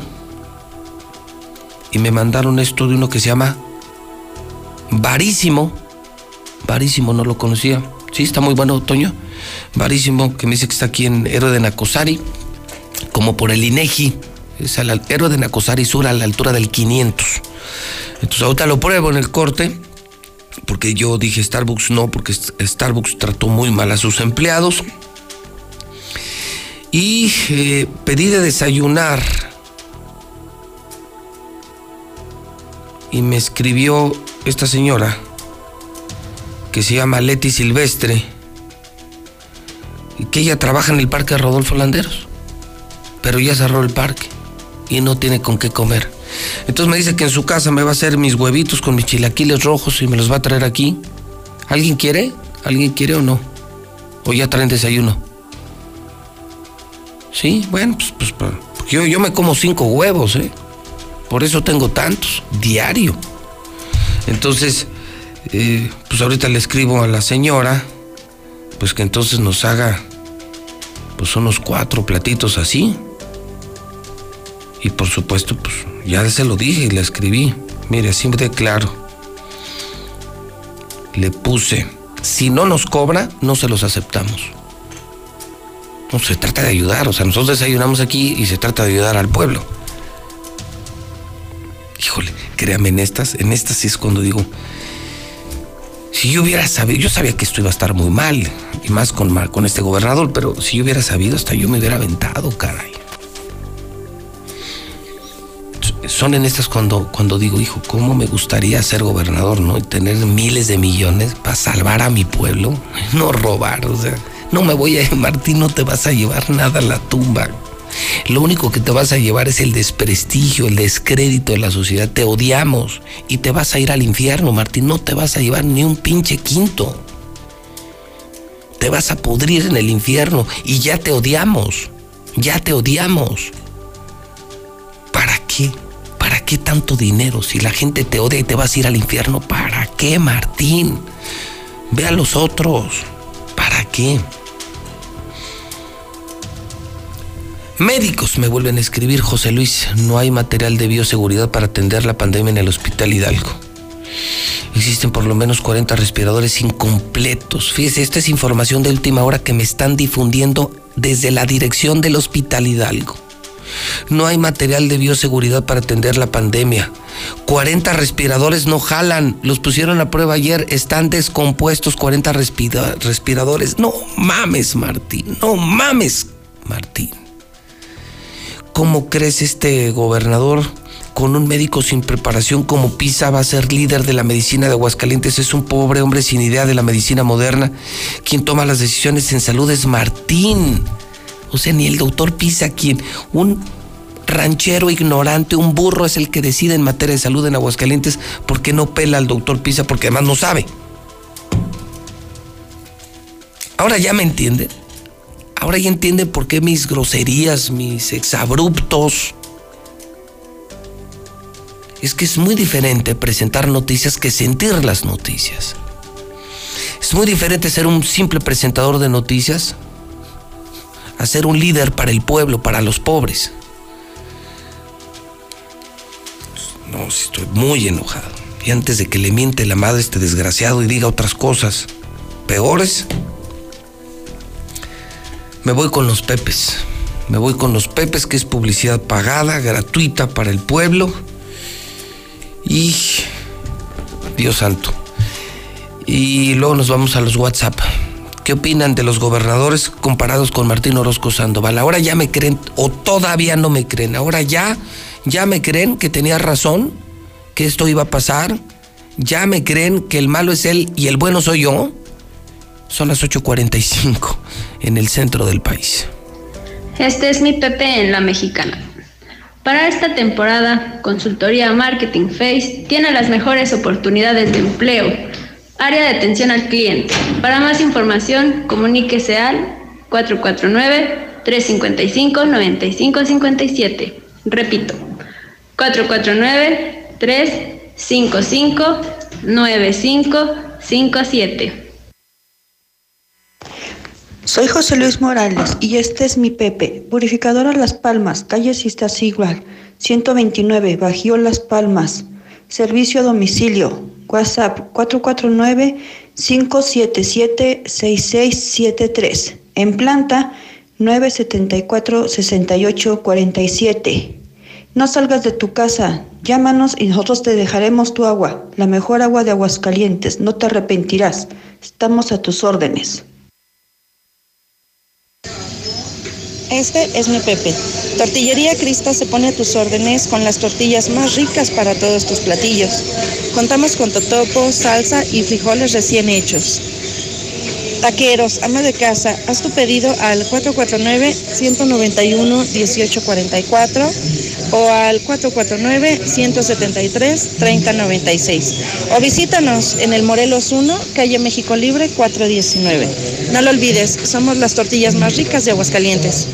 y me mandaron esto de uno que se llama Barísimo. Barísimo, no lo conocía. Sí, está muy bueno, Toño. Barísimo, que me dice que está aquí en Héroe de Nacosari, como por el INEGI. Es al Héroe de Nacosari Sur, a la altura del 500. Entonces ahorita lo pruebo en el corte, porque yo dije Starbucks no, porque Starbucks trató muy mal a sus empleados. Y pedí de desayunar. Y me escribió esta señora, que se llama Leti Silvestre, y que ella trabaja en el Parque Rodolfo Landeros, pero ya cerró el parque y no tiene con qué comer. Entonces me dice que en su casa me va a hacer mis huevitos con mis chilaquiles rojos y me los va a traer aquí. ¿Alguien quiere? ¿Alguien quiere o no? ¿O ya traen desayuno? Sí, bueno, pues yo me como 5 huevos, por eso tengo tantos, diario. Entonces, pues ahorita le escribo a la señora, pues que entonces nos haga pues unos 4 platitos así. Y por supuesto, pues ya se lo dije y le escribí. Mire, así de claro. Le puse, si no nos cobra, no se los aceptamos. No, se trata de ayudar, o sea, nosotros desayunamos aquí y se trata de ayudar al pueblo. Híjole, créame, en estas sí es cuando digo, si yo hubiera sabido, yo sabía que esto iba a estar muy mal, y más con este gobernador, pero si yo hubiera sabido, hasta yo me hubiera aventado, caray. Son en estas cuando digo, hijo, cómo me gustaría ser gobernador, ¿no? Y tener miles de millones para salvar a mi pueblo, no robar, o sea, no me voy a, Martín, no te vas a llevar nada a la tumba. Lo único que te vas a llevar es el desprestigio, el descrédito de la sociedad. Te odiamos y te vas a ir al infierno, Martín. No te vas a llevar ni un pinche quinto. Te vas a pudrir en el infierno y ya te odiamos. Ya te odiamos. ¿Para qué? ¿Para qué tanto dinero? Si la gente te odia y te vas a ir al infierno, ¿para qué, Martín? Ve a los otros. ¿Para qué? Médicos me vuelven a escribir, José Luis, no hay material de bioseguridad para atender la pandemia en el Hospital Hidalgo. Existen por lo menos 40 respiradores incompletos. Fíjese, esta es información de última hora que me están difundiendo desde la dirección del Hospital Hidalgo. No hay material de bioseguridad para atender la pandemia. 40 respiradores no jalan. Los pusieron a prueba ayer. Están descompuestos 40 respiradores. No mames, Martín. No mames, Martín. ¿Cómo crees este gobernador, con un médico sin preparación como Pisa, va a ser líder de la medicina de Aguascalientes? Es un pobre hombre sin idea de la medicina moderna. Quien toma las decisiones en salud es Martín. O sea, ni el doctor Pisa, quien un ranchero, ignorante, un burro es el que decide en materia de salud en Aguascalientes porque no pela al doctor Pisa, porque además no sabe. Ahora ya me entienden. Ahora ya entienden por qué mis groserías, mis exabruptos. Es que es muy diferente presentar noticias que sentir las noticias. Es muy diferente ser un simple presentador de noticias a ser un líder para el pueblo, para los pobres. No, estoy muy enojado. Y antes de que le miente la madre a este desgraciado y diga otras cosas peores, me voy con los Pepes. Me voy con los Pepes, que es publicidad pagada, gratuita para el pueblo. Y Dios santo. Y luego nos vamos a los WhatsApp. ¿Qué opinan de los gobernadores comparados con Martín Orozco Sandoval? Ahora ya me creen o todavía no me creen. Ahora ya me creen que tenía razón, que esto iba a pasar. Ya me creen que el malo es él y el bueno soy yo. Son las 8:45 en el centro del país. Este es mi Pepe en La Mexicana. Para esta temporada, Consultoría Marketing Face tiene las mejores oportunidades de empleo. Área de atención al cliente. Para más información, comuníquese al 449-355-9557. Repito, 449-355-9557. Soy José Luis Morales y este es mi Pepe. Purificadora Las Palmas, calle Iztaccíhuatl, 129, Bajío Las Palmas. Servicio a domicilio. WhatsApp 449-577-6673. En planta 974-6847. No salgas de tu casa. Llámanos y nosotros te dejaremos tu agua. La mejor agua de Aguascalientes. No te arrepentirás. Estamos a tus órdenes. Este es mi Pepe. Tortillería Crista se pone a tus órdenes con las tortillas más ricas para todos tus platillos. Contamos con totopo, salsa y frijoles recién hechos. Taqueros, ama de casa, haz tu pedido al 449-191-1844 o al 449-173-3096. O visítanos en el Morelos 1, calle México Libre 419. No lo olvides, somos las tortillas más ricas de Aguascalientes.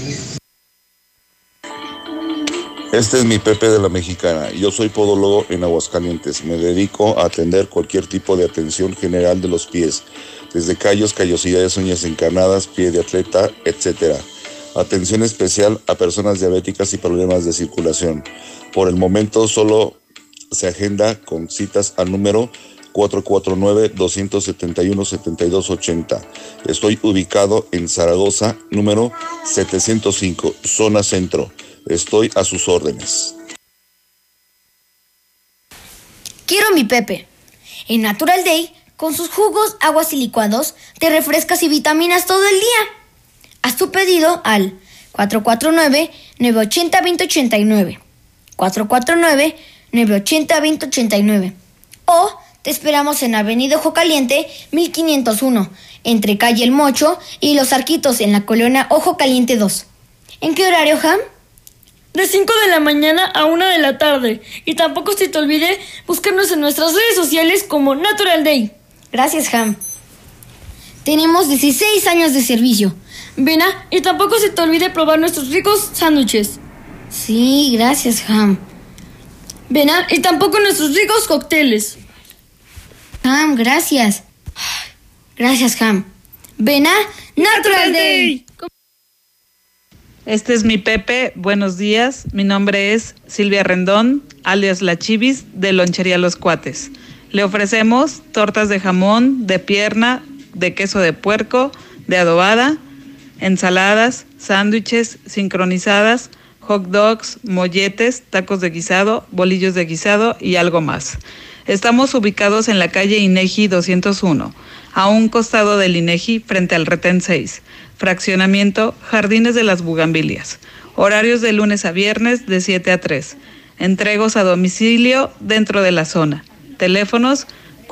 Este es mi Pepe de La Mexicana. Yo soy podólogo en Aguascalientes. Me dedico a atender cualquier tipo de atención general de los pies, desde callos, callosidades, uñas encarnadas, pie de atleta, etc. Atención especial a personas diabéticas y problemas de circulación. Por el momento solo se agenda con citas al número 449-271-7280. Estoy ubicado en Zaragoza, número 705, zona centro. Estoy a sus órdenes. Quiero mi Pepe. En Natural Day, con sus jugos, aguas y licuados, te refrescas y vitaminas todo el día. Haz tu pedido al 449-980-2089. 449-980-2089. O te esperamos en Avenida Ojo Caliente, 1501, entre calle El Mocho y Los Arquitos, en la colonia Ojo Caliente 2. ¿En qué horario, Ham? De 5 de la mañana a 1 de la tarde. Y tampoco se te olvide buscarnos en nuestras redes sociales como Natural Day. Gracias, Ham. Tenemos 16 años de servicio. Ven y tampoco se te olvide probar nuestros ricos sándwiches. Sí, gracias, Ham. Ven y tampoco nuestros ricos cócteles. Ham, gracias. Gracias, Ham. Ven a Natural Day. Este es mi Pepe, buenos días. Mi nombre es Silvia Rendón, alias La Chivis, de Lonchería Los Cuates. Le ofrecemos tortas de jamón, de pierna, de queso de puerco, de adobada, ensaladas, sándwiches sincronizadas, hot dogs, molletes, tacos de guisado, bolillos de guisado y algo más. Estamos ubicados en la calle Inegi 201, a un costado del Inegi frente al Retén 6. Fraccionamiento Jardines de las Bugambilias. Horarios de lunes a viernes de 7 a 3. Entregos a domicilio dentro de la zona. Teléfonos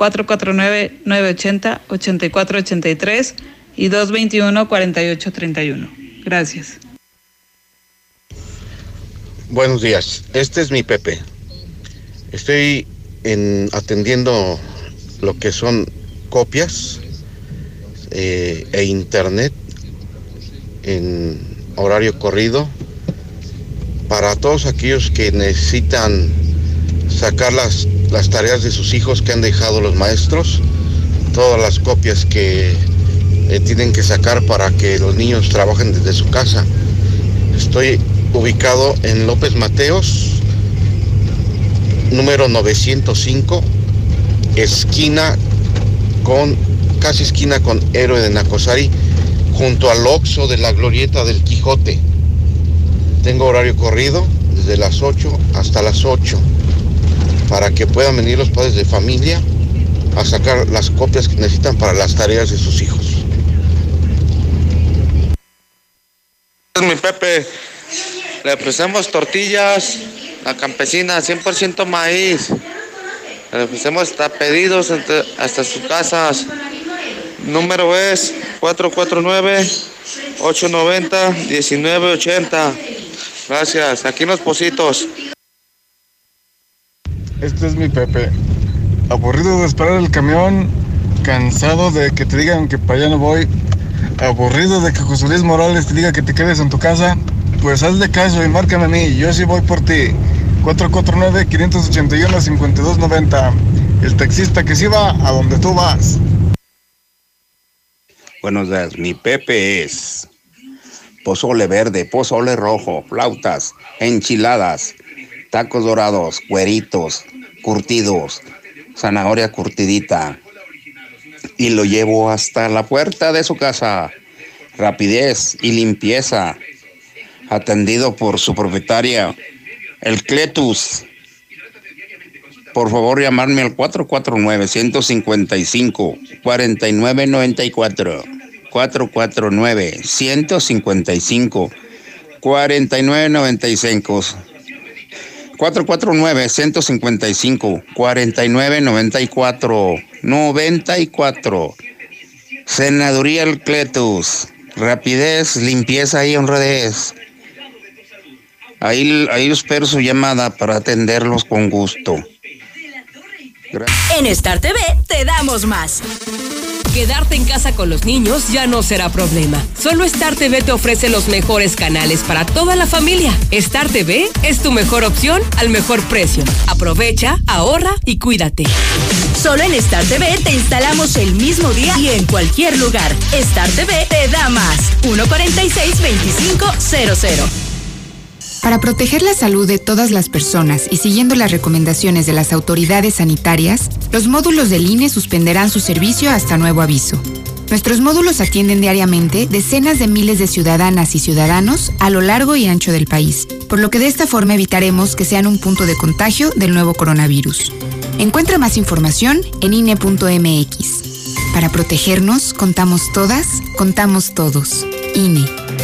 449-980-8483 y 221-4831. Gracias. Buenos días, este es mi Pepe. Estoy atendiendo lo que son copias e internet en horario corrido para todos aquellos que necesitan sacar las tareas de sus hijos que han dejado los maestros, todas las copias que tienen que sacar para que los niños trabajen desde su casa. Estoy ubicado en López Mateos, número 905, casi esquina con Héroe de Nacosari, junto al Oxxo de la Glorieta del Quijote. Tengo horario corrido desde las 8 hasta las 8 para que puedan venir los padres de familia a sacar las copias que necesitan para las tareas de sus hijos. Es mi Pepe. Le ofrecemos tortillas a campesina, 100% maíz. Le ofrecemos hasta pedidos hasta sus casas. Número es 449-890-1980. Gracias. Aquí en Los Pocitos. Este es mi Pepe. Aburrido de esperar el camión, cansado de que te digan que para allá no voy, aburrido de que José Luis Morales te diga que te quedes en tu casa, pues hazle caso y márcame a mí, yo sí voy por ti. 449-581-5290. El taxista que sí va a donde tú vas. Buenos días, mi Pepe es pozole verde, pozole rojo, flautas, enchiladas, tacos dorados, cueritos, curtidos, zanahoria curtidita. Y lo llevo hasta la puerta de su casa. Rapidez y limpieza. Atendido por su propietaria, el Cletus. Por favor, llamarme al 449-155-4994. 449-155-4995. 449-155-4994. Senaduría El Cletus. Rapidez, limpieza y honradez. Ahí espero su llamada para atenderlos con gusto. Gracias. En Star TV te damos más. Quedarte en casa con los niños ya no será problema. Solo Star TV te ofrece los mejores canales para toda la familia. Star TV es tu mejor opción al mejor precio. Aprovecha, ahorra y cuídate. Solo en Star TV te instalamos el mismo día y en cualquier lugar. Star TV te da más. 146-2500. Para proteger la salud de todas las personas y siguiendo las recomendaciones de las autoridades sanitarias, los módulos del INE suspenderán su servicio hasta nuevo aviso. Nuestros módulos atienden diariamente decenas de miles de ciudadanas y ciudadanos a lo largo y ancho del país, por lo que de esta forma evitaremos que sean un punto de contagio del nuevo coronavirus. Encuentra más información en INE.mx. Para protegernos, contamos todas, contamos todos. INE.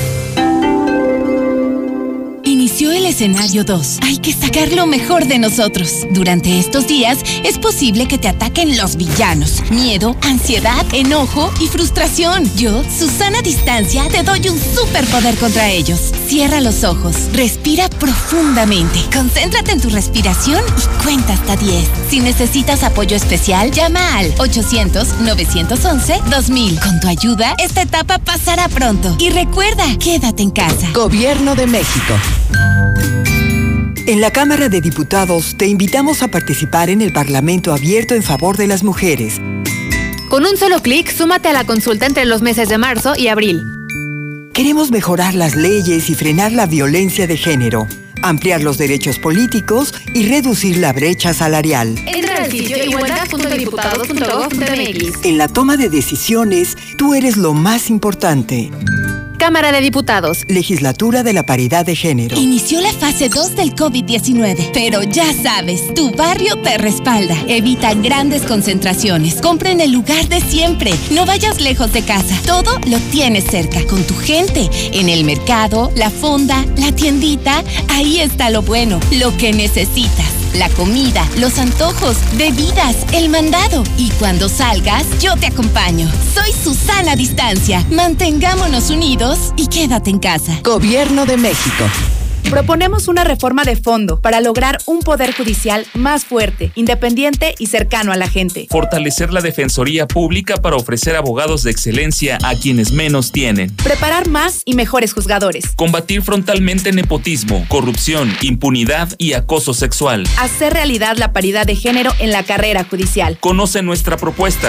Inició el escenario 2. Hay que sacar lo mejor de nosotros. Durante estos días es posible que te ataquen los villanos. Miedo, ansiedad, enojo y frustración. Yo, Susana Distancia, te doy un superpoder contra ellos. Cierra los ojos, respira profundamente, concéntrate en tu respiración y cuenta hasta 10. Si necesitas apoyo especial, llama al 800-911-2000. Con tu ayuda, esta etapa pasará pronto. Y recuerda, quédate en casa. Gobierno de México. En la Cámara de Diputados te invitamos a participar en el Parlamento Abierto en favor de las mujeres. Con un solo clic, súmate a la consulta entre los meses de marzo y abril. Queremos mejorar las leyes y frenar la violencia de género, ampliar los derechos políticos y reducir la brecha salarial. Entra al sitio igualdad.diputados.gov.mx. En la toma de decisiones, tú eres lo más importante. Cámara de Diputados. Legislatura de la Paridad de Género. Inició la fase 2 del COVID-19, pero ya sabes, tu barrio te respalda. Evita grandes concentraciones. Compra en el lugar de siempre. No vayas lejos de casa. Todo lo tienes cerca, con tu gente. En el mercado, la fonda, la tiendita. Ahí está lo bueno, lo que necesitas. La comida, los antojos, bebidas, el mandado. Y cuando salgas, yo te acompaño. Soy Susana Distancia. Mantengámonos unidos y quédate en casa. Gobierno de México. Proponemos una reforma de fondo para lograr un poder judicial más fuerte, independiente y cercano a la gente. Fortalecer la Defensoría Pública para ofrecer abogados de excelencia a quienes menos tienen. Preparar más y mejores juzgadores. Combatir frontalmente nepotismo, corrupción, impunidad y acoso sexual. Hacer realidad la paridad de género en la carrera judicial. Conoce nuestra propuesta: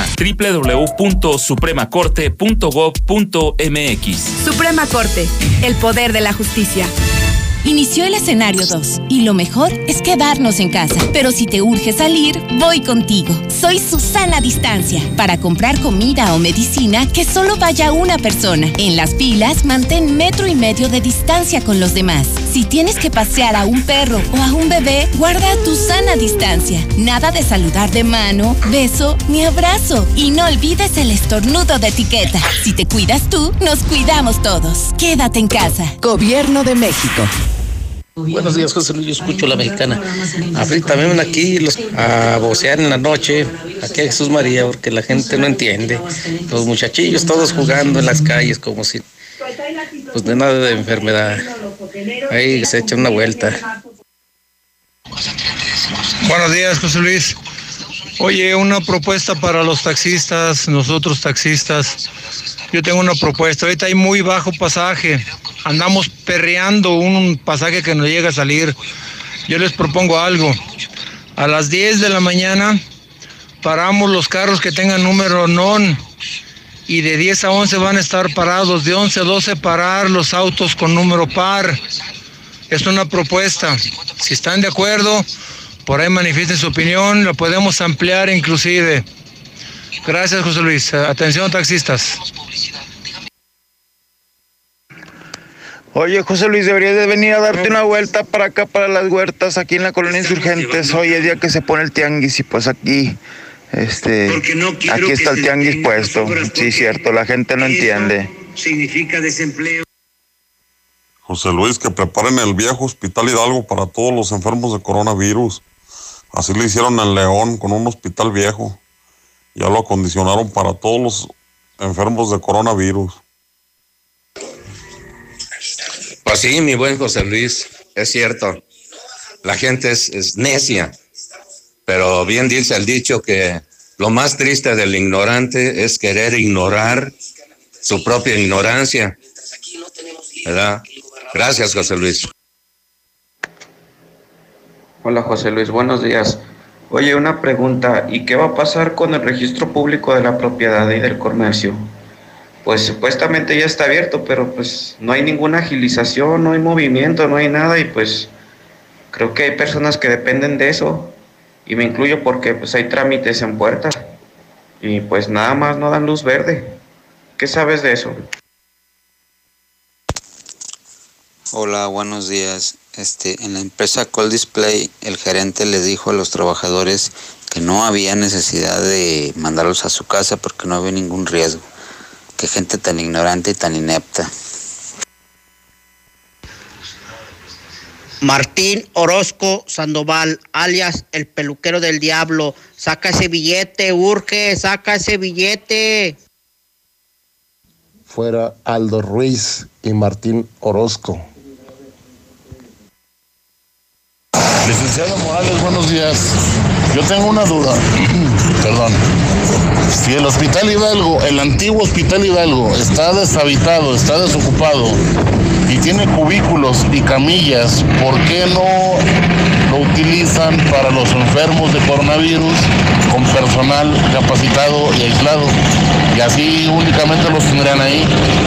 www.supremacorte.gov.mx. Suprema Corte, el poder de la justicia. Inició el escenario 2 y lo mejor es quedarnos en casa. Pero si te urge salir, voy contigo. Soy Susana Distancia. Para comprar comida o medicina, que solo vaya una persona. En las filas, mantén 1,5 metros de distancia con los demás. Si tienes que pasear a un perro o a un bebé, guarda tu sana distancia. Nada de saludar de mano, beso ni abrazo. Y no olvides el estornudo de etiqueta. Si te cuidas tú, nos cuidamos todos. Quédate en casa. Gobierno de México. Buenos días, José Luis, yo escucho La Mexicana. También aquí a vocear en la noche, aquí a Jesús María, porque la gente no entiende. Los muchachillos todos jugando en las calles como si, pues de nada de enfermedad. Ahí se echa una vuelta. Buenos días, José Luis. Oye, una propuesta para los taxistas, nosotros taxistas. Yo tengo una propuesta. Ahorita hay muy bajo pasaje. Andamos perreando un pasaje que no llega a salir. Yo les propongo algo. A las 10 de la mañana paramos los carros que tengan número non y de 10 a 11 van a estar parados. De 11 a 12 parar los autos con número par. Es una propuesta. Si están de acuerdo, por ahí manifiesten su opinión. La podemos ampliar inclusive. Gracias, José Luis. Atención, taxistas. Oye, José Luis, deberías de venir a darte una vuelta para acá, para las huertas, aquí en la colonia Insurgentes. Hoy es día que se pone el tianguis y pues aquí, aquí está el tianguis puesto. Sí, cierto, la gente no entiende. Significa desempleo. José Luis, que preparen el viejo Hospital Hidalgo para todos los enfermos de coronavirus. Así le hicieron en León con un hospital viejo. Ya lo acondicionaron para todos los enfermos de coronavirus. Pues sí, mi buen José Luis, es cierto. La gente es necia, pero bien dice el dicho que lo más triste del ignorante es querer ignorar su propia ignorancia, ¿verdad? Gracias, José Luis. Hola, José Luis, buenos días. Oye, una pregunta, ¿y qué va a pasar con el registro público de la propiedad y del comercio? Pues supuestamente ya está abierto, pero pues no hay ninguna agilización, no hay movimiento, no hay nada y pues creo que hay personas que dependen de eso y me incluyo porque pues hay trámites en puerta y pues nada más no dan luz verde. ¿Qué sabes de eso? Hola, buenos días. En la empresa Call Display, el gerente le dijo a los trabajadores que no había necesidad de mandarlos a su casa porque no había ningún riesgo. Qué gente tan ignorante y tan inepta. Martín Orozco Sandoval, alias el peluquero del diablo. Saca ese billete, urge, saca ese billete. Fuera Aldo Ruiz y Martín Orozco. Licenciado Morales, buenos días. Yo tengo una duda. Perdón. Si el Hospital Hidalgo, el antiguo Hospital Hidalgo, está deshabitado, está desocupado y tiene cubículos y camillas, ¿por qué no lo utilizan para los enfermos de coronavirus con personal capacitado y aislado? Y así únicamente los tendrán ahí.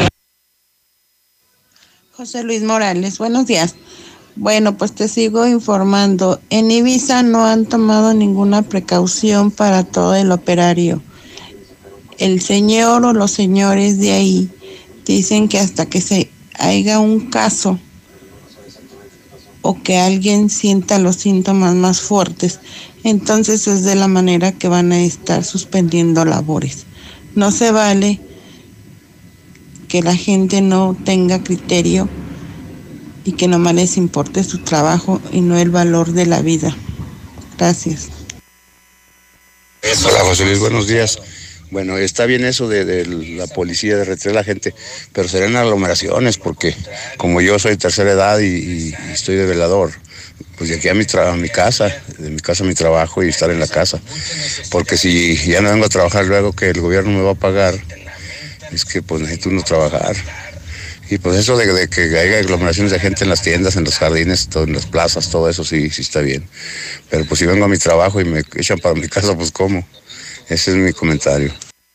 José Luis Morales, buenos días. Bueno, pues te sigo informando. En Ibiza no han tomado ninguna precaución para todo el operario. El señor o los señores de ahí dicen que hasta que se haya un caso o que alguien sienta los síntomas más fuertes, entonces es de la manera que van a estar suspendiendo labores. No se vale que la gente no tenga criterio y que nomás les importe su trabajo y no el valor de la vida. Gracias. Hola, José Luis, buenos días. Bueno, está bien eso de la policía, de retener a la gente, pero serán aglomeraciones, porque como yo soy tercera edad y estoy de velador, pues de aquí a mi casa, de mi casa a mi trabajo y estar en la casa. Porque si ya no vengo a trabajar luego que el gobierno me va a pagar, es que pues necesito uno trabajar. Y pues eso de que haya aglomeraciones de gente en las tiendas, en los jardines, en las plazas, todo eso sí está bien. Pero pues si vengo a mi trabajo y me echan para mi casa, pues ¿cómo? Ese es mi comentario.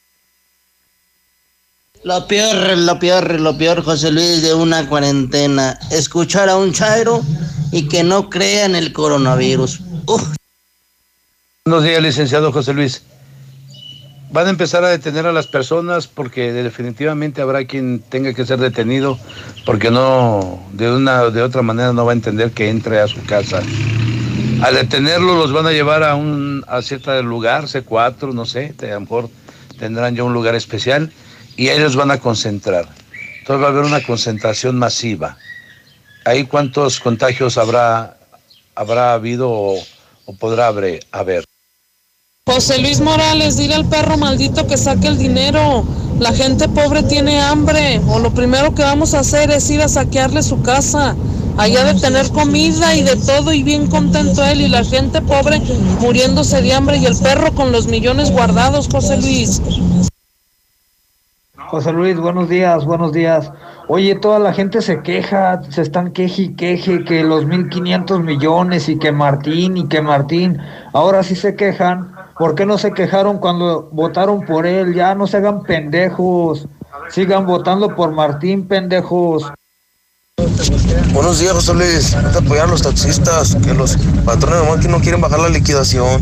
Lo peor, José Luis, de una cuarentena, escuchar a un chairo y que no crea en el coronavirus. Buenos días, licenciado José Luis. Van a empezar a detener a las personas porque definitivamente habrá quien tenga que ser detenido porque no, de otra manera no va a entender que entre a su casa. Al detenerlo los van a llevar a cierto lugar, C4, no sé, a lo mejor tendrán ya un lugar especial y ellos van a concentrar. Entonces va a haber una concentración masiva. ¿Ahí cuántos contagios habrá habido o podrá haber? José Luis Morales, dile al perro maldito que saque el dinero. La gente pobre tiene hambre, o lo primero que vamos a hacer es ir a saquearle su casa. Allá de tener comida y de todo y bien contento él y la gente pobre muriéndose de hambre y el perro con los millones guardados, José Luis. José Luis, buenos días. Oye, toda la gente se queja, se están queje, que los 1.500 millones y que Martín. Ahora sí se quejan. ¿Por qué no se quejaron cuando votaron por él? Ya no se hagan pendejos. Sigan votando por Martín, pendejos. Buenos días, José Luis. Hay que apoyar a los taxistas, que los patrones nomás que no quieren bajar la liquidación.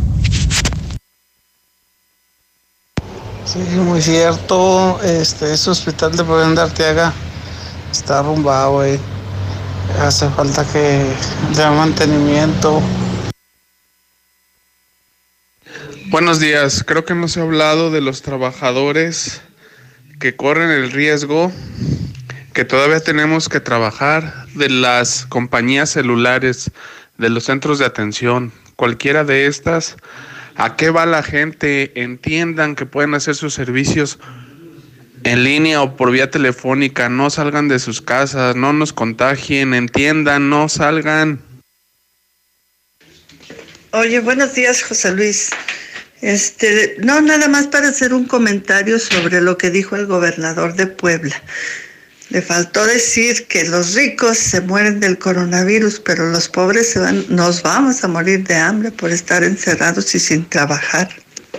Sí, muy cierto. Ese hospital de Rubén de Arteaga está arrumbado, güey. Hace falta que le haga mantenimiento. Buenos días. Creo que no se ha hablado de los trabajadores que corren el riesgo, que todavía tenemos que trabajar, de las compañías celulares, de los centros de atención, cualquiera de estas. ¿A qué va la gente? Entiendan que pueden hacer sus servicios en línea o por vía telefónica. No salgan de sus casas, no nos contagien, entiendan, no salgan. Oye, buenos días, José Luis. No, nada más para hacer un comentario sobre lo que dijo el gobernador de Puebla. Le faltó decir que los ricos se mueren del coronavirus, pero los pobres nos vamos a morir de hambre por estar encerrados y sin trabajar.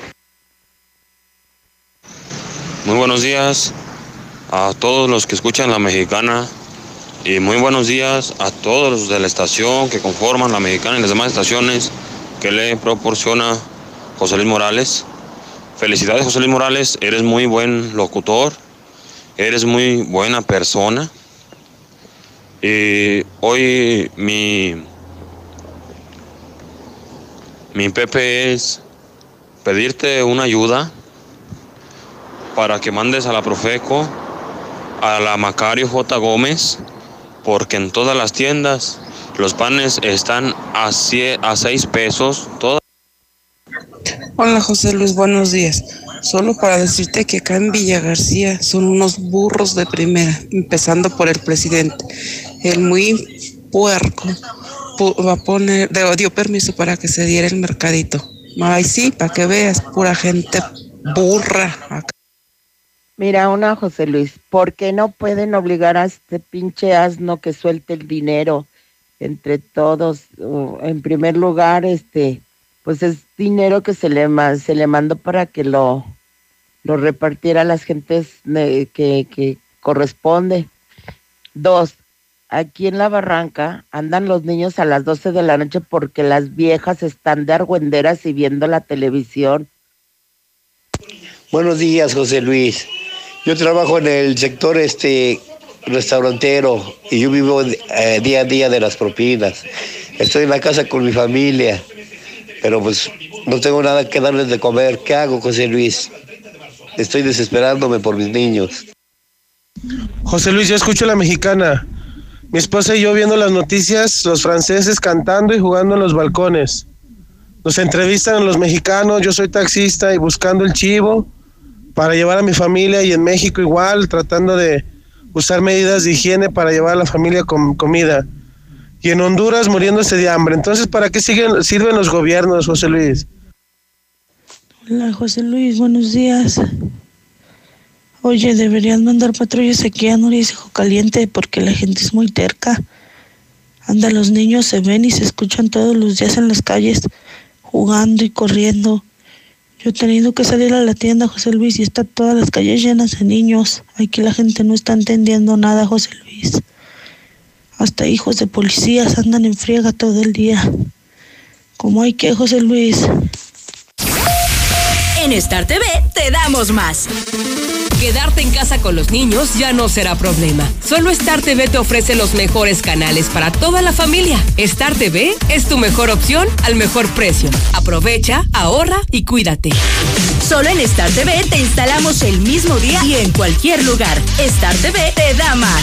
Muy buenos días a todos los que escuchan La Mexicana y muy buenos días a todos los de la estación que conforman La Mexicana y las demás estaciones que le proporciona José Luis Morales. Felicidades, José Luis Morales, eres muy buen locutor. Eres muy buena persona. Y hoy mi Pepe es pedirte una ayuda para que mandes a la Profeco, a la Macario J. Gómez, porque en todas las tiendas los panes están a 6 pesos. Hola José Luis, buenos días. Solo para decirte que acá en Villa García son unos burros de primera, empezando por el presidente. El muy puerco dio permiso para que se diera el mercadito. Ay, sí, para que veas, pura gente burra acá. Mira, José Luis, ¿por qué no pueden obligar a este pinche asno que suelte el dinero entre todos? En primer lugar, pues es dinero que se le mandó para que lo repartiera a las gentes que corresponde. 2, aquí en la barranca andan los niños a las 12 de la noche porque las viejas están de argüenderas y viendo la televisión. Buenos días, José Luis. Yo trabajo en el sector restaurantero y yo vivo día a día de las propinas. Estoy en la casa con mi familia, pero pues no tengo nada que darles de comer. ¿Qué hago, José Luis? Estoy desesperándome por mis niños. José Luis, yo escucho La Mexicana. Mi esposa y yo viendo las noticias, los franceses cantando y jugando en los balcones. Nos entrevistan los mexicanos, yo soy taxista y buscando el chivo, para llevar a mi familia, y en México igual, tratando de usar medidas de higiene para llevar a la familia con comida. Y en Honduras muriéndose de hambre. Entonces, ¿para qué sirven los gobiernos, José Luis? Hola, José Luis, buenos días. Oye, deberían mandar patrullas aquí a Nurias y Jocaliente porque la gente es muy terca. Anda, los niños se ven y se escuchan todos los días en las calles jugando y corriendo. Yo he tenido que salir a la tienda, José Luis, y está todas las calles llenas de niños. Aquí la gente no está entendiendo nada, José Luis. Hasta hijos de policías andan en friega todo el día. ¿Cómo hay que, José Luis? En Star TV te damos más. Quedarte en casa con los niños ya no será problema. Solo Star TV te ofrece los mejores canales para toda la familia. Star TV es tu mejor opción al mejor precio. Aprovecha, ahorra y cuídate. Solo en Star TV te instalamos el mismo día y en cualquier lugar. Star TV te da más.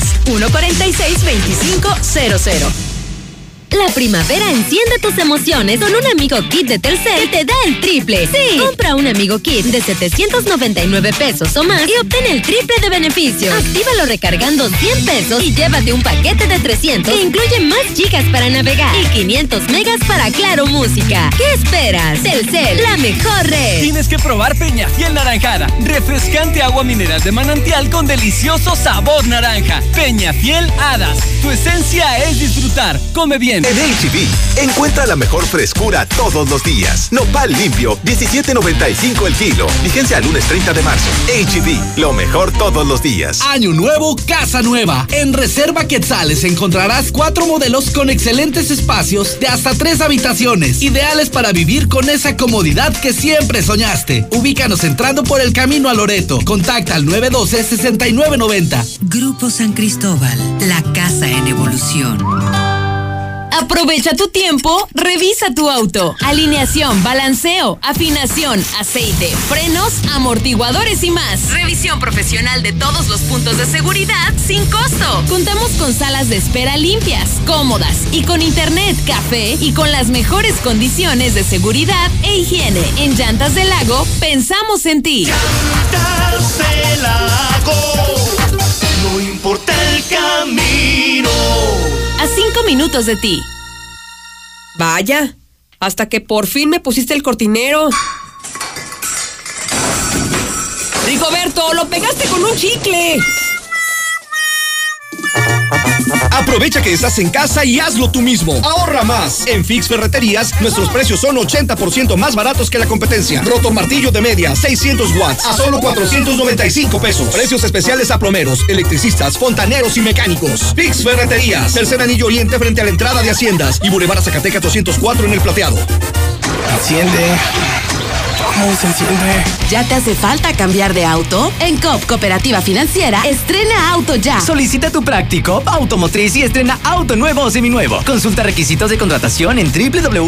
146-2500. La primavera enciende tus emociones con un Amigo Kit de Telcel y te da el triple. Sí, compra un Amigo Kit de 799 pesos o más y obtén el triple de beneficios. Actívalo recargando 100 pesos y llévate un paquete de 300 que incluye más gigas para navegar y 500 megas para Claro Música. ¿Qué esperas? Telcel, la mejor red. Tienes que probar Peñafiel Naranjada, refrescante agua mineral de manantial con delicioso sabor naranja. Peñafiel Hadas, tu esencia es disfrutar. Come bien. En H-E-B, encuentra la mejor frescura todos los días. Nopal limpio, $17.95 el kilo. Vigencia al lunes 30 de marzo. H-E-B, lo mejor todos los días. Año nuevo, casa nueva. En Reserva Quetzales encontrarás 4 modelos con excelentes espacios de hasta 3 habitaciones, ideales para vivir con esa comodidad que siempre soñaste. Ubícanos entrando por el camino a Loreto. Contacta al 912-6990. Grupo San Cristóbal, la casa en evolución. Aprovecha tu tiempo, revisa tu auto. Alineación, balanceo, afinación, aceite, frenos, amortiguadores y más. Revisión profesional de todos los puntos de seguridad sin costo. Contamos con salas de espera limpias, cómodas y con internet, café y con las mejores condiciones de seguridad e higiene. En Llantas del Lago, pensamos en ti. Llantas del Lago, no importa el camino. A 5 minutos de ti. Vaya, hasta que por fin me pusiste el cortinero. Rigoberto, lo pegaste con un chicle. Aprovecha que estás en casa y hazlo tú mismo. Ahorra más. En Fix Ferreterías, nuestros precios son 80% más baratos que la competencia. Roto martillo de media, 600 watts, a solo 495 pesos. Precios especiales a plomeros, electricistas, fontaneros y mecánicos. Fix Ferreterías, tercer anillo oriente frente a la entrada de Haciendas y Boulevard Zacatecas 204 en El Plateado. Enciende. ¿Cómo se enciende? ¿Ya te hace falta cambiar de auto? En COP Cooperativa Financiera, estrena auto ya. Solicita tu Práctico automotriz y estrena auto nuevo o seminuevo. Consulta requisitos de contratación en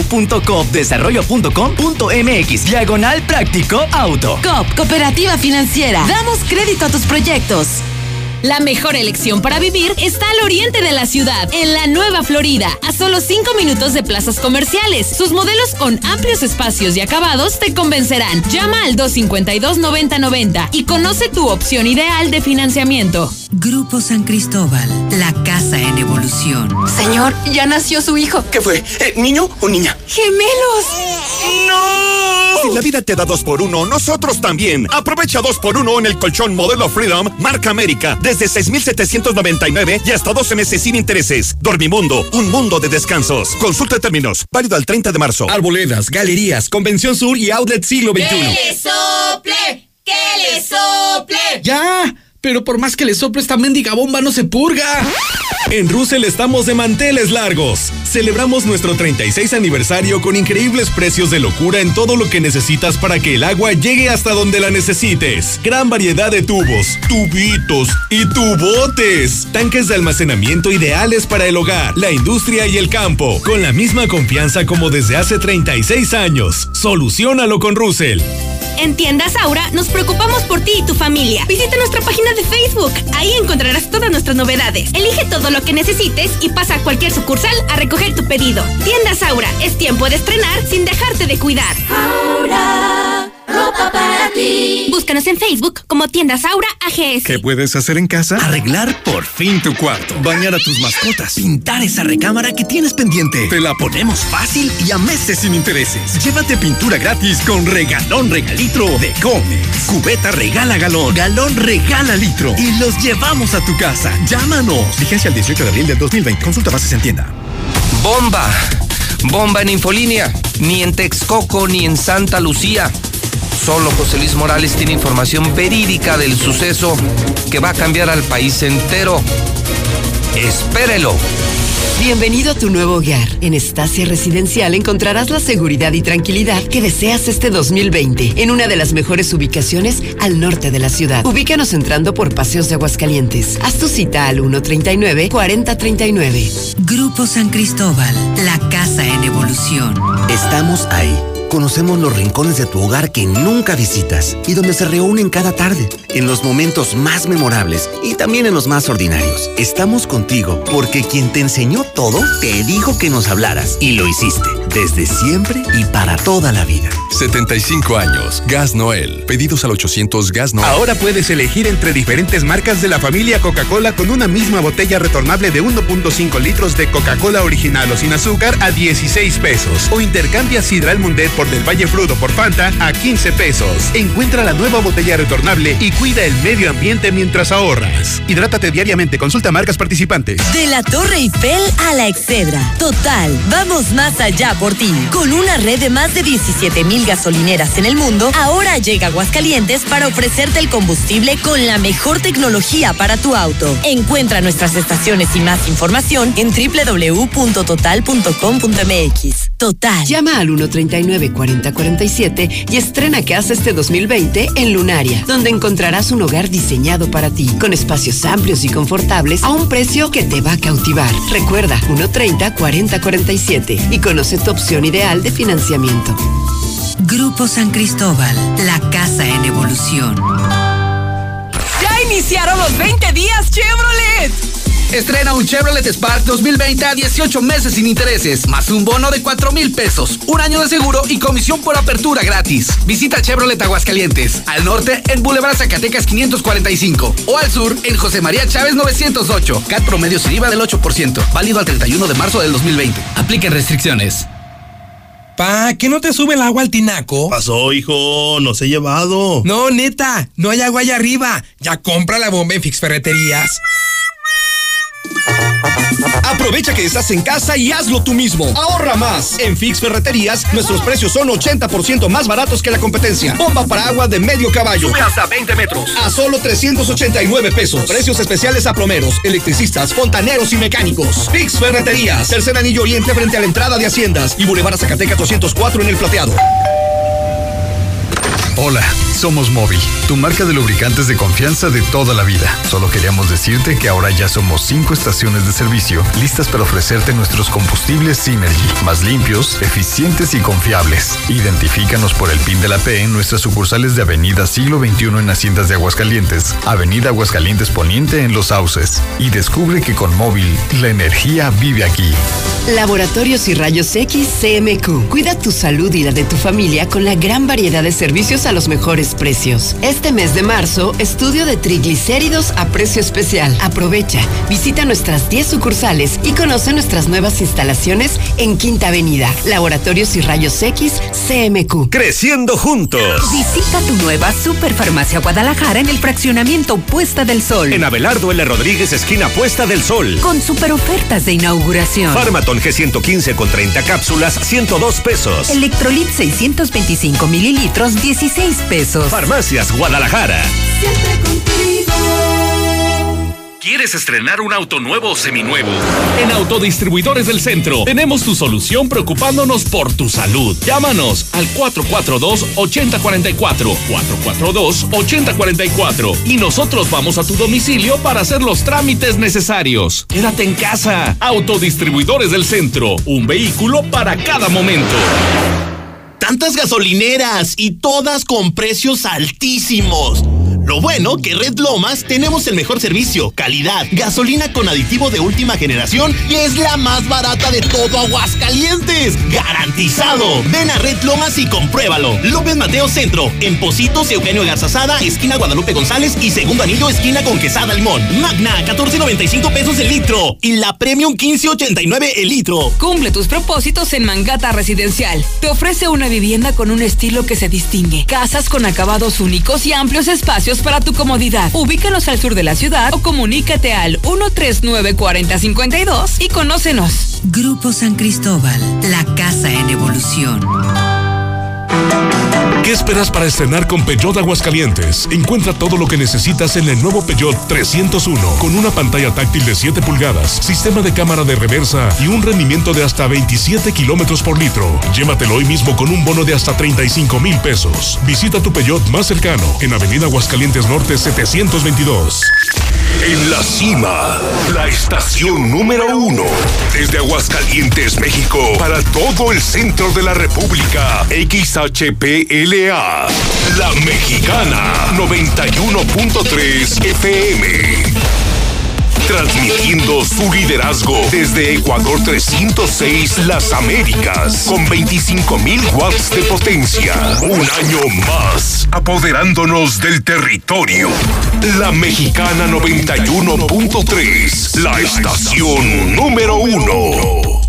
www.coopdesarrollo.com.mx/Práctico Auto. COP Cooperativa Financiera. Damos crédito a tus proyectos. La mejor elección para vivir está al oriente de la ciudad, en la Nueva Florida, a solo 5 minutos de plazas comerciales. Sus modelos con amplios espacios y acabados te convencerán. Llama al 252-9090 y conoce tu opción ideal de financiamiento. Grupo San Cristóbal, la casa en evolución. Señor, ya nació su hijo. ¿Qué fue? ¿Niño o niña? ¡Gemelos! ¡No! Si la vida te da 2x1, nosotros también. Aprovecha 2x1 en el colchón modelo Freedom, marca América, desde 6,799 y hasta 12 meses sin intereses. Dormimundo, un mundo de descansos. Consulta términos, válido al 30 de marzo. Arboledas, galerías, Convención Sur y Outlet Siglo XXI. ¡Que le sople! ¡Que le sople! ¡Ya! Pero por más que le soplo, esta mendiga bomba no se purga. En Russell estamos de manteles largos. Celebramos nuestro 36 aniversario con increíbles precios de locura en todo lo que necesitas para que el agua llegue hasta donde la necesites. Gran variedad de tubos, tubitos y tubotes. Tanques de almacenamiento ideales para el hogar, la industria y el campo. Con la misma confianza como desde hace 36 años. Soluciónalo con Russell. En Tiendas Aura nos preocupamos por ti y tu familia. Visita nuestra página de Facebook. Ahí encontrarás todas nuestras novedades. Elige todo lo que necesites y pasa a cualquier sucursal a recoger tu pedido. Tiendas Aura, es tiempo de estrenar sin dejarte de cuidar. Aura, ropa ropa para ti. Búscanos en Facebook como Tiendas Aura AGS. ¿Qué puedes hacer en casa? Arreglar por fin tu cuarto, bañar a tus mascotas, pintar esa recámara que tienes pendiente. Te la ponemos fácil y a meses sin intereses. Llévate pintura gratis con regalón regalitro de Comex. Cubeta regala galón, galón regala litro y los llevamos a tu casa. Llámanos. Vigencia el 18 de abril del 2020. Consulta bases en tienda. Bomba. Bomba en Infolínea. Ni en Texcoco ni en Santa Lucía. Solo José Luis Morales tiene información verídica del suceso que va a cambiar al país entero. Espérelo. Bienvenido a tu nuevo hogar. En Estacia Residencial encontrarás la seguridad y tranquilidad que deseas este 2020 en una de las mejores ubicaciones al norte de la ciudad. Ubícanos entrando por Paseos de Aguascalientes. Haz tu cita al 139-4039. Grupo San Cristóbal, la casa en evolución. Estamos ahí. Conocemos los rincones de tu hogar que nunca visitas y donde se reúnen cada tarde, en los momentos más memorables y también en los más ordinarios. Estamos contigo porque quien te enseñó todo te dijo que nos hablaras y lo hiciste desde siempre y para toda la vida. 75 años. Gas Noel. Pedidos al 800 Gas Noel. Ahora puedes elegir entre diferentes marcas de la familia Coca-Cola con una misma botella retornable de 1.5 litros de Coca-Cola original o sin azúcar a 16 pesos. O intercambia Sidral Mundet por Del Valle Fruto por Fanta a 15 pesos. Encuentra la nueva botella retornable y cuida el medio ambiente mientras ahorras. Hidrátate diariamente. Consulta marcas participantes. De la Torre Eiffel a la Excedra. Total, vamos más allá por ti. Con una red de más de 17,000 gasolineras en el mundo, ahora llega a Aguascalientes para ofrecerte el combustible con la mejor tecnología para tu auto. Encuentra nuestras estaciones y más información en www.total.com.mx. Total. Llama al 139-4047 y estrena casa este 2020 en Lunaria, donde encontrarás un hogar diseñado para ti, con espacios amplios y confortables a un precio que te va a cautivar. Recuerda, 130-4047 y conoce tu opción ideal de financiamiento. Grupo San Cristóbal, la casa en evolución. ¡Ya iniciaron los 20 días Chevrolet! Estrena un Chevrolet Spark 2020 a 18 meses sin intereses, más un bono de 4,000 pesos, un año de seguro y comisión por apertura gratis. Visita Chevrolet Aguascalientes, al norte en Boulevard Zacatecas 545 o al sur en José María Chávez 908. CAT promedio sin IVA del 8%, válido al 31 de marzo del 2020. Apliquen restricciones. Pa, ¿qué no te sube el agua al tinaco? Pasó, hijo, no se ha llevado. No, neta, no hay agua allá arriba. Ya compra la bomba en Fix Ferreterías. Aprovecha que estás en casa y hazlo tú mismo. Ahorra más. En Fix Ferreterías, nuestros precios son 80% más baratos que la competencia. Bomba para agua de medio caballo. Sube hasta 20 metros. A solo 389 pesos. Precios especiales a plomeros, electricistas, fontaneros y mecánicos. Fix Ferreterías. Tercer anillo oriente frente a la entrada de Haciendas y Boulevard Zacatecas 204 en El Plateado. Hola, somos Móvil, tu marca de lubricantes de confianza de toda la vida. Solo queríamos decirte que ahora ya somos 5 estaciones de servicio listas para ofrecerte nuestros combustibles Synergy, más limpios, eficientes y confiables. Identifícanos por el PIN de la P en nuestras sucursales de Avenida Siglo XXI en Haciendas de Aguascalientes, Avenida Aguascalientes Poniente en Los Sauces. Y descubre que con Móvil, la energía vive aquí. Laboratorios y Rayos X CMQ. Cuida tu salud y la de tu familia con la gran variedad de servicios a los mejores precios. Este mes de marzo, estudio de triglicéridos a precio especial. Aprovecha, visita nuestras 10 sucursales y conoce nuestras nuevas instalaciones en Quinta Avenida. Laboratorios y Rayos X CMQ. Creciendo juntos. Visita tu nueva Superfarmacia Guadalajara en el fraccionamiento Puesta del Sol. En Abelardo L. Rodríguez, esquina Puesta del Sol. Con super ofertas de inauguración. Farmatol G115 con 30 cápsulas, 102 pesos. Electrolit 625 mililitros, 16 pesos. Farmacias Guadalajara. Siempre contigo. ¿Quieres estrenar un auto nuevo o seminuevo? En Autodistribuidores del Centro tenemos tu solución preocupándonos por tu salud. Llámanos al 442-8044, 442-8044 y nosotros vamos a tu domicilio para hacer los trámites necesarios. Quédate en casa. Autodistribuidores del Centro, un vehículo para cada momento. Tantas gasolineras y todas con precios altísimos. Lo bueno que Red Lomas tenemos el mejor servicio, calidad, gasolina con aditivo de última generación y es la más barata de todo Aguascalientes. ¡Garantizado! Ven a Red Lomas y compruébalo. López Mateo Centro, en Pocitos, Eugenio Garzazada, esquina Guadalupe González y Segundo Anillo, esquina con Quesada Limón. Magna, 14.95 pesos el litro. Y la Premium, 15.89 el litro. Cumple tus propósitos en Mangata Residencial. Te ofrece una vivienda con un estilo que se distingue. Casas con acabados únicos y amplios espacios para tu comodidad. Ubícanos al sur de la ciudad o comunícate al 139-4052 y conócenos. Grupo San Cristóbal, la casa en evolución. ¿Qué esperas para estrenar con Peugeot Aguascalientes? Encuentra todo lo que necesitas en el nuevo Peugeot 301, con una pantalla táctil de 7 pulgadas, sistema de cámara de reversa y un rendimiento de hasta 27 kilómetros por litro. Llévatelo hoy mismo con un bono de hasta 35,000 pesos. Visita tu Peugeot más cercano, en Avenida Aguascalientes Norte 722. En la cima, la estación número 1. Desde Aguascalientes, México, para todo el centro de la República. XHPLA. La Mexicana, 91.3 FM. Transmitiendo su liderazgo desde Ecuador 306 Las Américas, con 25,000 watts de potencia. Un año más, apoderándonos del territorio. La Mexicana 91.3, la estación número 1.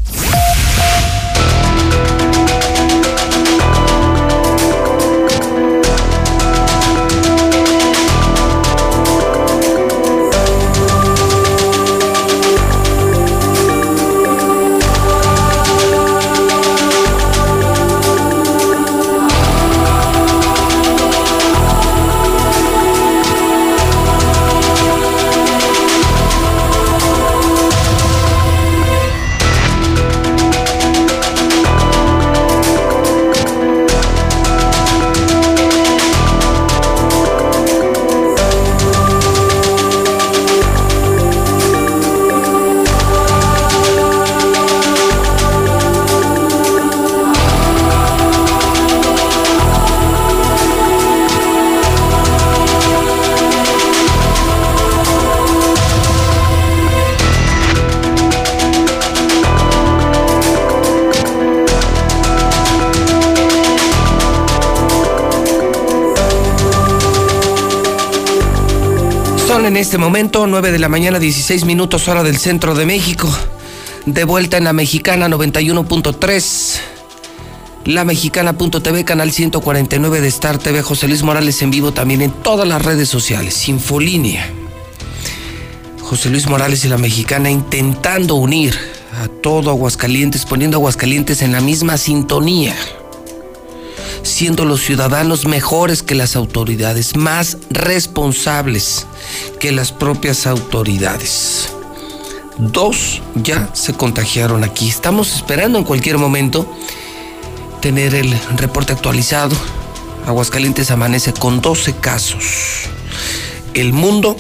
En este momento, 9 de la mañana, 16 minutos, hora del centro de México. De vuelta en La Mexicana 91.3. La Mexicana.tv, canal 149 de Star TV. José Luis Morales en vivo también en todas las redes sociales. Infolínea. José Luis Morales y La Mexicana intentando unir a todo Aguascalientes, poniendo a Aguascalientes en la misma sintonía. Siendo los ciudadanos mejores que las autoridades, más responsables que las propias autoridades. 2 ya se contagiaron aquí. Estamos esperando en cualquier momento tener el reporte actualizado. Aguascalientes amanece con 12 casos. El mundo,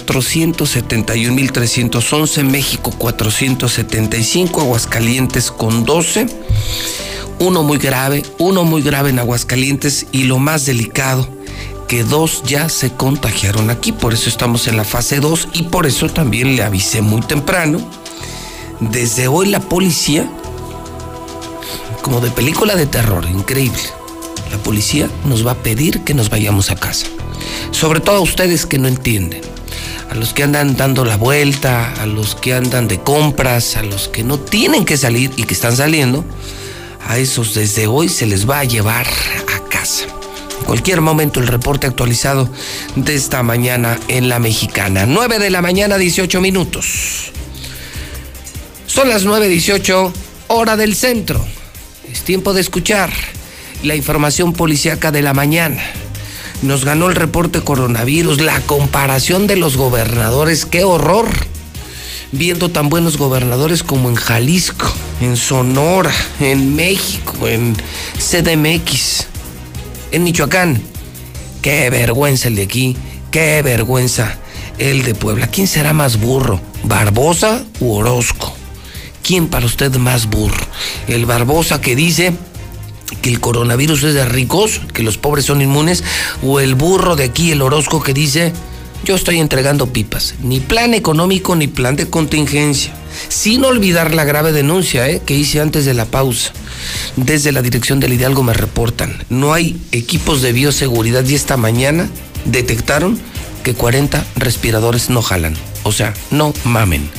471,311. México, 475. Aguascalientes con 12. Uno muy grave en Aguascalientes y lo más delicado, que 2 ya se contagiaron aquí. Por eso estamos en la fase 2 y por eso también le avisé muy temprano. Desde hoy la policía, como de película de terror, increíble, la policía nos va a pedir que nos vayamos a casa. Sobre todo a ustedes que no entienden, a los que andan dando la vuelta, a los que andan de compras, a los que no tienen que salir y que están saliendo. A esos desde hoy se les va a llevar a casa. En cualquier momento el reporte actualizado de esta mañana en La Mexicana. 9 de la mañana, 18 minutos. Son las 9:18, hora del centro. Es tiempo de escuchar la información policíaca de la mañana. Nos ganó el reporte coronavirus, la comparación de los gobernadores. ¡Qué horror! Viendo tan buenos gobernadores como en Jalisco, en Sonora, en México, en CDMX, en Michoacán. ¡Qué vergüenza el de aquí! ¡Qué vergüenza el de Puebla! ¿Quién será más burro, Barbosa u Orozco? ¿Quién para usted más burro? El Barbosa que dice que el coronavirus es de ricos, que los pobres son inmunes, o el burro de aquí, el Orozco, que dice, yo estoy entregando pipas, ni plan económico ni plan de contingencia, sin olvidar la grave denuncia que hice antes de la pausa. Desde la dirección del Hidalgo me reportan, no hay equipos de bioseguridad y esta mañana detectaron que 40 respiradores no jalan. O sea, no mamen.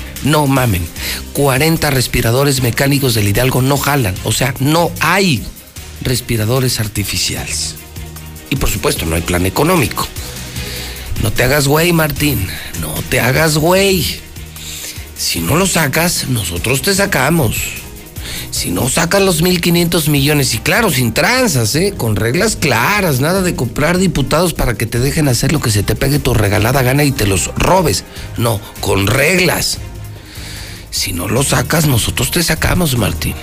40 respiradores mecánicos del Hidalgo no jalan. O sea, no hay respiradores artificiales. Y por supuesto, no hay plan económico. No te hagas güey, Martín. No te hagas güey. Si no lo sacas, nosotros te sacamos. Si no sacan los 1,500 millones, y claro, sin tranzas, con reglas claras, nada de comprar diputados para que te dejen hacer lo que se te pegue tu regalada gana y te los robes. No, con reglas. Si no lo sacas, nosotros te sacamos, Martín.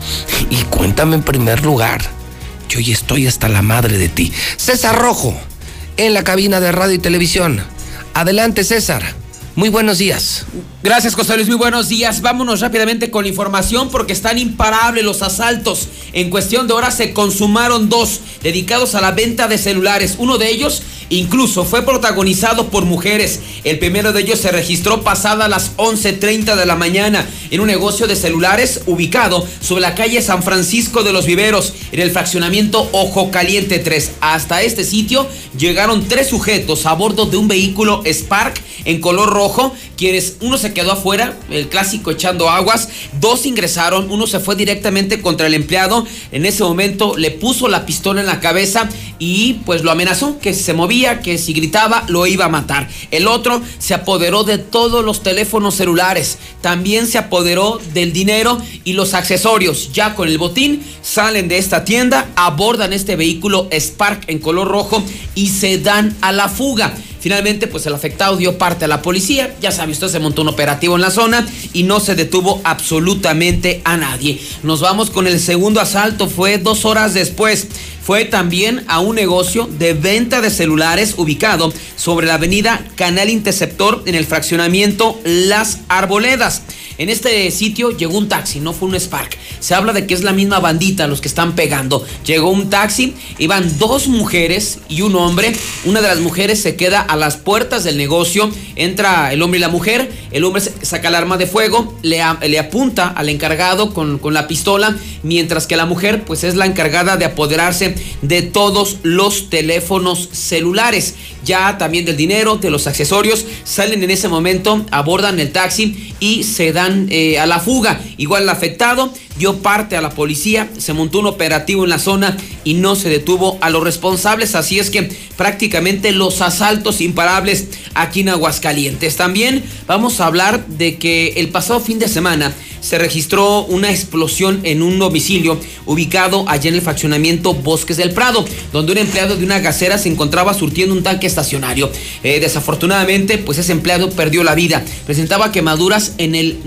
Y cuéntame en primer lugar, yo ya estoy hasta la madre de ti. César Rojo, en la cabina de radio y televisión. Adelante, César. Muy buenos días. Gracias, José Luis, muy buenos días. Vámonos rápidamente con la información porque están imparables los asaltos. En cuestión de horas se consumaron 2 dedicados a la venta de celulares. Uno de ellos incluso fue protagonizado por mujeres. El primero de ellos se registró pasada las 11:30 de la mañana en un negocio de celulares ubicado sobre la calle San Francisco de los Viveros, en el fraccionamiento Ojo Caliente 3. Hasta este sitio llegaron 3 sujetos a bordo de un vehículo Spark en color rojo, quienes uno se quedó afuera, el clásico echando aguas, 2 ingresaron, uno se fue directamente contra el empleado, en ese momento le puso la pistola en la cabeza y pues lo amenazó, que si se movía, que si gritaba lo iba a matar. El otro se apoderó de todos los teléfonos celulares, también se apoderó del dinero y los accesorios. Ya con el botín salen de esta tienda, abordan este vehículo Spark en color rojo y se dan a la fuga. Finalmente, pues el afectado dio parte a la policía. Ya sabe usted, se montó un operativo en la zona y no se detuvo absolutamente a nadie. Nos vamos con el segundo asalto. Fue 2 horas después. Fue también a un negocio de venta de celulares ubicado sobre la avenida Canal Interceptor en el fraccionamiento Las Arboledas. En este sitio llegó un taxi, no fue un Spark. Se habla de que es la misma bandita los que están pegando. Llegó un taxi, iban 2 mujeres y un hombre. Una de las mujeres se queda a las puertas del negocio. Entra el hombre y la mujer. El hombre saca el arma de fuego, le apunta al encargado con la pistola, mientras que la mujer pues es la encargada de apoderarse de todos los teléfonos celulares. Ya también del dinero, de los accesorios. Salen en ese momento, abordan el taxi y se dan a la fuga. Igual el afectado dio parte a la policía, se montó un operativo en la zona y no se detuvo a los responsables. Así es que prácticamente los asaltos imparables aquí en Aguascalientes. También vamos a hablar de que el pasado fin de semana se registró una explosión en un domicilio ubicado allá en el fraccionamiento Bosques del Prado, donde un empleado de una gasera se encontraba surtiendo un tanque estacionario. Desafortunadamente, pues ese empleado perdió la vida. Presentaba quemaduras en el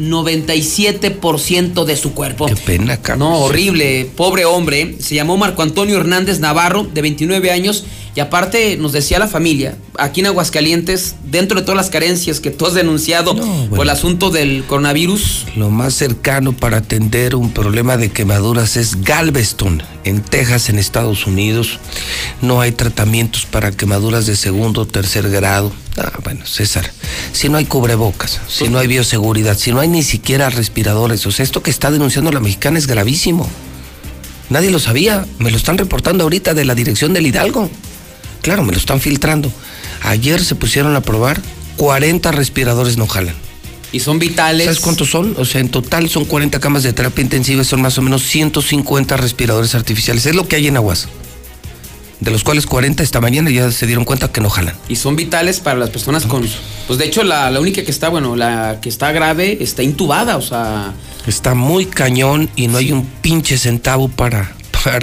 97% de su cuerpo. Qué pena, Carlos. No, horrible, pobre hombre. Se llamó Marco Antonio Hernández Navarro, de 29 años. Y aparte nos decía la familia, aquí en Aguascalientes, dentro de todas las carencias que tú has denunciado por el asunto del coronavirus. Lo más cercano para atender un problema de quemaduras es Galveston, en Texas, en Estados Unidos. No hay tratamientos para quemaduras de 2º o 3er grado. Bueno, César, si no hay cubrebocas, si no hay bioseguridad, si no hay ni siquiera respiradores, o sea, esto que está denunciando la mexicana es gravísimo. Nadie lo sabía, me lo están reportando ahorita de la dirección del Hidalgo. Claro, me lo están filtrando. Ayer se pusieron a probar, 40 respiradores no jalan. Y son vitales. ¿Sabes cuántos son? O sea, en total son 40 camas de terapia intensiva, son más o menos 150 respiradores artificiales. Es lo que hay en Aguas. De los cuales 40 esta mañana ya se dieron cuenta que no jalan. Y son vitales para las personas con... Pues de hecho la única que está, la que está grave está intubada, o sea... Está muy cañón y no hay un pinche centavo para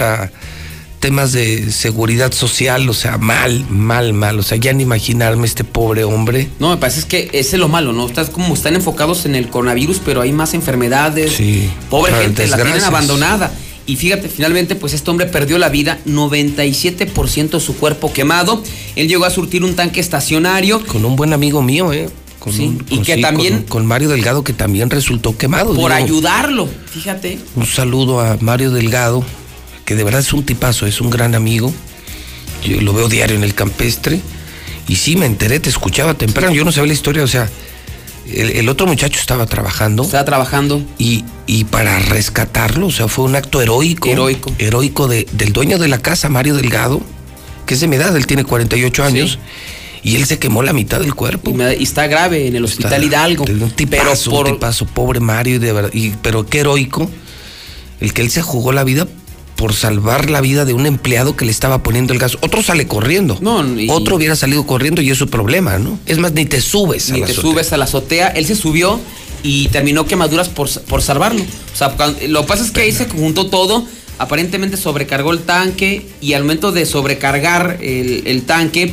temas de seguridad social, o sea, mal, o sea, ya ni imaginarme este pobre hombre. No, me parece que ese es lo malo, ¿no? Están enfocados en el coronavirus, pero hay más enfermedades. Sí. Pobre gente, la tienen abandonada. Y fíjate, finalmente, pues este hombre perdió la vida, 97% de su cuerpo quemado. Él llegó a surtir un tanque estacionario. Con un buen amigo mío, con Mario Delgado, que también resultó quemado. Por ayudarlo, fíjate. Un saludo a Mario Delgado, que de verdad es un tipazo, es un gran amigo. Yo lo veo diario en el Campestre. Y sí, me enteré, te escuchaba temprano. Yo no sabía la historia, o sea, el otro muchacho estaba trabajando. Y para rescatarlo, o sea, fue un acto heroico. Heroico del dueño de la casa, Mario Delgado, que es de mi edad, él tiene 48 años. Sí. Y él se quemó la mitad del cuerpo. Y está grave en el hospital Hidalgo. Un tipazo, pobre Mario, de verdad. Pero qué heroico el que él se jugó la vida por salvar la vida de un empleado que le estaba poniendo el gas. Otro sale corriendo. Otro hubiera salido corriendo y es su problema, ¿no? Es más, ni te subes a la azotea. Él se subió y terminó quemaduras por salvarlo. O sea, lo que pasa es que ahí se juntó todo. Aparentemente sobrecargó el tanque y al momento de sobrecargar el tanque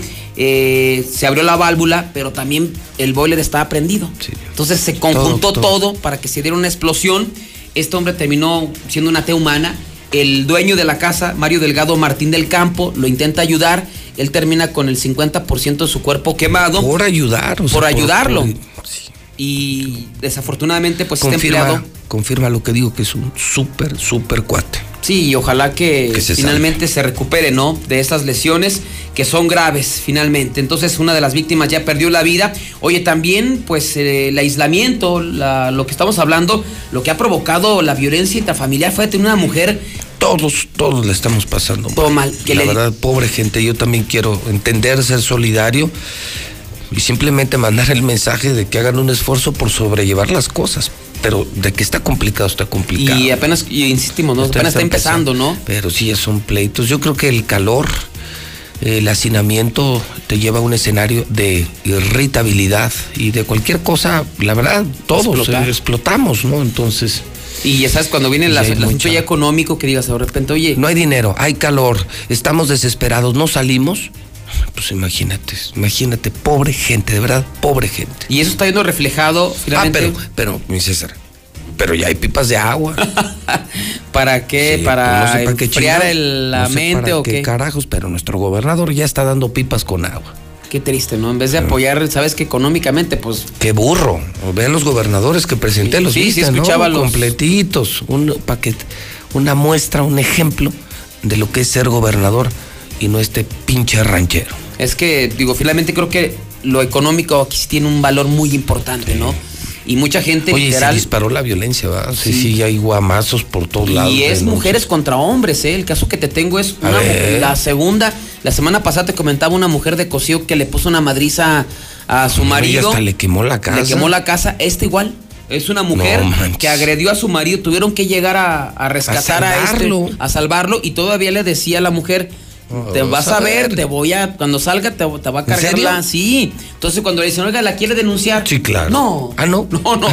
se abrió la válvula, pero también el boiler estaba prendido. Sí. Entonces se conjuntó todo para que se diera una explosión. Este hombre terminó siendo una T humana. El dueño de la casa, Mario Delgado Martín del Campo, lo intenta ayudar. Él termina con el 50% de su cuerpo quemado. Por ayudar. Por ayudarlo. Sí. Y desafortunadamente, pues este empleado... Confirma lo que digo, que es un súper cuate. Sí, y ojalá que finalmente se recupere, ¿no? De estas lesiones que son graves, finalmente. Entonces, una de las víctimas ya perdió la vida. Oye, también, pues, el aislamiento, lo que estamos hablando, lo que ha provocado la violencia intrafamiliar fue tener una mujer... Todos le estamos pasando todo mal. La verdad, pobre gente, yo también quiero entender, ser solidario y simplemente mandar el mensaje de que hagan un esfuerzo por sobrellevar las cosas. Pero de que está complicado. Y apenas, insistimos, ¿no? Apenas está empezando, ¿no? Pero sí, son pleitos. Yo creo que el calor, el hacinamiento te lleva a un escenario de irritabilidad y de cualquier cosa, la verdad, todos explotamos, ¿no? Entonces... Y ya sabes, cuando viene el asunto ya económico, que digas de repente, oye... No hay dinero, hay calor, estamos desesperados, no salimos... Pues imagínate, pobre gente, de verdad, pobre gente. Y eso está viendo reflejado finalmente. Pero, mi César, pero ya hay pipas de agua. ¿Para qué? Sí, ¿Para no sé enfriar la mente o qué? Carajos, pero nuestro gobernador ya está dando pipas con agua. Qué triste, ¿no? En vez de apoyar, ¿sabes qué? Económicamente, pues... Qué burro. Vean los gobernadores que presenté, los viste, ¿no? Los... completitos. Un paquete, una muestra, un ejemplo de lo que es ser gobernador y no este pinche ranchero. Es que, finalmente creo que lo económico aquí sí tiene un valor muy importante, ¿no? Y mucha gente, literal... se disparó la violencia, ¿verdad? Sí, hay guamazos por todos lados. Y es mujeres contra hombres, ¿eh? El caso que te tengo es la semana pasada te comentaba una mujer de Cocío que le puso una madriza a su marido. Y hasta le quemó la casa. Igual. Es una mujer que agredió a su marido. Tuvieron que llegar a rescatar a salvarlo. Y todavía le decía a la mujer... Te vas a ver, cuando salga te va a cargar la... Sí. Entonces cuando le dicen, oiga, ¿la quiere denunciar? Sí, claro. No. No.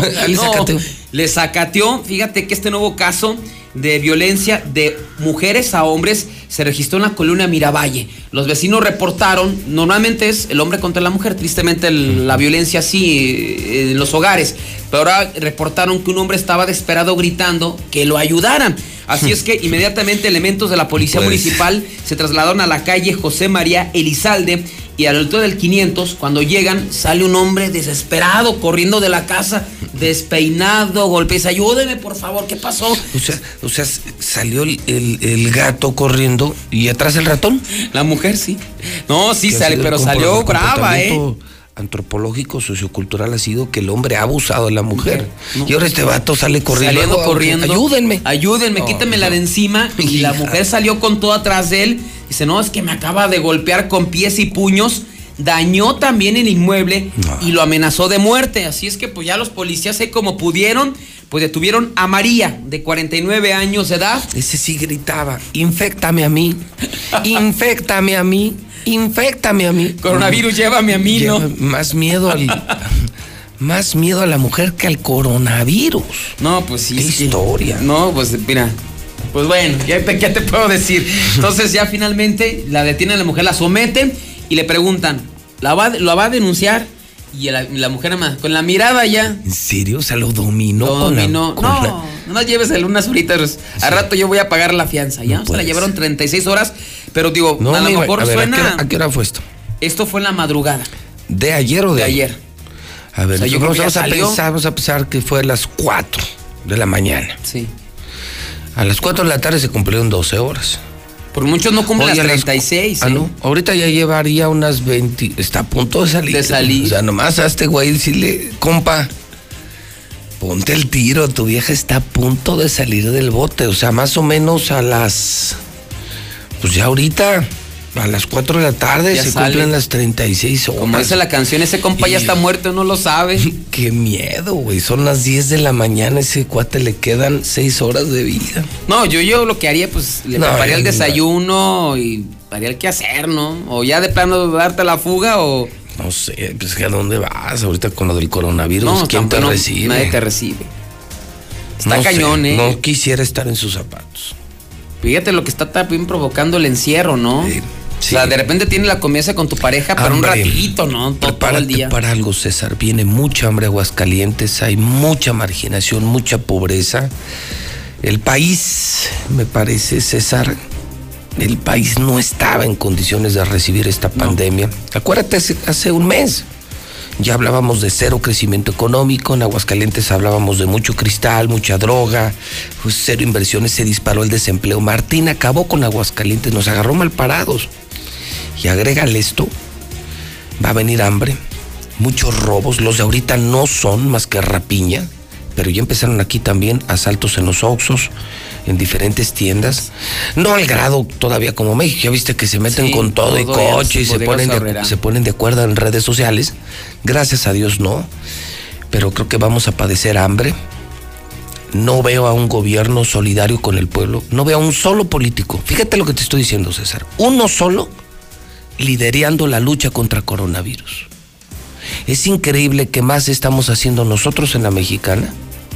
Le sacateó. Fíjate que este nuevo caso de violencia de mujeres a hombres se registró en la colonia Miravalle. Los vecinos reportaron, normalmente es el hombre contra la mujer, tristemente la violencia así en los hogares, pero ahora reportaron que un hombre estaba desesperado gritando que lo ayudaran. Así es que inmediatamente elementos de la policía municipal se trasladaron a la calle José María Elizalde y a la altura del 500, cuando llegan, sale un hombre desesperado corriendo de la casa, despeinado, golpes. Ayúdeme, por favor, ¿qué pasó? O sea, salió el gato corriendo y atrás el ratón. La mujer sí. No, sí sale, pero salió brava, antropológico, sociocultural ha sido que el hombre ha abusado de la mujer. No. Y ahora este vato sale corriendo. Ayúdenme, quítemela de encima. Y la mujer salió con todo atrás de él. Dice, no, es que me acaba de golpear con pies y puños. Dañó también el inmueble y lo amenazó de muerte. Así es que pues ya los policías, como pudieron, pues detuvieron a María, de 49 años de edad. Ese sí gritaba, inféctame a mí, inféctame a mí. Inféctame a mí. Coronavirus, llévame a mí, ¿no? Más miedo a la mujer que al coronavirus. No, pues sí. ¿Qué historia? No, pues mira. Pues bueno, ¿qué te puedo decir? Entonces ya finalmente la detienen a la mujer, la someten y le preguntan, ¿lo va a denunciar? Y la mujer con la mirada ya. ¿En serio? O sea, lo dominó. No lleves unas horitas. Sí. Al rato yo voy a pagar la fianza. Ya se la llevaron 36 horas. Pero digo, a lo mejor suena. ¿A qué hora fue esto? Esto fue en la madrugada. ¿De ayer o de ayer? A ver, vamos a pensar que fue a las 4 de la mañana. Sí. A las 4 de la tarde se cumplieron 12 horas. Por muchos no cumplen las 36. No. Ahorita ya llevaría unas 20. Está a punto de salir. O sea, nomás a este güey decirle, compa, ponte el tiro, tu vieja está a punto de salir del bote. O sea, más o menos a las... Pues ya ahorita, a las 4 de la tarde ya se cumplen las 36 horas. Como dice la canción, ese compa ya está muerto, no lo sabe. Qué miedo, güey. Son las 10 de la mañana, ese cuate le quedan 6 horas de vida. No, yo lo que haría, pues, le prepararía el desayuno y haría el qué hacer, ¿no? O ya de plano darte la fuga o... No sé, pues ¿a dónde vas ahorita con lo del coronavirus? ¿Quién te recibe? Nadie te recibe. Está cañón, ¿eh? No quisiera estar en sus zapatos. Fíjate lo que está también provocando el encierro, ¿no? Sí. O sea, de repente tienes la convivencia con tu pareja, pero un ratito, ¿no? Todo el día. Para algo, César. Viene mucha hambre a Aguascalientes, hay mucha marginación, mucha pobreza. El país, me parece, César, el país no estaba en condiciones de recibir esta pandemia. Acuérdate, hace un mes ya hablábamos de cero crecimiento económico, en Aguascalientes hablábamos de mucho cristal, mucha droga, pues cero inversiones, se disparó el desempleo. Martín acabó con Aguascalientes, nos agarró mal parados. Y agrégale esto, va a venir hambre, muchos robos, los de ahorita no son más que rapiña, pero ya empezaron aquí también asaltos en los Oxxos, en diferentes tiendas, no al grado todavía como México, ya viste que se meten con todo y coche y se ponen de acuerdo en redes sociales, gracias a Dios no, pero creo que vamos a padecer hambre. No veo a un gobierno solidario con el pueblo, no veo a un solo político, fíjate lo que te estoy diciendo, César, uno solo liderando la lucha contra coronavirus. Es increíble que más estamos haciendo nosotros en la Mexicana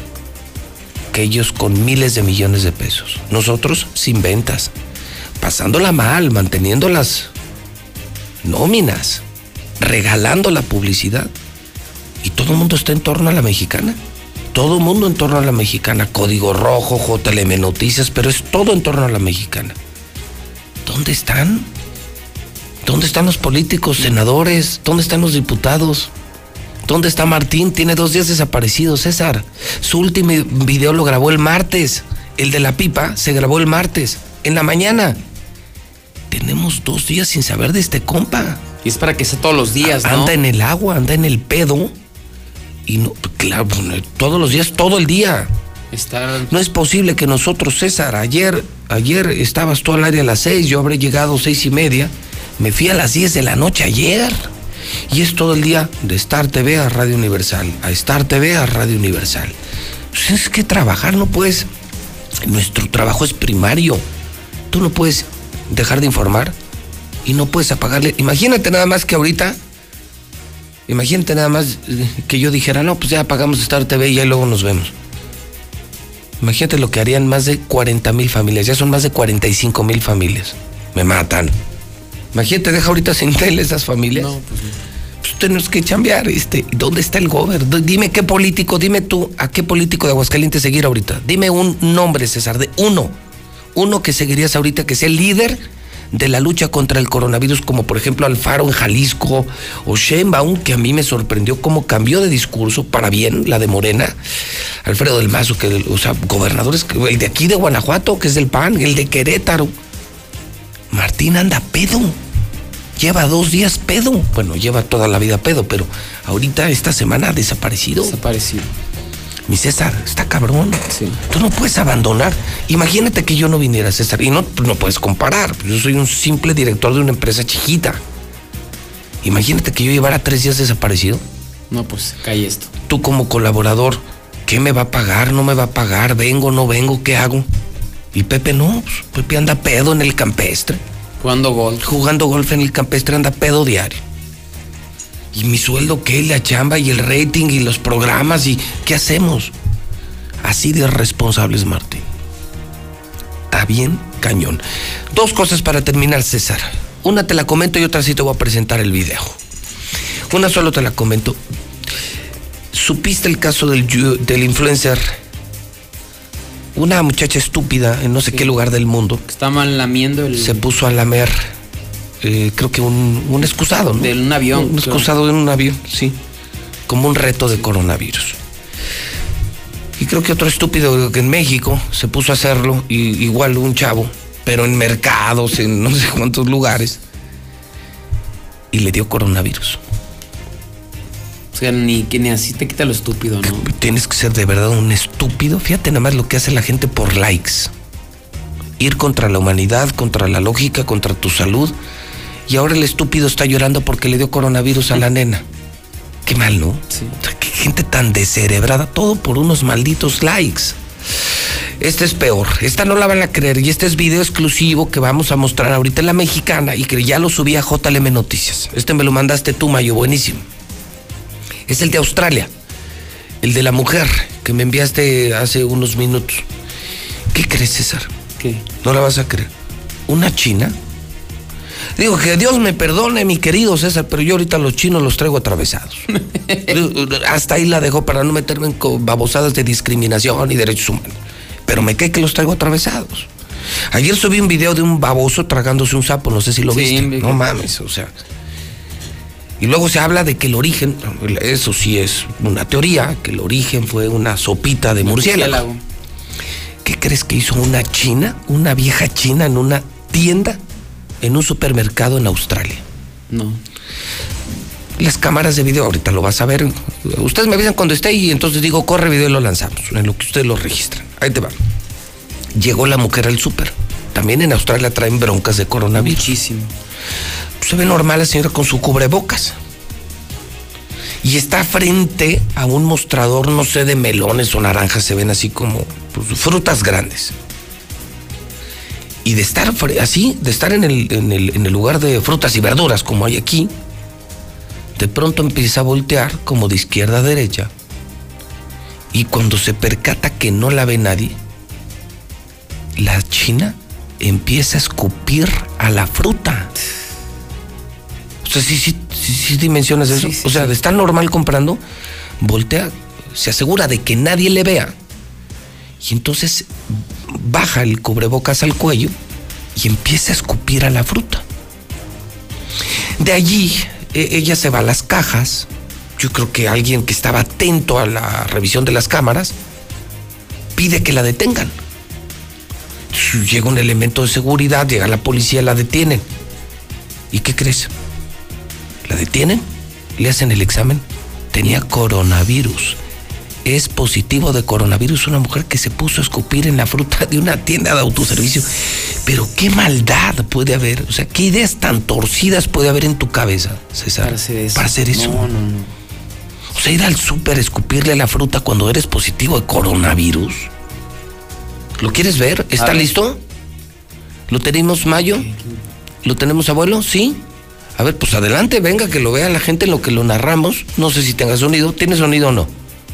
que ellos con miles de millones de pesos. Nosotros sin ventas, pasándola mal, manteniendo las nóminas, regalando la publicidad. Y todo el mundo está en torno a la Mexicana. Todo el mundo en torno a la Mexicana. Código Rojo, JLM Noticias, pero es todo en torno a la Mexicana. ¿Dónde están? ¿Dónde están los políticos, senadores? ¿Dónde están los diputados? ¿Dónde está Martín? Tiene 2 días desaparecido, César. Su último video lo grabó el martes. El de la pipa se grabó el martes, en la mañana. Tenemos 2 días sin saber de este compa. Y es para que sea todos los días, ¿no? Anda en el agua, anda en el pedo. Y no, claro, todos los días, todo el día. No es posible que nosotros, César, ayer estabas tú al aire a las 6, yo habré llegado 6:30. Me fui a las 10 de la noche ayer. Y es todo el día de Star TV a Radio Universal, a Star TV a Radio Universal. Pues es que trabajar no puedes. Nuestro trabajo es primario. Tú no puedes dejar de informar y no puedes apagarle. Imagínate nada más que ahorita, imagínate nada más que yo dijera, no, pues ya apagamos Star TV y ya luego nos vemos. Imagínate lo que harían más de 40,000 familias. Ya son más de 45,000 familias. Me matan. Imagínate, deja ahorita sin tele esas familias. No, pues no. Pues tenemos que chambear, ¿dónde está el gobierno? Dime qué político, dime tú, ¿a qué político de Aguascalientes seguir ahorita? Dime un nombre, César, de uno que seguirías ahorita, que sea el líder de la lucha contra el coronavirus, como por ejemplo Alfaro en Jalisco, o Sheinbaum, que a mí me sorprendió cómo cambió de discurso para bien, la de Morena, Alfredo del Mazo, gobernadores, el de aquí de Guanajuato, que es del PAN, el de Querétaro. Martín anda pedo. Lleva 2 días pedo. Bueno, lleva toda la vida pedo, pero ahorita esta semana ha desaparecido. Mi César, está cabrón. Sí. Tú no puedes abandonar. Imagínate que yo no viniera, César, y no puedes comparar. Yo soy un simple director de una empresa chiquita. Imagínate que yo llevara 3 días desaparecido. No, pues cae esto. Tú como colaborador, ¿qué me va a pagar? ¿No me va a pagar? ¿Vengo? ¿No vengo? ¿Qué hago? Y Pepe no, pues Pepe anda pedo en el campestre. Jugando golf en el campestre, anda pedo diario. ¿Y mi sueldo qué? La chamba y el rating y los programas y ¿qué hacemos? Así de responsables, Martín. Está bien cañón. 2 cosas para terminar, César. Una te la comento y otra sí te voy a presentar el video. Una solo te la comento. ¿Supiste el caso del influencer? Una muchacha estúpida en no sé qué lugar del mundo. Estaban lamiendo se puso a lamer, creo que un excusado, ¿no? De un avión. Un excusado de un avión, sí. Como un reto de coronavirus. Y creo que otro estúpido que en México se puso a hacerlo, y igual un chavo, pero en mercados, en no sé cuántos lugares, y le dio coronavirus. O sea, ni así te quita lo estúpido, ¿no? Tienes que ser de verdad un estúpido. Fíjate nada más lo que hace la gente por likes. Ir contra la humanidad, contra la lógica, contra tu salud. Y ahora el estúpido está llorando porque le dio coronavirus a la nena. Qué mal, ¿no? Sí. Qué gente tan descerebrada, todo por unos malditos likes. Este es peor, esta no la van a creer, y este es video exclusivo que vamos a mostrar ahorita en La Mexicana y que ya lo subí a JLM Noticias. Este me lo mandaste tú, Mayo, buenísimo. Es el de Australia, el de la mujer que me enviaste hace unos minutos. ¿Qué crees, César? ¿Qué? No la vas a creer. ¿Una china? Digo, que Dios me perdone, mi querido César, pero yo ahorita los chinos los traigo atravesados. Hasta ahí la dejo para no meterme en babosadas de discriminación y derechos humanos. Pero me cae que los traigo atravesados. Ayer subí un video de un baboso tragándose un sapo, no sé si lo viste. No mames, o sea. Y luego se habla de que el origen, eso sí es una teoría, que el origen fue una sopita de murciélago. ¿Qué crees que hizo una china, una vieja china en una tienda, en un supermercado en Australia? No. Las cámaras de video, ahorita lo vas a ver. Ustedes me avisan cuando esté y entonces digo, corre video y lo lanzamos, en lo que ustedes lo registran. Ahí te va. Llegó la mujer al súper. También en Australia traen broncas de coronavirus. Muchísimo. Se ve normal la señora con su cubrebocas. Y está frente a un mostrador, no sé, de melones o naranjas, se ven así como pues, frutas grandes. Y de estar así, de estar en el lugar de frutas y verduras como hay aquí, de pronto empieza a voltear como de izquierda a derecha. Y cuando se percata que no la ve nadie, la china empieza a escupir a la fruta. O sea, sí dimensionas eso. Sí, o sea, de estar normal comprando, voltea, se asegura de que nadie le vea. Y entonces baja el cubrebocas al cuello y empieza a escupir a la fruta. De allí, ella se va a las cajas. Yo creo que alguien que estaba atento a la revisión de las cámaras pide que la detengan. Llega un elemento de seguridad, llega la policía, la detienen. ¿Y qué crees? La detienen, le hacen el examen, tenía coronavirus. Es positivo de coronavirus una mujer que se puso a escupir en la fruta de una tienda de autoservicio. Pero qué maldad puede haber, o sea, qué ideas tan torcidas puede haber en tu cabeza, César, para hacer eso. No. O sea, ir al súper, escupirle la fruta cuando eres positivo de coronavirus. ¿Lo quieres ver? ¿Está listo? ¿Lo tenemos, Mayo? ¿Lo tenemos, abuelo? ¿Sí? A ver, pues adelante, venga, que lo vea la gente en lo que lo narramos. No sé si tenga sonido. ¿Tiene sonido o no?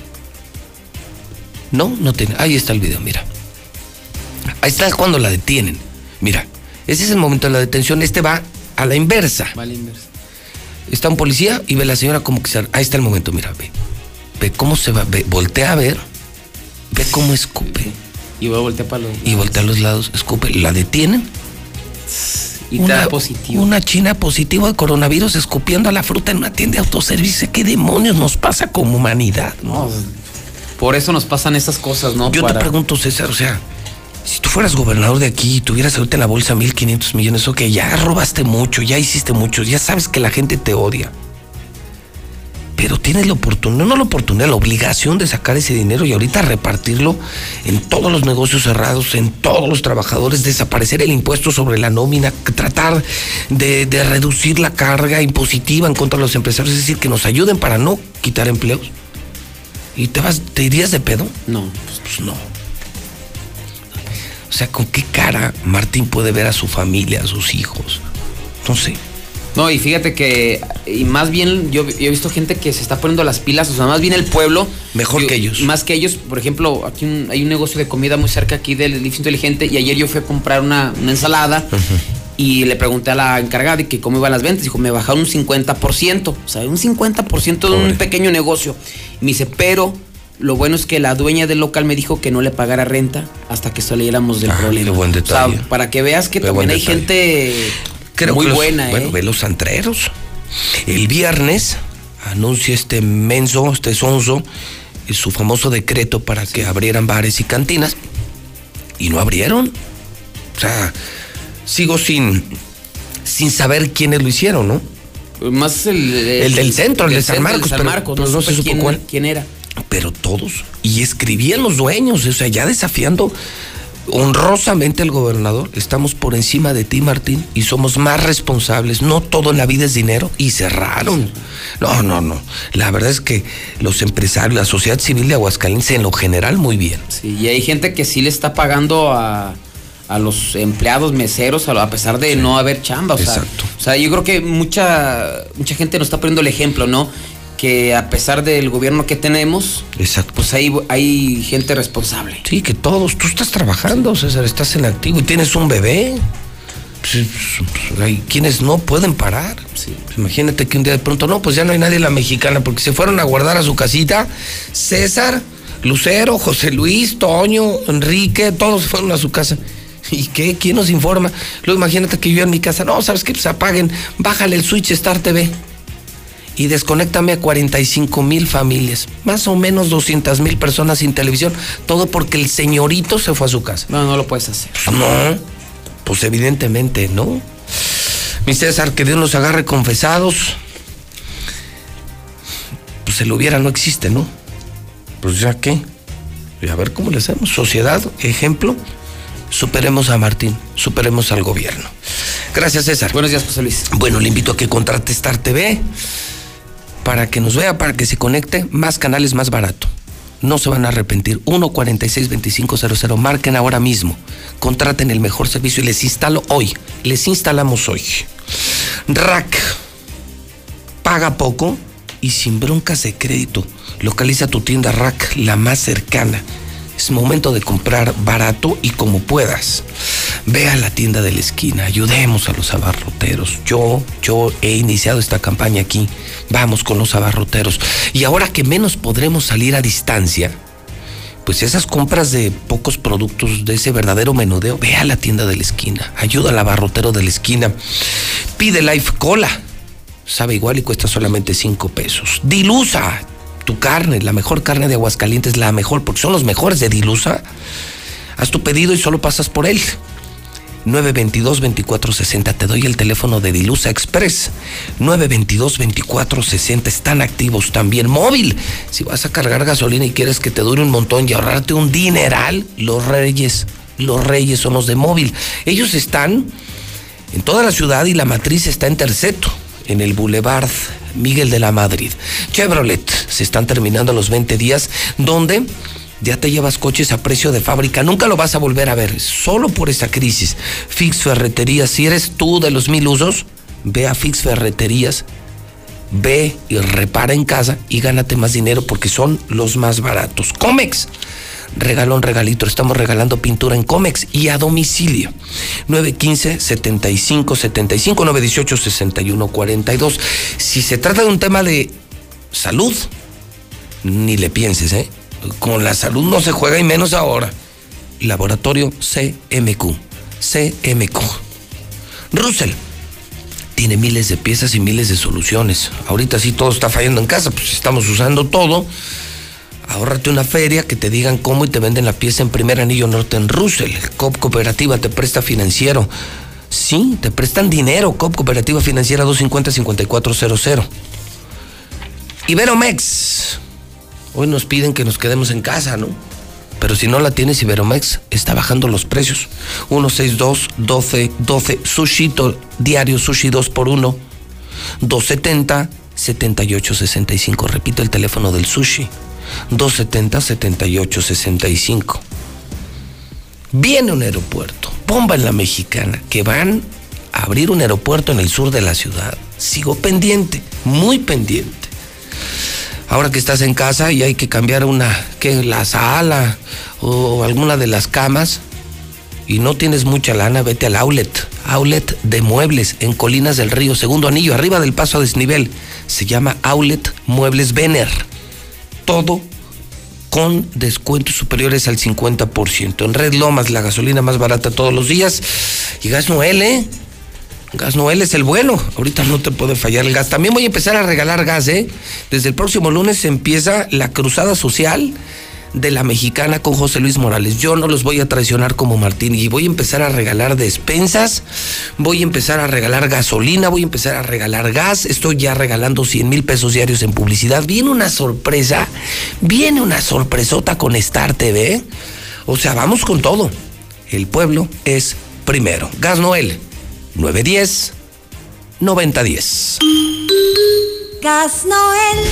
No tiene. Ahí está el video, mira. Ahí está cuando la detienen. Mira, ese es el momento de la detención. Este va a la inversa. Va a la inversa. Está un policía y ve a la señora como que se... Ahí está el momento, mira, ve cómo se va, voltea a ver, ve cómo escupe. Y voltea para los lados. Y voltea a los lados, escupe, la detienen. Y está positivo. Una china positiva de coronavirus escupiendo a la fruta en una tienda de autoservicio. ¿Qué demonios nos pasa como humanidad? No, por eso nos pasan estas cosas, ¿no? Yo te pregunto, César, o sea, si tú fueras gobernador de aquí y tuvieras ahorita en la bolsa 1,500 millones, ok, ya robaste mucho, ya hiciste mucho, ya sabes que la gente te odia. Pero tienes la oportunidad, no la oportunidad, la obligación de sacar ese dinero y ahorita repartirlo en todos los negocios cerrados, en todos los trabajadores, desaparecer el impuesto sobre la nómina, tratar de reducir la carga impositiva en contra de los empresarios, es decir, que nos ayuden para no quitar empleos. ¿Y te irías de pedo? No. Pues no. O sea, ¿con qué cara Martín puede ver a su familia, a sus hijos? No sé. No, y fíjate que, y más bien, yo he visto gente que se está poniendo las pilas, o sea, más bien el pueblo. Mejor que ellos. Más que ellos, por ejemplo, aquí hay un negocio de comida muy cerca aquí del edificio inteligente, y ayer yo fui a comprar una ensalada, y le pregunté a la encargada de que cómo iban las ventas, dijo, me bajaron un 50%, o sea, un 50% de un pequeño negocio. Y me dice, pero lo bueno es que la dueña del local me dijo que no le pagara renta hasta que saliéramos del problema. Qué buen detalle. O sea, para que veas que también hay gente... Creo muy que buena, Bueno, ve los antreros. El viernes anuncia este sonso, su famoso decreto para que abrieran bares y cantinas, y no abrieron. O sea, sigo sin saber quiénes lo hicieron, ¿no? Más el del centro, el de San Marcos, pero no se supo quién era. Pero todos, y escribían los dueños, o sea, ya desafiando honrosamente al gobernador. Estamos por encima de ti, Martín, y somos más responsables. No todo en la vida es dinero, y cerraron. No. La verdad es que los empresarios, la sociedad civil de Aguascalientes en lo general muy bien. Sí, y hay gente que sí le está pagando a los empleados meseros a pesar de no haber chamba. Exacto. O sea, yo creo que mucha gente nos está poniendo el ejemplo, ¿no? Que a pesar del gobierno que tenemos, exacto, pues hay gente responsable. Sí, que todos, tú estás trabajando, César, estás en activo y tienes un bebé. Pues, hay quienes no pueden parar. Sí. Pues imagínate que un día de pronto, no, pues ya no hay nadie en la Mexicana porque se fueron a guardar a su casita. César, Lucero, José Luis, Toño, Enrique, todos fueron a su casa. ¿Y qué? ¿Quién nos informa? Luego imagínate que yo en mi casa, no, ¿sabes qué? Pues apaguen, bájale el switch Star TV y desconéctame a 45,000 familias, más o menos 200,000 personas sin televisión, todo porque el señorito se fue a su casa. No lo puedes hacer. No, pues evidentemente no. Mi César, que Dios nos agarre confesados. Pues el hubiera no existe, ¿no? Pues ya qué. Y a ver cómo le hacemos. Sociedad, ejemplo. Superemos a Martín, superemos al gobierno. Gracias, César. Buenos días, José Luis. Bueno, le invito a que contrate Star TV para que nos vea, para que se conecte, más canales más barato. No se van a arrepentir. 146-2500, marquen ahora mismo. Contraten el mejor servicio y les instalo hoy. Les instalamos hoy. Rack. Paga poco y sin broncas de crédito. Localiza tu tienda Rack, la más cercana. Es momento de comprar barato y como puedas. Ve a la tienda de la esquina, ayudemos a los abarroteros. Yo he iniciado esta campaña aquí. Vamos con los abarroteros. Y ahora que menos podremos salir a distancia, pues esas compras de pocos productos, de ese verdadero menudeo, ve a la tienda de la esquina, ayuda al abarrotero de la esquina. Pide Life Cola, sabe igual y cuesta solamente 5 pesos. Dilusa tu carne, la mejor carne de Aguascalientes, la mejor, porque son los mejores de Dilusa. Haz tu pedido y solo pasas por él. 922-2460, te doy el teléfono de Dilusa Express. 922-2460, están activos también. Móvil, si vas a cargar gasolina y quieres que te dure un montón y ahorrarte un dineral, los Reyes son los de Móvil. Ellos están en toda la ciudad y la matriz está en Terceto, en el Boulevard Miguel de la Madrid. Chevrolet, se están terminando los 20 días donde ya te llevas coches a precio de fábrica. Nunca lo vas a volver a ver, solo por esta crisis. Fix Ferreterías, si eres tú de los 1000 usos, ve a Fix Ferreterías, ve y repara en casa y gánate más dinero porque son los más baratos. Comex, regalón, regalito, estamos regalando pintura en Comex y a domicilio. 915-7575, 918-6142. Si se trata de un tema de salud, ni le pienses, con la salud no se juega y menos ahora. Laboratorio CMQ. Russell tiene miles de piezas y miles de soluciones. Ahorita sí todo está fallando en casa, pues estamos usando todo. Ahórrate una feria, que te digan cómo y te venden la pieza en primer anillo norte en Russell. Coop Cooperativa te presta financiero. Sí, te prestan dinero. Coop Cooperativa Financiera 250-5400. Iberomex. Hoy nos piden que nos quedemos en casa, ¿no? Pero si no la tienes, Iberomex está bajando los precios. 162-1212. Sushito diario, sushi 2x1. 270-7865. Repito el teléfono del sushi. 270-7865. Viene un aeropuerto, bomba en la Mexicana, que van a abrir un aeropuerto en el sur de la ciudad. Sigo pendiente, muy pendiente. Ahora que estás en casa y hay que cambiar la sala o alguna de las camas y no tienes mucha lana, vete al outlet de muebles en Colinas del Río, segundo anillo, arriba del paso a desnivel. Se llama Outlet Muebles Vener. Todo con descuentos superiores al 50%. En Red Lomas, la gasolina más barata todos los días. Y Gas Noel, Gas Noel es el bueno. Ahorita no te puede fallar el gas. También voy a empezar a regalar gas, ¿eh? Desde el próximo lunes empieza la cruzada social de la Mexicana con José Luis Morales. Yo no los voy a traicionar como Martín y voy a empezar a regalar despensas, voy a empezar a regalar gasolina, voy a empezar a regalar gas. Estoy ya regalando 100,000 pesos diarios en publicidad. Viene una sorpresota con Star TV. O sea, vamos con todo. El pueblo es primero. Gas Noel 910-9010. Gas Noel.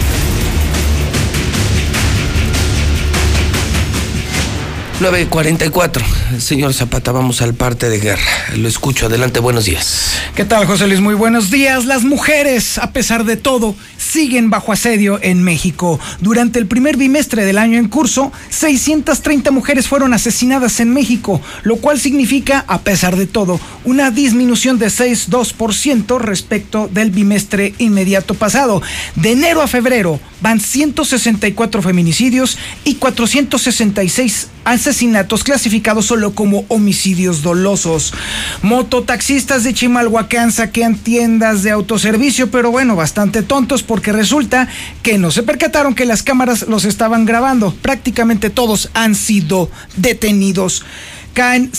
9:44. Señor Zapata, vamos al parte de guerra. Lo escucho. Adelante, buenos días. ¿Qué tal, José Luis? Muy buenos días. Las mujeres, a pesar de todo, siguen bajo asedio en México. Durante el primer bimestre del año en curso, 630 mujeres fueron asesinadas en México, lo cual significa, a pesar de todo, una disminución de 6,2% respecto del bimestre inmediato pasado. De enero a febrero van 164 feminicidios y 466 asesinatos clasificados solo como homicidios dolosos. Mototaxistas de Chimalhuacán saquean tiendas de autoservicio, pero bueno, bastante tontos porque resulta que no se percataron que las cámaras los estaban grabando. Prácticamente todos han sido detenidos. Caen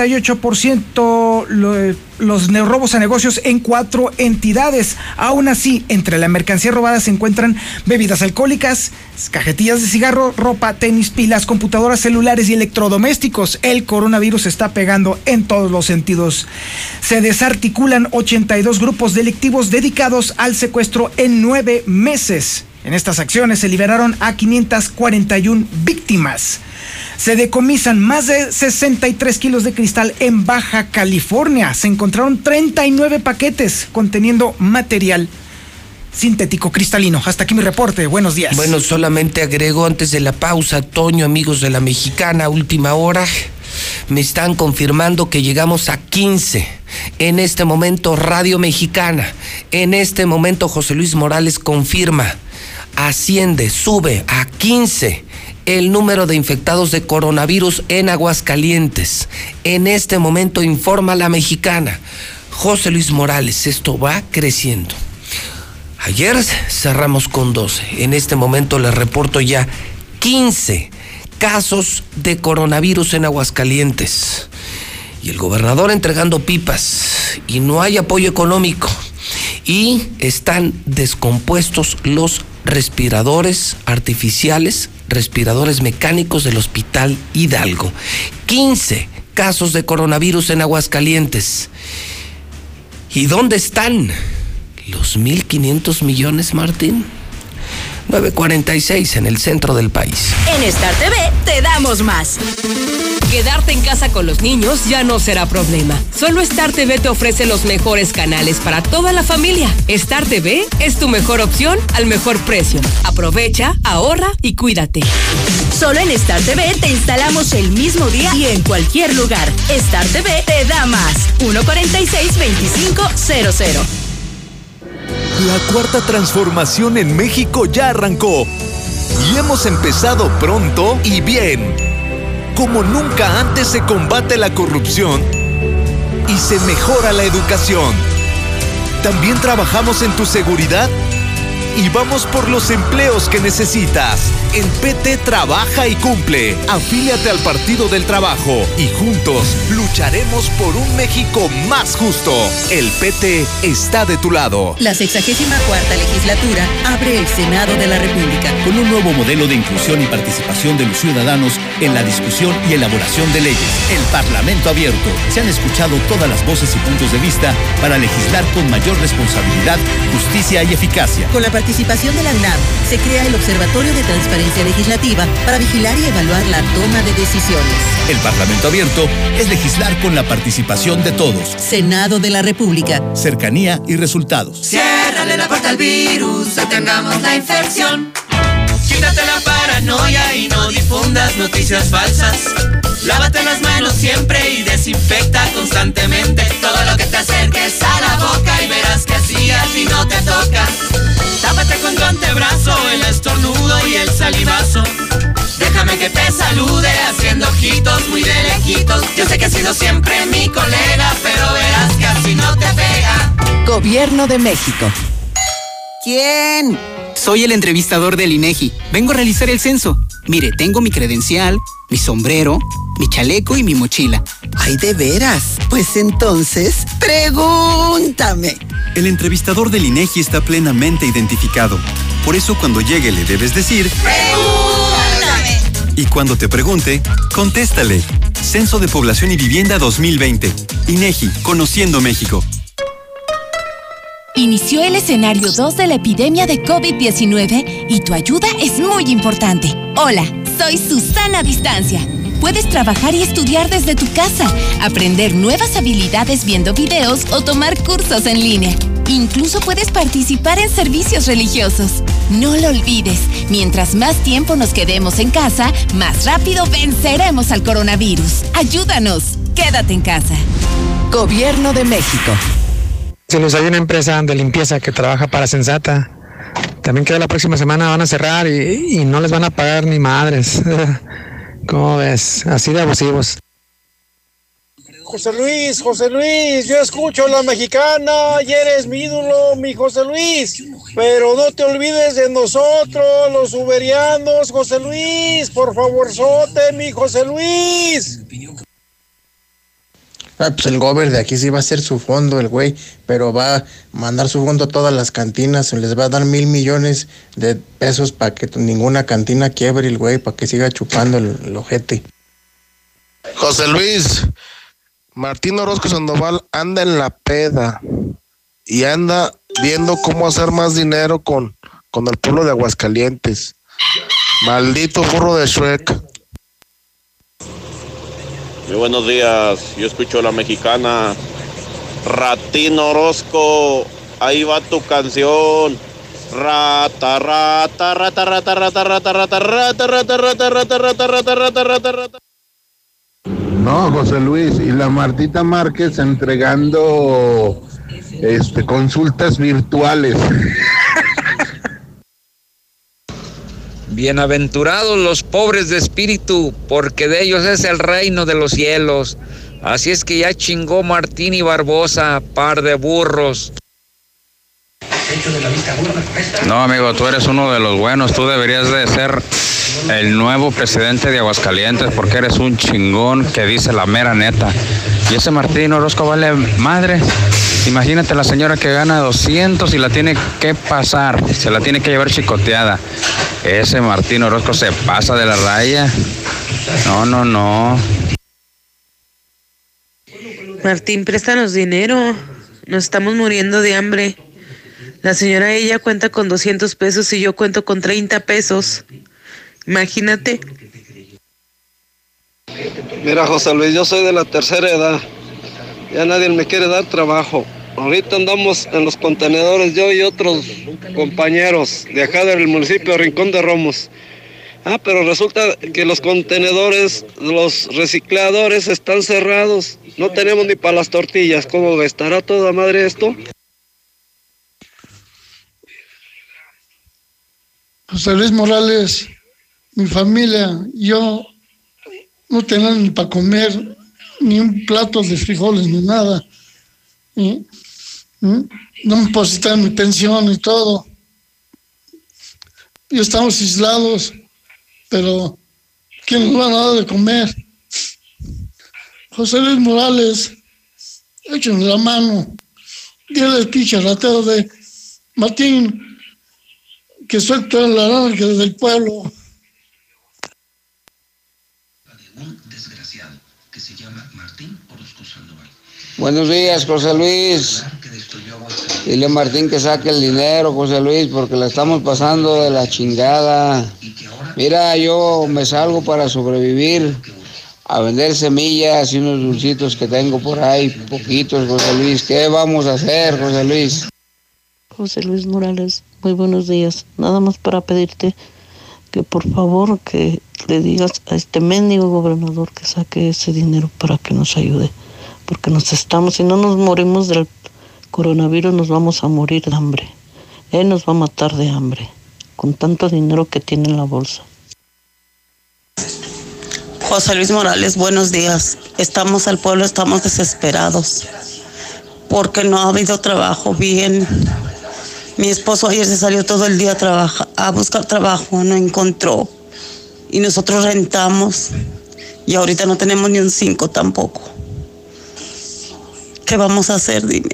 68% los robos a negocios en 4 entidades. Aún así, entre la mercancía robada se encuentran bebidas alcohólicas, cajetillas de cigarro, ropa, tenis, pilas, computadoras, celulares y electrodomésticos. El coronavirus está pegando en todos los sentidos. Se desarticulan 82 grupos delictivos dedicados al secuestro en 9 meses. En estas acciones se liberaron a 541 víctimas. Se decomisan más de 63 kilos de cristal en Baja California. Se encontraron 39 paquetes conteniendo material sintético cristalino. Hasta aquí mi reporte. Buenos días. Bueno, solamente agrego antes de la pausa, Toño, amigos de la Mexicana, última hora. Me están confirmando que llegamos a 15. En este momento, Radio Mexicana. En este momento, José Luis Morales confirma. Asciende, sube a 15 el número de infectados de coronavirus en Aguascalientes. En este momento informa la Mexicana. José Luis Morales, esto va creciendo. Ayer cerramos con 12. En este momento les reporto ya 15 casos de coronavirus en Aguascalientes. Y el gobernador entregando pipas. Y no hay apoyo económico. Y están descompuestos los respiradores artificiales, respiradores mecánicos del Hospital Hidalgo. 15 casos de coronavirus en Aguascalientes. ¿Y dónde están los 1,500 millones, Martín? 9:46 en el centro del país. En Star TV te damos más. Quedarte en casa con los niños ya no será problema. Solo Star TV te ofrece los mejores canales para toda la familia. Star TV es tu mejor opción al mejor precio. Aprovecha, ahorra y cuídate. Solo en Star TV te instalamos el mismo día y en cualquier lugar. Star TV te da más. 146-2500. La cuarta transformación en México ya arrancó y hemos empezado pronto y bien. Como nunca antes se combate la corrupción y se mejora la educación. También trabajamos en tu seguridad y vamos por los empleos que necesitas. El PT trabaja y cumple. Afíliate al Partido del Trabajo y juntos lucharemos por un México más justo. El PT está de tu lado. La 64ª legislatura abre el Senado de la República con un nuevo modelo de inclusión y participación de los ciudadanos en la discusión y elaboración de leyes. El Parlamento abierto. Se han escuchado todas las voces y puntos de vista para legislar con mayor responsabilidad, justicia y eficacia. Con la participación de la UNAM, se crea el Observatorio de Transparencia Legislativa para vigilar y evaluar la toma de decisiones. El Parlamento abierto es legislar con la participación de todos. Senado de la República. Cercanía y resultados. Ciérrale la puerta al virus, detengamos la infección. Quítate la paranoia y no difundas noticias falsas. Lávate las manos siempre y desinfecta constantemente todo lo que te acerques a la boca y verás que así a ti no te toca. Tápate con tu antebrazo, el estornudo y el salivazo. Déjame que te salude haciendo ojitos muy de lejitos. Yo sé que has sido siempre mi colega, pero verás que así no te pega. Gobierno de México. ¿Quién? Soy el entrevistador del INEGI. Vengo a realizar el censo. Mire, tengo mi credencial, mi sombrero, mi chaleco y mi mochila. Ay, ¿de veras? Pues entonces, pregúntame. El entrevistador del INEGI está plenamente identificado. Por eso cuando llegue le debes decir... ¡Pregúntame! Y cuando te pregunte, contéstale. Censo de Población y Vivienda 2020. INEGI, Conociendo México. Inició el escenario 2 de la epidemia de COVID-19 y tu ayuda es muy importante. Hola, soy Susana Distancia. Puedes trabajar y estudiar desde tu casa, aprender nuevas habilidades viendo videos o tomar cursos en línea. Incluso puedes participar en servicios religiosos. No lo olvides, mientras más tiempo nos quedemos en casa, más rápido venceremos al coronavirus. Ayúdanos, quédate en casa. Gobierno de México. Se les hay una empresa de limpieza que trabaja para Sensata. También que la próxima semana van a cerrar y no les van a pagar ni madres. ¿Cómo ves? Así de abusivos. José Luis, yo escucho La Mexicana y eres mi ídolo, mi José Luis. Pero no te olvides de nosotros, los uberianos, José Luis. Por favorzote, mi José Luis. Pues el gober de aquí sí va a hacer su fondo, el güey, pero va a mandar su fondo a todas las cantinas, les va a dar 1,000 millones de pesos para que ninguna cantina quiebre el güey, para que siga chupando el ojete. José Luis, Martín Orozco Sandoval anda en la peda y anda viendo cómo hacer más dinero con el pueblo de Aguascalientes. Maldito burro de Shrek. Muy buenos días, yo escucho La Mexicana. Ratín Orozco, ahí va tu canción. Rata, rata, rata, rata, rata, rata, rata, rata, rata, rata, rata, rata, rata, rata, rata, rata. No, José Luis, y la Martita Márquez entregando consultas virtuales. Bienaventurados los pobres de espíritu, porque de ellos es el reino de los cielos. Así es que ya chingó Martín y Barbosa, par de burros. No, amigo, tú eres uno de los buenos. Tú deberías de ser el nuevo presidente de Aguascalientes, porque eres un chingón que dice la mera neta. Y ese Martín Orozco vale madre. Imagínate la señora que gana 200 y la tiene que pasar, se la tiene que llevar chicoteada. Ese Martín Orozco se pasa de la raya. No. Martín, préstanos dinero. Nos estamos muriendo de hambre. La señora ella cuenta con 200 pesos y yo cuento con 30 pesos. Imagínate. Mira, José Luis, yo soy de la tercera edad. Ya nadie me quiere dar trabajo. Ahorita andamos en los contenedores, yo y otros compañeros de acá del municipio de Rincón de Romos. Pero resulta que los contenedores, los recicladores están cerrados. No tenemos ni para las tortillas. ¿Cómo estará toda madre esto? José Luis Morales, mi familia, yo no tenía ni para comer, ni un plato de frijoles, ni nada. No me depositaron mi pensión y todo. Y estamos aislados, pero ¿quién nos va a dar de comer? José Luis Morales, échenos la mano. Dile al pinche ratero de Martín que suelte la lana que desde el pueblo. Buenos días, José Luis. Dile a Martín que saque el dinero, José Luis, porque la estamos pasando de la chingada. Mira, yo me salgo para sobrevivir a vender semillas y unos dulcitos que tengo por ahí, poquitos, José Luis. ¿Qué vamos a hacer, José Luis? José Luis Morales, muy buenos días. Nada más para pedirte que por favor que le digas a este mendigo gobernador que saque ese dinero para que nos ayude. Porque si no nos morimos del coronavirus, nos vamos a morir de hambre. Él nos va a matar de hambre, con tanto dinero que tiene en la bolsa. José Luis Morales, buenos días. Estamos al pueblo, estamos desesperados porque no ha habido trabajo bien. Mi esposo ayer se salió todo el día a buscar trabajo, no encontró. Y nosotros rentamos y ahorita no tenemos ni un 5 tampoco. ¿Qué vamos a hacer? Dime.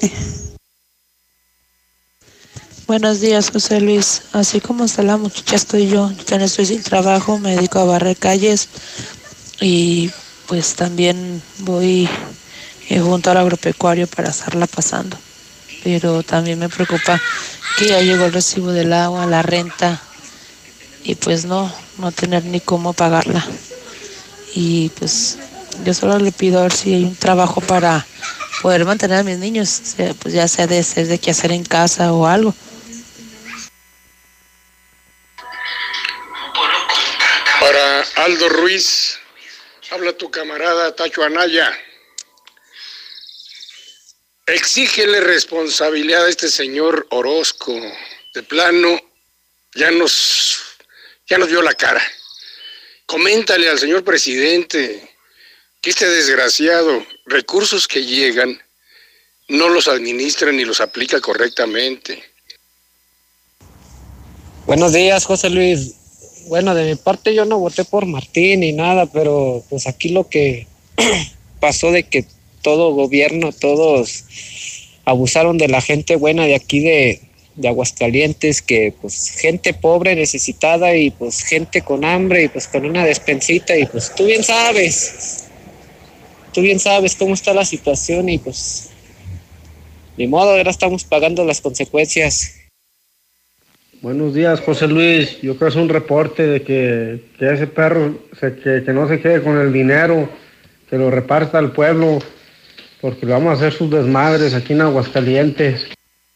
Buenos días, José Luis. Así como está la muchacha estoy yo. Yo también estoy sin trabajo, me dedico a barrer calles y pues también voy junto al agropecuario para estarla pasando. Pero también me preocupa que ya llegó el recibo del agua, la renta y pues no tener ni cómo pagarla. Y pues yo solo le pido a ver si hay un trabajo para poder mantener a mis niños, pues ya sea de ser de qué hacer en casa o algo. Para Aldo Ruiz, habla tu camarada Tacho Anaya. Exígele responsabilidad a este señor Orozco. De plano, ya nos vio la cara. Coméntale al señor presidente que este desgraciado, recursos que llegan, no los administra ni los aplica correctamente. Buenos días, José Luis. Bueno, de mi parte yo no voté por Martín ni nada, pero pues aquí lo que pasó de que todo gobierno, todos abusaron de la gente buena de aquí de Aguascalientes, que pues gente pobre, necesitada y pues gente con hambre y pues con una despensita y pues tú bien sabes cómo está la situación y pues ni modo, ahora estamos pagando las consecuencias. Buenos días, José Luis. Yo creo que es un reporte de que ese perro que no se quede con el dinero, que lo reparta al pueblo, porque le vamos a hacer sus desmadres aquí en Aguascalientes.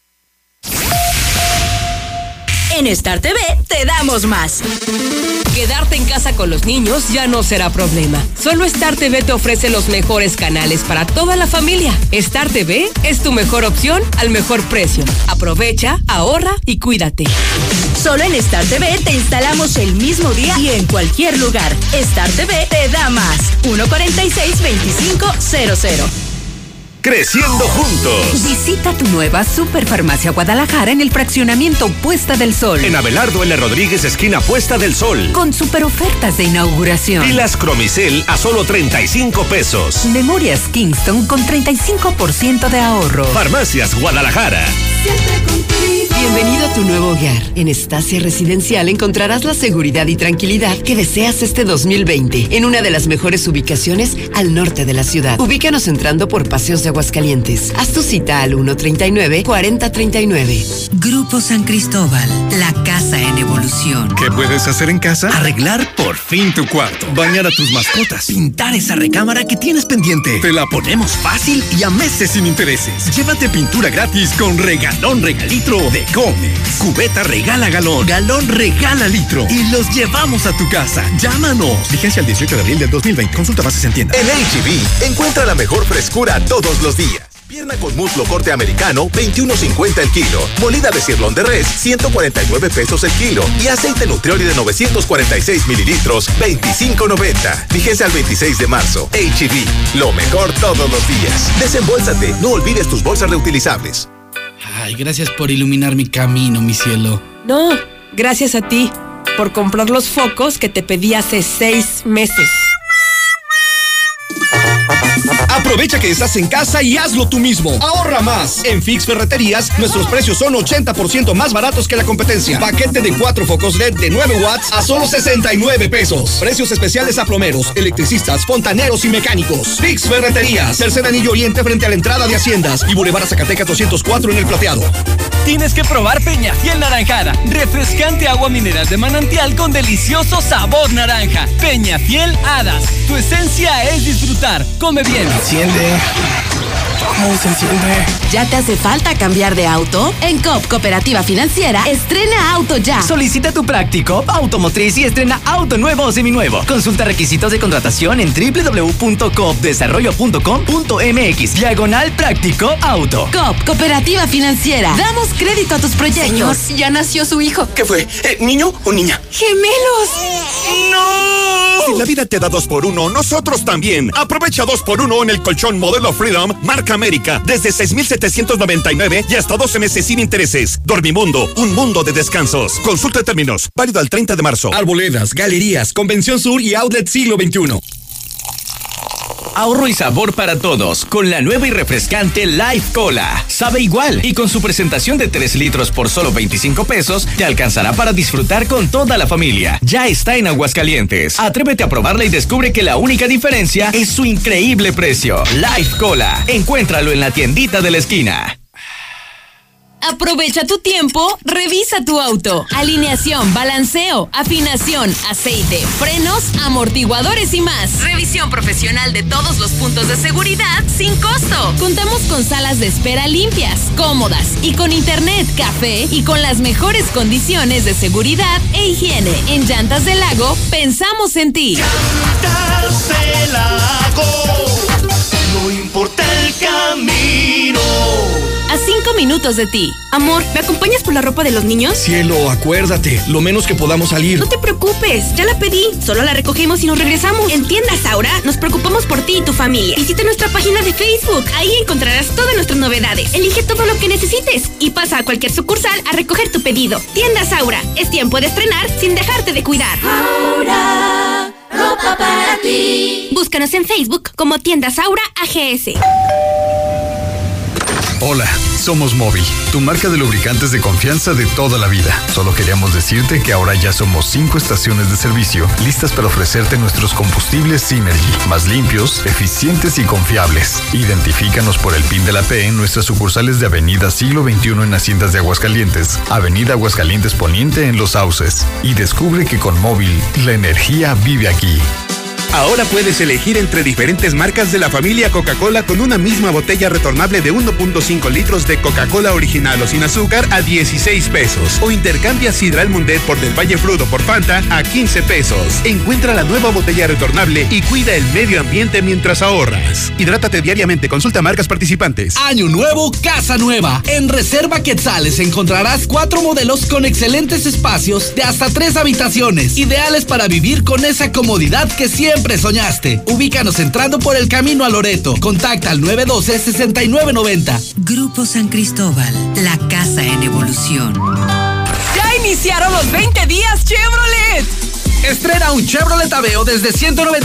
En Star TV te damos más. Quedarte en casa con los niños ya no será problema. Solo Star TV te ofrece los mejores canales para toda la familia. Star TV es tu mejor opción al mejor precio. Aprovecha, ahorra y cuídate. Solo en Star TV te instalamos el mismo día y en cualquier lugar. Star TV te da más. 146-2500. Creciendo juntos. Visita tu nueva Superfarmacia Guadalajara en el fraccionamiento Puesta del Sol. En Abelardo L. Rodríguez, esquina Puesta del Sol. Con super ofertas de inauguración. Pilas Cromicel a solo 35 pesos. Memorias Kingston con 35% de ahorro. Farmacias Guadalajara. Siempre contigo. Bienvenido a tu nuevo hogar. En Estacia Residencial encontrarás la seguridad y tranquilidad que deseas este 2020 en una de las mejores ubicaciones al norte de la ciudad. Ubícanos entrando por Paseos de Aguascalientes. Haz tu cita al 139-4039. Grupo San Cristóbal, la casa en evolución. ¿Qué puedes hacer en casa? Arreglar por fin tu cuarto. Bañar a tus mascotas. Pintar esa recámara que tienes pendiente. Te la ponemos fácil y a meses sin intereses. Llévate pintura gratis con regalón regalitro de Comex. Cubeta regala galón. Galón regala litro. Y los llevamos a tu casa. Llámanos. Vigencia el 18 de abril del 2020. Consulta bases en tienda. En H-E-B, encuentra la mejor frescura todos los días. Pierna con muslo corte americano, $21.50 el kilo. Molida de cirlón de res, $149 pesos el kilo. Y aceite Nutrioli de 946 mililitros, $25.90. Fíjese al 26 de marzo. H-E-B, lo mejor todos los días. Desembolsate, no olvides tus bolsas reutilizables. Ay, gracias por iluminar mi camino, mi cielo. No, gracias a ti por comprar los focos que te pedí hace 6 meses. Aprovecha que estás en casa y hazlo tú mismo. Ahorra más. En Fix Ferreterías, nuestros precios son 80% más baratos que la competencia. Paquete de 4 focos LED de 9 watts a solo 69 pesos. Precios especiales a plomeros, electricistas, fontaneros y mecánicos. Fix Ferreterías, Tercer Anillo Oriente frente a la entrada de Haciendas y Boulevard Zacatecas 204 en El Plateado. Tienes que probar Peñafiel Naranjada. Refrescante agua mineral de manantial con delicioso sabor naranja. Peñafiel Hadas. Tu esencia es disfrutar. Come bien. Enciende. ¿Cómo se enciende? ¿Ya te hace falta cambiar de auto? En COP Cooperativa Financiera, estrena auto ya. Solicita tu Practicop automotriz y estrena auto nuevo o seminuevo. Consulta requisitos de contratación en www.coopdesarrollo.com.mx/Practicop Auto. COP Cooperativa Financiera. Damos crédito a tus proyectos. Señor, ya nació su hijo. ¿Qué fue? ¿Niño o niña? ¡Gemelos! ¡No! Si la vida te da 2x1, nosotros también. Aprovecha 2x1 en el colchón modelo Freedom, marca América, desde 6,799 y hasta 12 meses sin intereses. Dormimundo, un mundo de descansos. Consulta términos, válido al 30 de marzo. Arboledas, galerías, Convención Sur y Outlet Siglo XXI. Ahorro y sabor para todos con la nueva y refrescante Life Cola. Sabe igual y con su presentación de 3 litros por solo 25 pesos te alcanzará para disfrutar con toda la familia. Ya está en Aguascalientes. Atrévete a probarla y descubre que la única diferencia es su increíble precio. Life Cola. Encuéntralo en la tiendita de la esquina. Aprovecha tu tiempo, revisa tu auto. Alineación, balanceo, afinación, aceite, frenos, amortiguadores y más. Revisión profesional de todos los puntos de seguridad sin costo. Contamos con salas de espera limpias, cómodas y con internet, café y con las mejores condiciones de seguridad e higiene. En Llantas del Lago, pensamos en ti. Llantas del Lago, no importa el camino. A 5 minutos de ti. Amor, ¿me acompañas por la ropa de los niños? Cielo, acuérdate, lo menos que podamos salir. No te preocupes, ya la pedí. Solo la recogemos y nos regresamos. En Tiendas Aura nos preocupamos por ti y tu familia. Visita nuestra página de Facebook. Ahí encontrarás todas nuestras novedades. Elige todo lo que necesites y pasa a cualquier sucursal a recoger tu pedido. Tiendas Aura, es tiempo de estrenar sin dejarte de cuidar. Aura, ropa para ti. Búscanos en Facebook como Tiendas Aura AGS. Hola, somos Móvil, tu marca de lubricantes de confianza de toda la vida. Solo queríamos decirte que ahora ya somos 5 estaciones de servicio listas para ofrecerte nuestros combustibles Synergy, más limpios, eficientes y confiables. Identifícanos por el PIN de la P en nuestras sucursales de Avenida Siglo XXI en Haciendas de Aguascalientes, Avenida Aguascalientes Poniente en Los Sauces. Y descubre que con Móvil, la energía vive aquí. Ahora puedes elegir entre diferentes marcas de la familia Coca-Cola con una misma botella retornable de 1.5 litros de Coca-Cola original o sin azúcar a 16 pesos. O intercambia Sidral Mundet por Del Valle Fruto por Fanta a 15 pesos. Encuentra la nueva botella retornable y cuida el medio ambiente mientras ahorras. Hidrátate diariamente, consulta marcas participantes. Año nuevo, casa nueva. En Reserva Quetzales encontrarás 4 modelos con excelentes espacios de hasta 3 habitaciones, ideales para vivir con esa comodidad que siempre soñaste. Ubícanos entrando por el camino a Loreto. Contacta al 912-6990. Grupo San Cristóbal, la casa en evolución. ¡Ya iniciaron los 20 días Chevrolet! Estrena un Chevrolet Aveo desde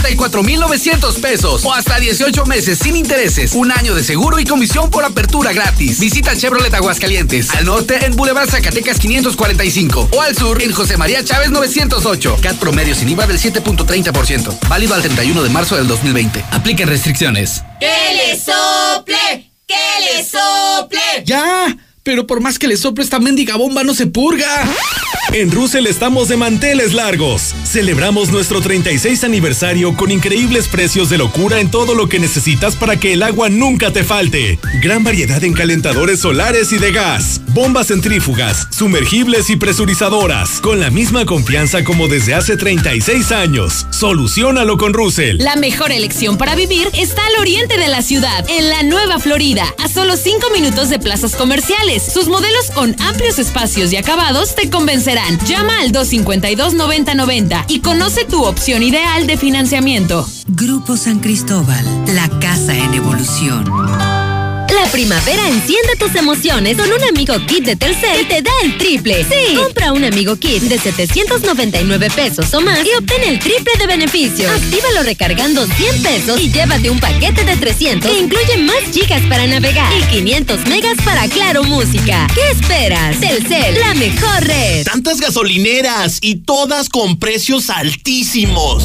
194,900 pesos o hasta 18 meses sin intereses, un año de seguro y comisión por apertura gratis. Visita Chevrolet Aguascalientes, al norte en Boulevard Zacatecas 545 o al sur en José María Chávez 908. CAT promedio sin IVA del 7.30%. Válido al 31 de marzo del 2020. Apliquen restricciones. ¡Que le sople! ¡Que le sople! ¡Ya! Pero por más que le sople esta mendiga bomba no se purga. En Russell estamos de manteles largos. Celebramos nuestro 36 aniversario con increíbles precios de locura en todo lo que necesitas para que el agua nunca te falte. Gran variedad en calentadores solares y de gas, bombas centrífugas, sumergibles y presurizadoras, con la misma confianza como desde hace 36 años. Soluciónalo con Russell. La mejor elección para vivir está al oriente de la ciudad, en la Nueva Florida, a solo 5 minutos de plazas comerciales. Sus modelos con amplios espacios y acabados te convencerán. Llama al 252-9090 y conoce tu opción ideal de financiamiento. Grupo San Cristóbal, la casa en evolución. La primavera enciende tus emociones con un Amigo Kit de Telcel que te da el triple. Sí, compra un Amigo Kit de 799 pesos o más y obtén el triple de beneficios. Actívalo recargando 100 pesos y llévate un paquete de 300 que incluye más gigas para navegar y 500 megas para Claro Música. ¿Qué esperas? Telcel, la mejor red. Tantas gasolineras y todas con precios altísimos.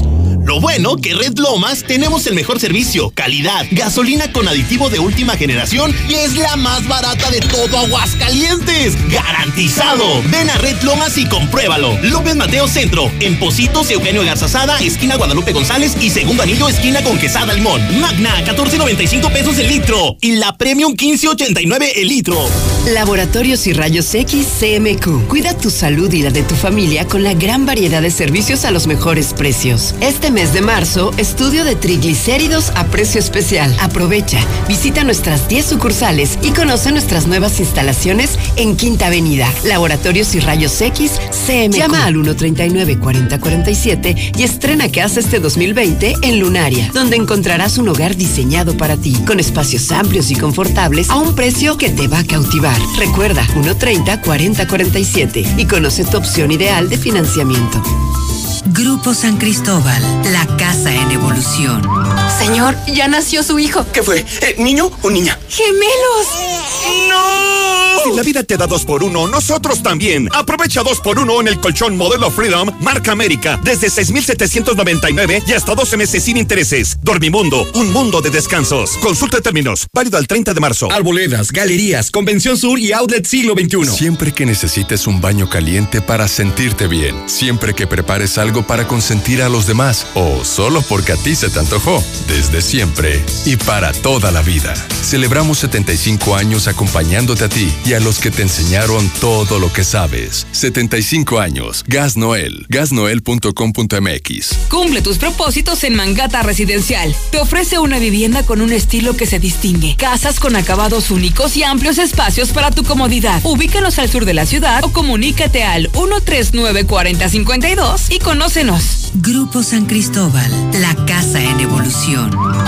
Lo bueno que Red Lomas tenemos el mejor servicio, calidad, gasolina con aditivo de última generación y es la más barata de todo Aguascalientes. ¡Garantizado! Ven a Red Lomas y compruébalo. López Mateo Centro, en Pocitos, Eugenio Garzazada, esquina Guadalupe González y Segundo Anillo, esquina con Quesada Limón. Magna, 14.95 pesos el litro y la Premium 15.89 el litro. Laboratorios y Rayos X CMQ. Cuida tu salud y la de tu familia con la gran variedad de servicios a los mejores precios. Este mes de marzo, estudio de triglicéridos a precio especial. Aprovecha, visita nuestras 10 sucursales y conoce nuestras nuevas instalaciones en Quinta Avenida. Laboratorios y Rayos X CMQ. Llama al 139-4047 y estrena casa este 2020 en Lunaria, donde encontrarás un hogar diseñado para ti, con espacios amplios y confortables a un precio que te va a cautivar. Recuerda, 130-4047 y conoce tu opción ideal de financiamiento. Grupo San Cristóbal, la casa en evolución. Señor, ya nació su hijo. ¿Qué fue? ¿Niño o niña? ¡Gemelos! ¡No! Si la vida te da 2x1, nosotros también. Aprovecha 2x1 en el colchón modelo Freedom, marca América, desde 6,799 y hasta 12 meses sin intereses. Dormimundo, un mundo de descansos. Consulta términos, válido al 30 de marzo. Arboledas, galerías, Convención Sur y Outlet Siglo XXI. Siempre que necesites un baño caliente para sentirte bien, siempre que prepares algo para consentir a los demás o solo porque a ti se te antojó, desde siempre y para toda la vida. Celebramos 75 años acompañándote a ti y a los que te enseñaron todo lo que sabes. 75 años. Gas Noel. gasnoel.com.mx. Cumple tus propósitos en Mangata Residencial. Te ofrece una vivienda con un estilo que se distingue. Casas con acabados únicos y amplios espacios para tu comodidad. Ubícanos al sur de la ciudad o comunícate al 139-4052 y conócenos. Grupo San Cristóbal, la casa en evolución.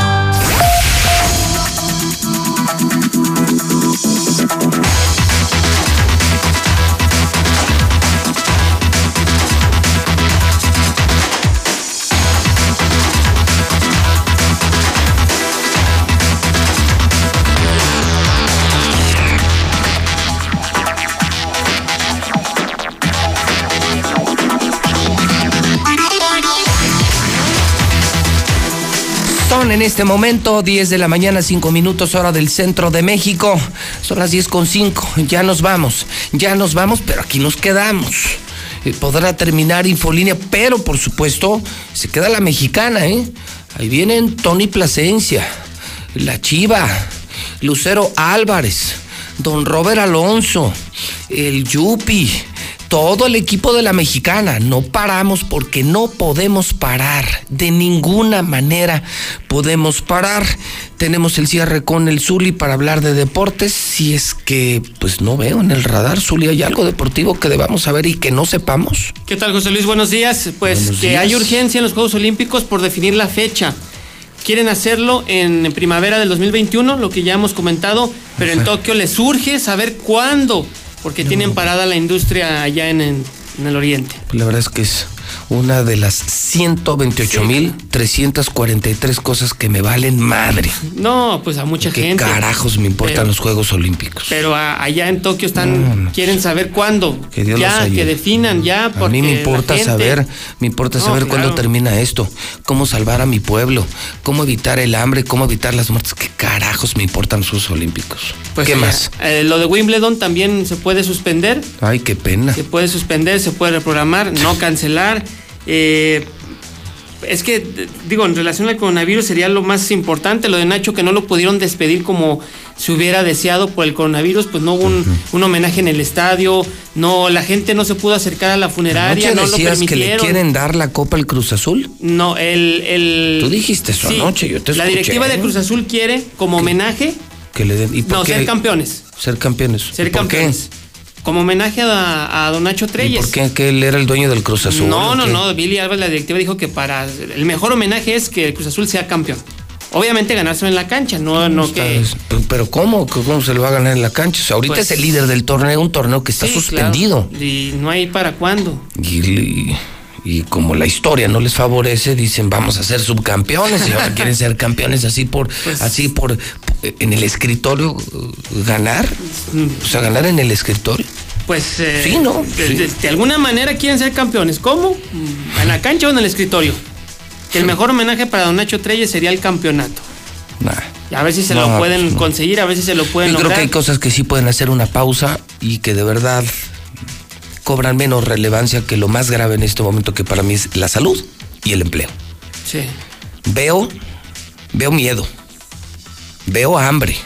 En este momento, 10 de la mañana, 5 minutos, hora del centro de México. Son las 10:05. Ya nos vamos, pero aquí nos quedamos. Podrá terminar Infolínea, pero por supuesto, se queda la mexicana, ¿eh? Ahí vienen Tony Plasencia, La Chiva, Lucero Álvarez, Don Robert Alonso, el Yupi, todo el equipo de la mexicana. No paramos porque no podemos parar. De ninguna manera podemos parar. Tenemos el cierre con el Zuli para hablar de deportes. Si es que, pues no veo en el radar, Zuli, ¿hay algo deportivo que debamos saber y que no sepamos? ¿Qué tal, José Luis? Buenos días. Pues buenos días. Hay urgencia en los Juegos Olímpicos por definir la fecha. Quieren hacerlo en primavera del 2021, lo que ya hemos comentado, pero en Tokio les urge saber cuándo, porque tienen parada la industria allá en el oriente. Pues la verdad es que es una de las 128,343 cosas que me valen madre. No, pues a mucha gente. ¿Qué carajos me importan los Juegos Olímpicos? Pero allá en Tokio quieren saber cuándo. Que Dios los ayude. Que definan ya. A mí me importa saber cuándo termina esto, cómo salvar a mi pueblo, cómo evitar el hambre, cómo evitar las muertes. ¿Qué carajos me importan los Juegos Olímpicos? Pues ¿qué más? Lo de Wimbledon también se puede suspender. Ay, qué pena. Se puede suspender, se puede reprogramar, no cancelar. Es que, digo, en relación al coronavirus sería lo más importante. Lo de Nacho, que no lo pudieron despedir como se hubiera deseado por el coronavirus, pues no hubo un homenaje en el estadio, no, la gente no se pudo acercar a la funeraria, no lo permitieron. ¿Que le quieren dar la copa al Cruz Azul? No, Tú dijiste eso anoche, yo te escuché. La directiva de Cruz Azul quiere, como homenaje, que le den, ¿y por qué? Ser campeones. Ser campeones. Ser campeones. ¿Qué? Como homenaje a don Nacho Treyes. ¿Y por qué? ¿Que él era el dueño del Cruz Azul? No. Billy Álvarez, la directiva, dijo que para el mejor homenaje es que el Cruz Azul sea campeón. Obviamente ganárselo en la cancha, no que... Pero ¿cómo? ¿Cómo se lo va a ganar en la cancha? O sea, ahorita es el líder del torneo, un torneo que está suspendido. Claro. Y no hay para cuándo. Y como la historia no les favorece, dicen vamos a ser subcampeones y ahora quieren ser campeones así por en el escritorio ganar, o sea, ganar en el escritorio. Pues sí, ¿no? De alguna manera quieren ser campeones. ¿Cómo? ¿En la cancha o en el escritorio? que el mejor homenaje para don Nacho Treyes sería el campeonato. A ver si se lo pueden conseguir, a ver si se lo pueden lograr. Yo creo que hay cosas que sí pueden hacer una pausa y que de verdad cobran menos relevancia que lo más grave en este momento, que para mí es la salud y el empleo. Sí. Veo miedo, veo hambre,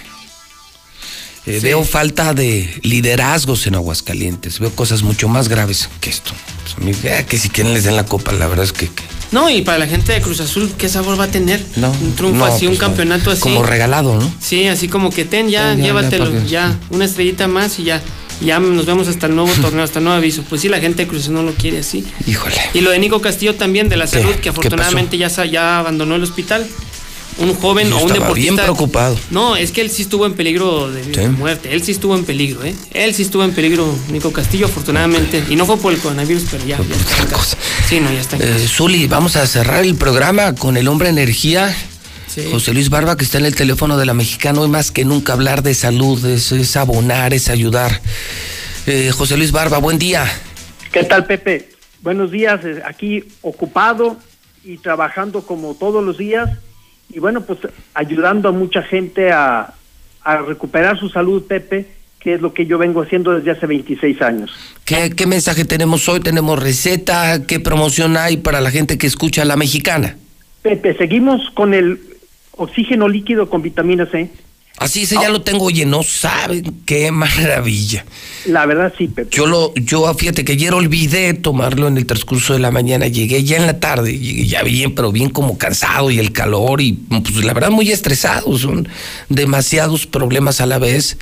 veo falta de liderazgos en Aguascalientes, veo cosas mucho más graves que esto. Que si quieren les den la copa, la verdad es que... No, y para la gente de Cruz Azul, ¿qué sabor va a tener? No, un triunfo así, un campeonato así. Como regalado, ¿no? Sí, así como que llévatelo, una estrellita más y ya nos vemos hasta el nuevo torneo, hasta el nuevo aviso. Pues sí, la gente de Cruz Azul no lo quiere así. Híjole. Y lo de Nico Castillo también, de la salud, que afortunadamente ya abandonó el hospital. Un joven o un deportista. Bien preocupado. No, es que él sí estuvo en peligro de muerte. Él sí estuvo en peligro, ¿eh? Él sí estuvo en peligro, Nico Castillo, afortunadamente. Y no fue por el coronavirus, pero ya está en casa. Sí, no, ya está en casa. Zuli, vamos a cerrar el programa con el hombre energía. Sí. José Luis Barba, que está en el teléfono de la Mexicana. Hoy más que nunca hablar de salud, es abonar, es ayudar. José Luis Barba, buen día. ¿Qué tal, Pepe? Buenos días, aquí ocupado y trabajando como todos los días. Y bueno, pues ayudando a mucha gente a recuperar su salud, Pepe, que es lo que yo vengo haciendo desde hace 26 años. ¿Qué mensaje tenemos hoy? ¿Tenemos receta? ¿Qué promoción hay para la gente que escucha La Mexicana? Pepe, seguimos con el oxígeno líquido con vitamina C. Así ya lo tengo. Oye, no saben qué maravilla. La verdad sí, Pepe. Yo fíjate que ayer olvidé tomarlo en el transcurso de la mañana. Llegué ya en la tarde, llegué ya bien, pero bien como cansado y el calor y pues la verdad muy estresado. Son demasiados problemas a la vez.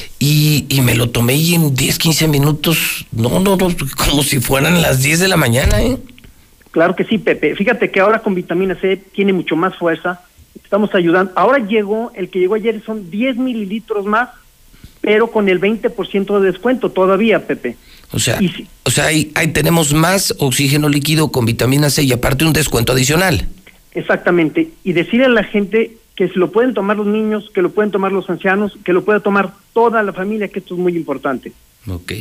Y me lo tomé y en 10, 15 minutos, no, como si fueran las 10 de la mañana, ¿eh? Claro que sí, Pepe. Fíjate que ahora con vitamina C tiene mucho más fuerza. Estamos ayudando. Ahora el que llegó ayer son 10 mililitros más, pero con el 20% de descuento todavía, Pepe. O sea, ahí tenemos más oxígeno líquido con vitamina C y aparte un descuento adicional. Exactamente. Y decirle a la gente que se lo pueden tomar los niños, que lo pueden tomar los ancianos, que lo puede tomar toda la familia, que esto es muy importante. Ok.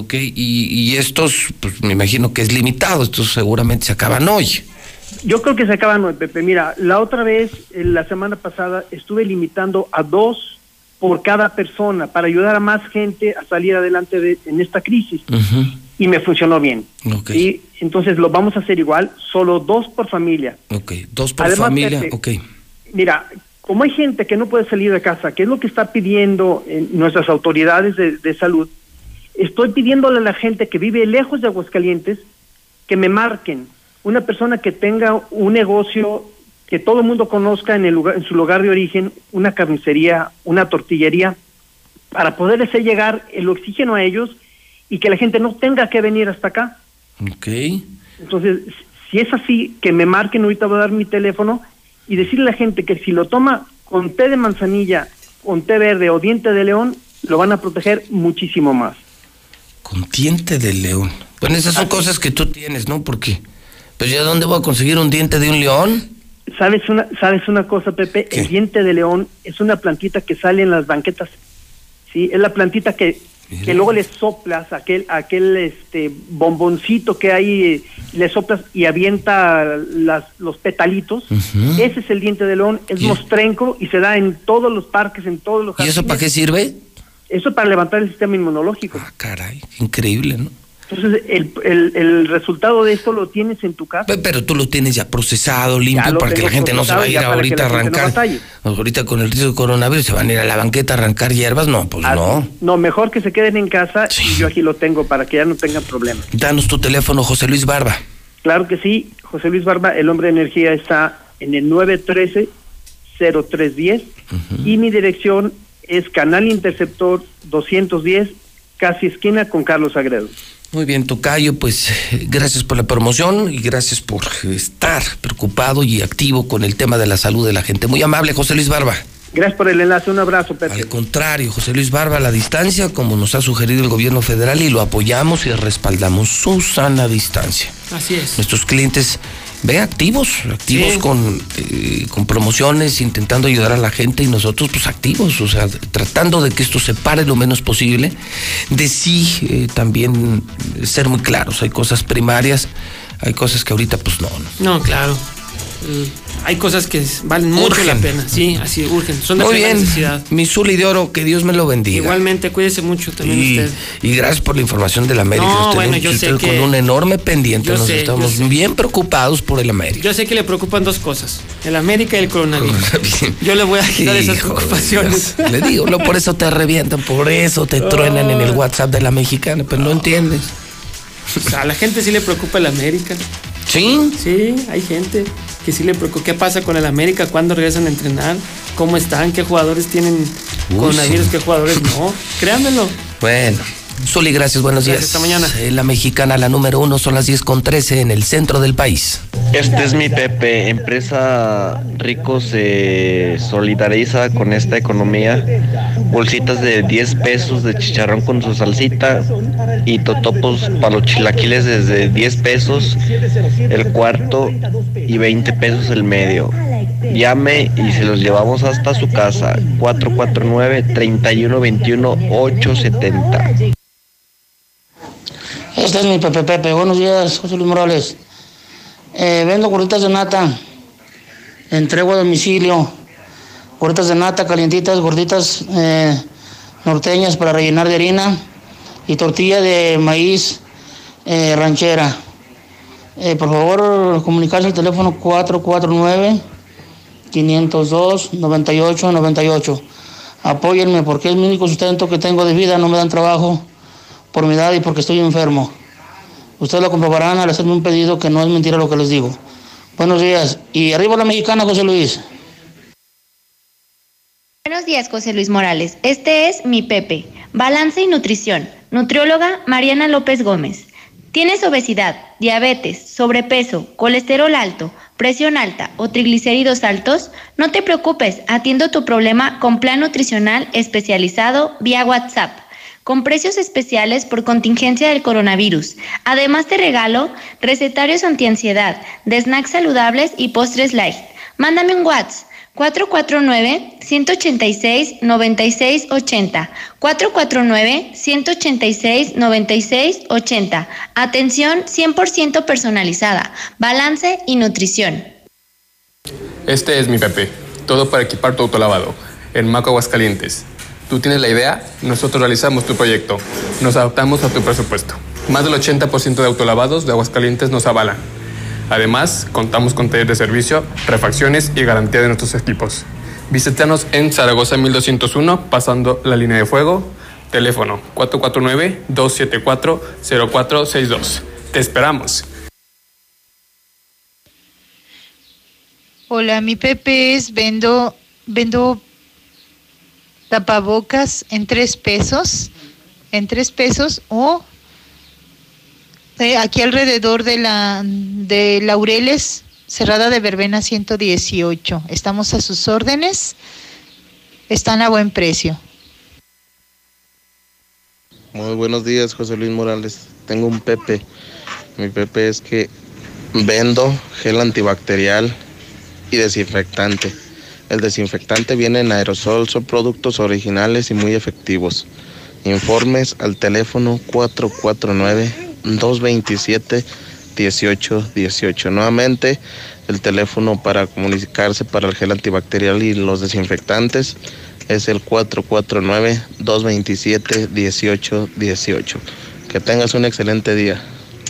Y estos, pues me imagino que es limitado. Estos seguramente se acaban hoy. Yo creo que se acaban hoy, Pepe. Mira, la otra vez, la semana pasada, estuve limitando a 2 por cada persona para ayudar a más gente a salir adelante en esta crisis. Uh-huh. Y me funcionó bien. Okay. Y entonces lo vamos a hacer igual, solo 2 por familia. Ok, 2 por familia, Pepe, ok. Mira, como hay gente que no puede salir de casa, que es lo que está pidiendo nuestras autoridades de salud, estoy pidiéndole a la gente que vive lejos de Aguascalientes que me marquen. Una persona que tenga un negocio que todo el mundo conozca en su lugar de origen, una carnicería, una tortillería, para poder hacer llegar el oxígeno a ellos y que la gente no tenga que venir hasta acá. Ok. Entonces, si es así, que me marquen, ahorita voy a dar mi teléfono y decirle a la gente que si lo toma con té de manzanilla, con té verde o diente de león, lo van a proteger muchísimo más. Con diente de león. Bueno, esas son cosas que tú tienes, ¿no? Porque... Pues ya, ¿dónde voy a conseguir un diente de un león? ¿Sabes una cosa, Pepe? ¿Qué? El diente de león es una plantita que sale en las banquetas. Sí, es la plantita que luego le soplas aquel bomboncito que hay, le soplas y avienta los petalitos. Uh-huh. Ese es el diente de león, es mostrenco y se da en todos los parques, en todos los jardines. ¿Y eso para qué sirve? Eso para levantar el sistema inmunológico. Ah, caray, increíble, ¿no? Entonces, el resultado de esto lo tienes en tu casa. Pero tú lo tienes ya procesado, limpio, para que la gente no se vaya a ir ahorita a arrancar. No, ahorita con el riesgo de coronavirus se van a ir a la banqueta a arrancar hierbas. No, pues no. No, mejor que se queden en casa y yo aquí lo tengo para que ya no tengan problemas. Danos tu teléfono, José Luis Barba. Claro que sí, José Luis Barba, el hombre de energía, está en el 913-0310 y mi dirección es Canal Interceptor 210, casi esquina con Carlos Sagredo. Muy bien, tocayo, pues gracias por la promoción y gracias por estar preocupado y activo con el tema de la salud de la gente. Muy amable, José Luis Barba. Gracias por el enlace, un abrazo, Pepe. Al contrario, José Luis Barba a la distancia, como nos ha sugerido el gobierno federal, y lo apoyamos y respaldamos, su sana distancia. Así es. Nuestros clientes, activos sí, con promociones, intentando ayudar a la gente, y nosotros pues activos, o sea, tratando de que esto se pare lo menos posible, de sí también ser muy claros. Hay cosas primarias, hay cosas que ahorita pues no. No, claro. Hay cosas que valen mucho la pena, sí, así urgen, son de muy primera bien, necesidad. mi Zuli de oro, que Dios me lo bendiga. Igualmente, cuídese mucho también usted. Y gracias por la información del América. No, bueno, yo sé con que... un enorme pendiente, nos estamos yo bien preocupados por el América. Yo sé que le preocupan dos cosas, el América y el coronavirus. Yo le voy a quitar esas preocupaciones. Dios, le digo, por eso te revientan, por eso te truenan en el WhatsApp de la mexicana, pero no entiendes. O sea, a la gente sí le preocupa el América. ¿Sí? Sí, hay gente que sí le preocupa. ¿Qué pasa con el América? ¿Cuándo regresan a entrenar? ¿Cómo están? ¿Qué jugadores tienen coronavirus? Sí. ¿Qué jugadores no? Créanmelo. Bueno, Zuli, gracias, buenos días. Hasta mañana. La mexicana, la número 1, son las 10:13 en el centro del país. Este es mi Pepe. Empresa Rico se solidariza con esta economía. Bolsitas de 10 pesos de chicharrón con su salsita y totopos para los chilaquiles desde 10 pesos el cuarto y 20 pesos el medio. Llame y se los llevamos hasta su casa. 449-3121-870. Este es mi Pepe. Buenos días, José Luis Morales. Vendo gorditas de nata. Entrego a domicilio. Gorditas de nata calientitas, gorditas norteñas para rellenar de harina y tortilla de maíz ranchera. Por favor, comunicarse al teléfono 449-502-9898. Apóyenme porque es mi único sustento que tengo de vida, no me dan trabajo por mi edad y porque estoy enfermo. Ustedes lo comprobarán al hacerme un pedido que no es mentira lo que les digo. Buenos días. Y arriba la mexicana, José Luis. Buenos días, José Luis Morales. Este es mi Pepe. Balance y nutrición. Nutrióloga Mariana López Gómez. ¿Tienes obesidad, diabetes, sobrepeso, colesterol alto, presión alta o triglicéridos altos? No te preocupes, atiendo tu problema con plan nutricional especializado vía WhatsApp, con precios especiales por contingencia del coronavirus. Además te regalo recetarios antiansiedad, de snacks saludables y postres light. Mándame un WhatsApp 449-186-9680. 449-186-9680. Atención 100% personalizada, balance y nutrición. Este es mi Pepe. Todo para equipar tu autolavado. En Maco Aguascalientes. Tú tienes la idea, nosotros realizamos tu proyecto. Nos adaptamos a tu presupuesto. Más del 80% de autolavados de Aguascalientes nos avalan. Además, contamos con taller de servicio, refacciones y garantía de nuestros equipos. Visítanos en Zaragoza 1201, pasando la línea de fuego. Teléfono 449-274-0462. Te esperamos. Hola, mi Pepe es vendo tapabocas en 3 pesos. En 3 pesos o... aquí alrededor de Laureles, Cerrada de Verbena 118. Estamos a sus órdenes. Están a buen precio. Muy buenos días, José Luis Morales. Tengo un Pepe. Mi Pepe es que vendo gel antibacterial y desinfectante. El desinfectante viene en aerosol, son productos originales y muy efectivos. Informes al teléfono 449-227-1818. Nuevamente, el teléfono para comunicarse para el gel antibacterial y los desinfectantes es el 449-227-1818. Que tengas un excelente día.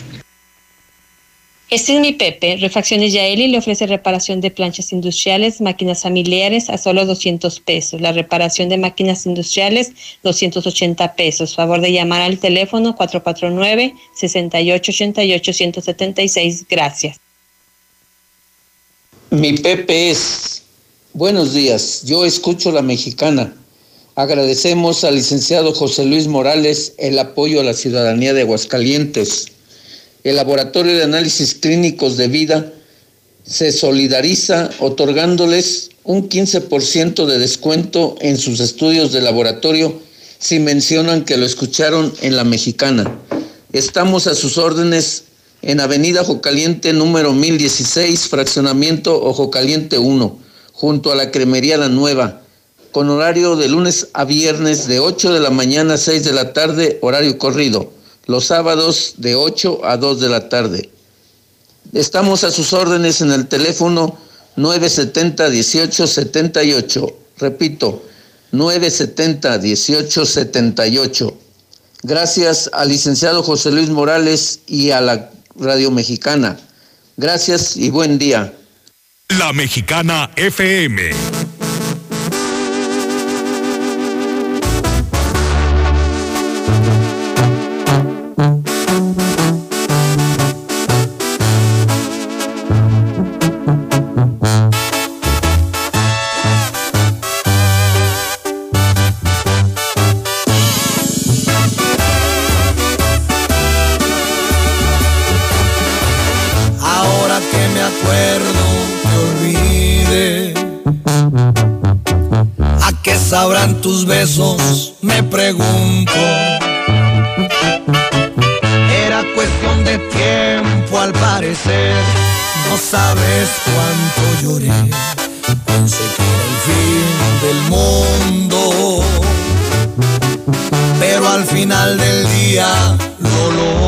Este es mi Pepe. Refacciones Yaeli le ofrece reparación de planchas industriales, máquinas familiares a solo 200 pesos. La reparación de máquinas industriales, 280 pesos. Favor de llamar al teléfono 449-6888-176. Gracias. Mi Pepe es... Buenos días, yo escucho la mexicana. Agradecemos al licenciado José Luis Morales el apoyo a la ciudadanía de Aguascalientes. El Laboratorio de Análisis Clínicos de Vida se solidariza otorgándoles un 15% de descuento en sus estudios de laboratorio si mencionan que lo escucharon en La Mexicana. Estamos a sus órdenes en Avenida Ojo Caliente número 1016, fraccionamiento Ojo Caliente 1, junto a la Cremería La Nueva, con horario de lunes a viernes de 8 de la mañana a 6 de la tarde, horario corrido. Los sábados de 8 a 2 de la tarde. Estamos a sus órdenes en el teléfono 970-1878. Repito, 970-1878. Gracias al licenciado José Luis Morales y a la Radio Mexicana. Gracias y buen día. La Mexicana FM. Sabrán tus besos, me pregunto. Era cuestión de tiempo al parecer. No sabes cuánto lloré. Pensé que era el fin del mundo, pero al final del día lo logré.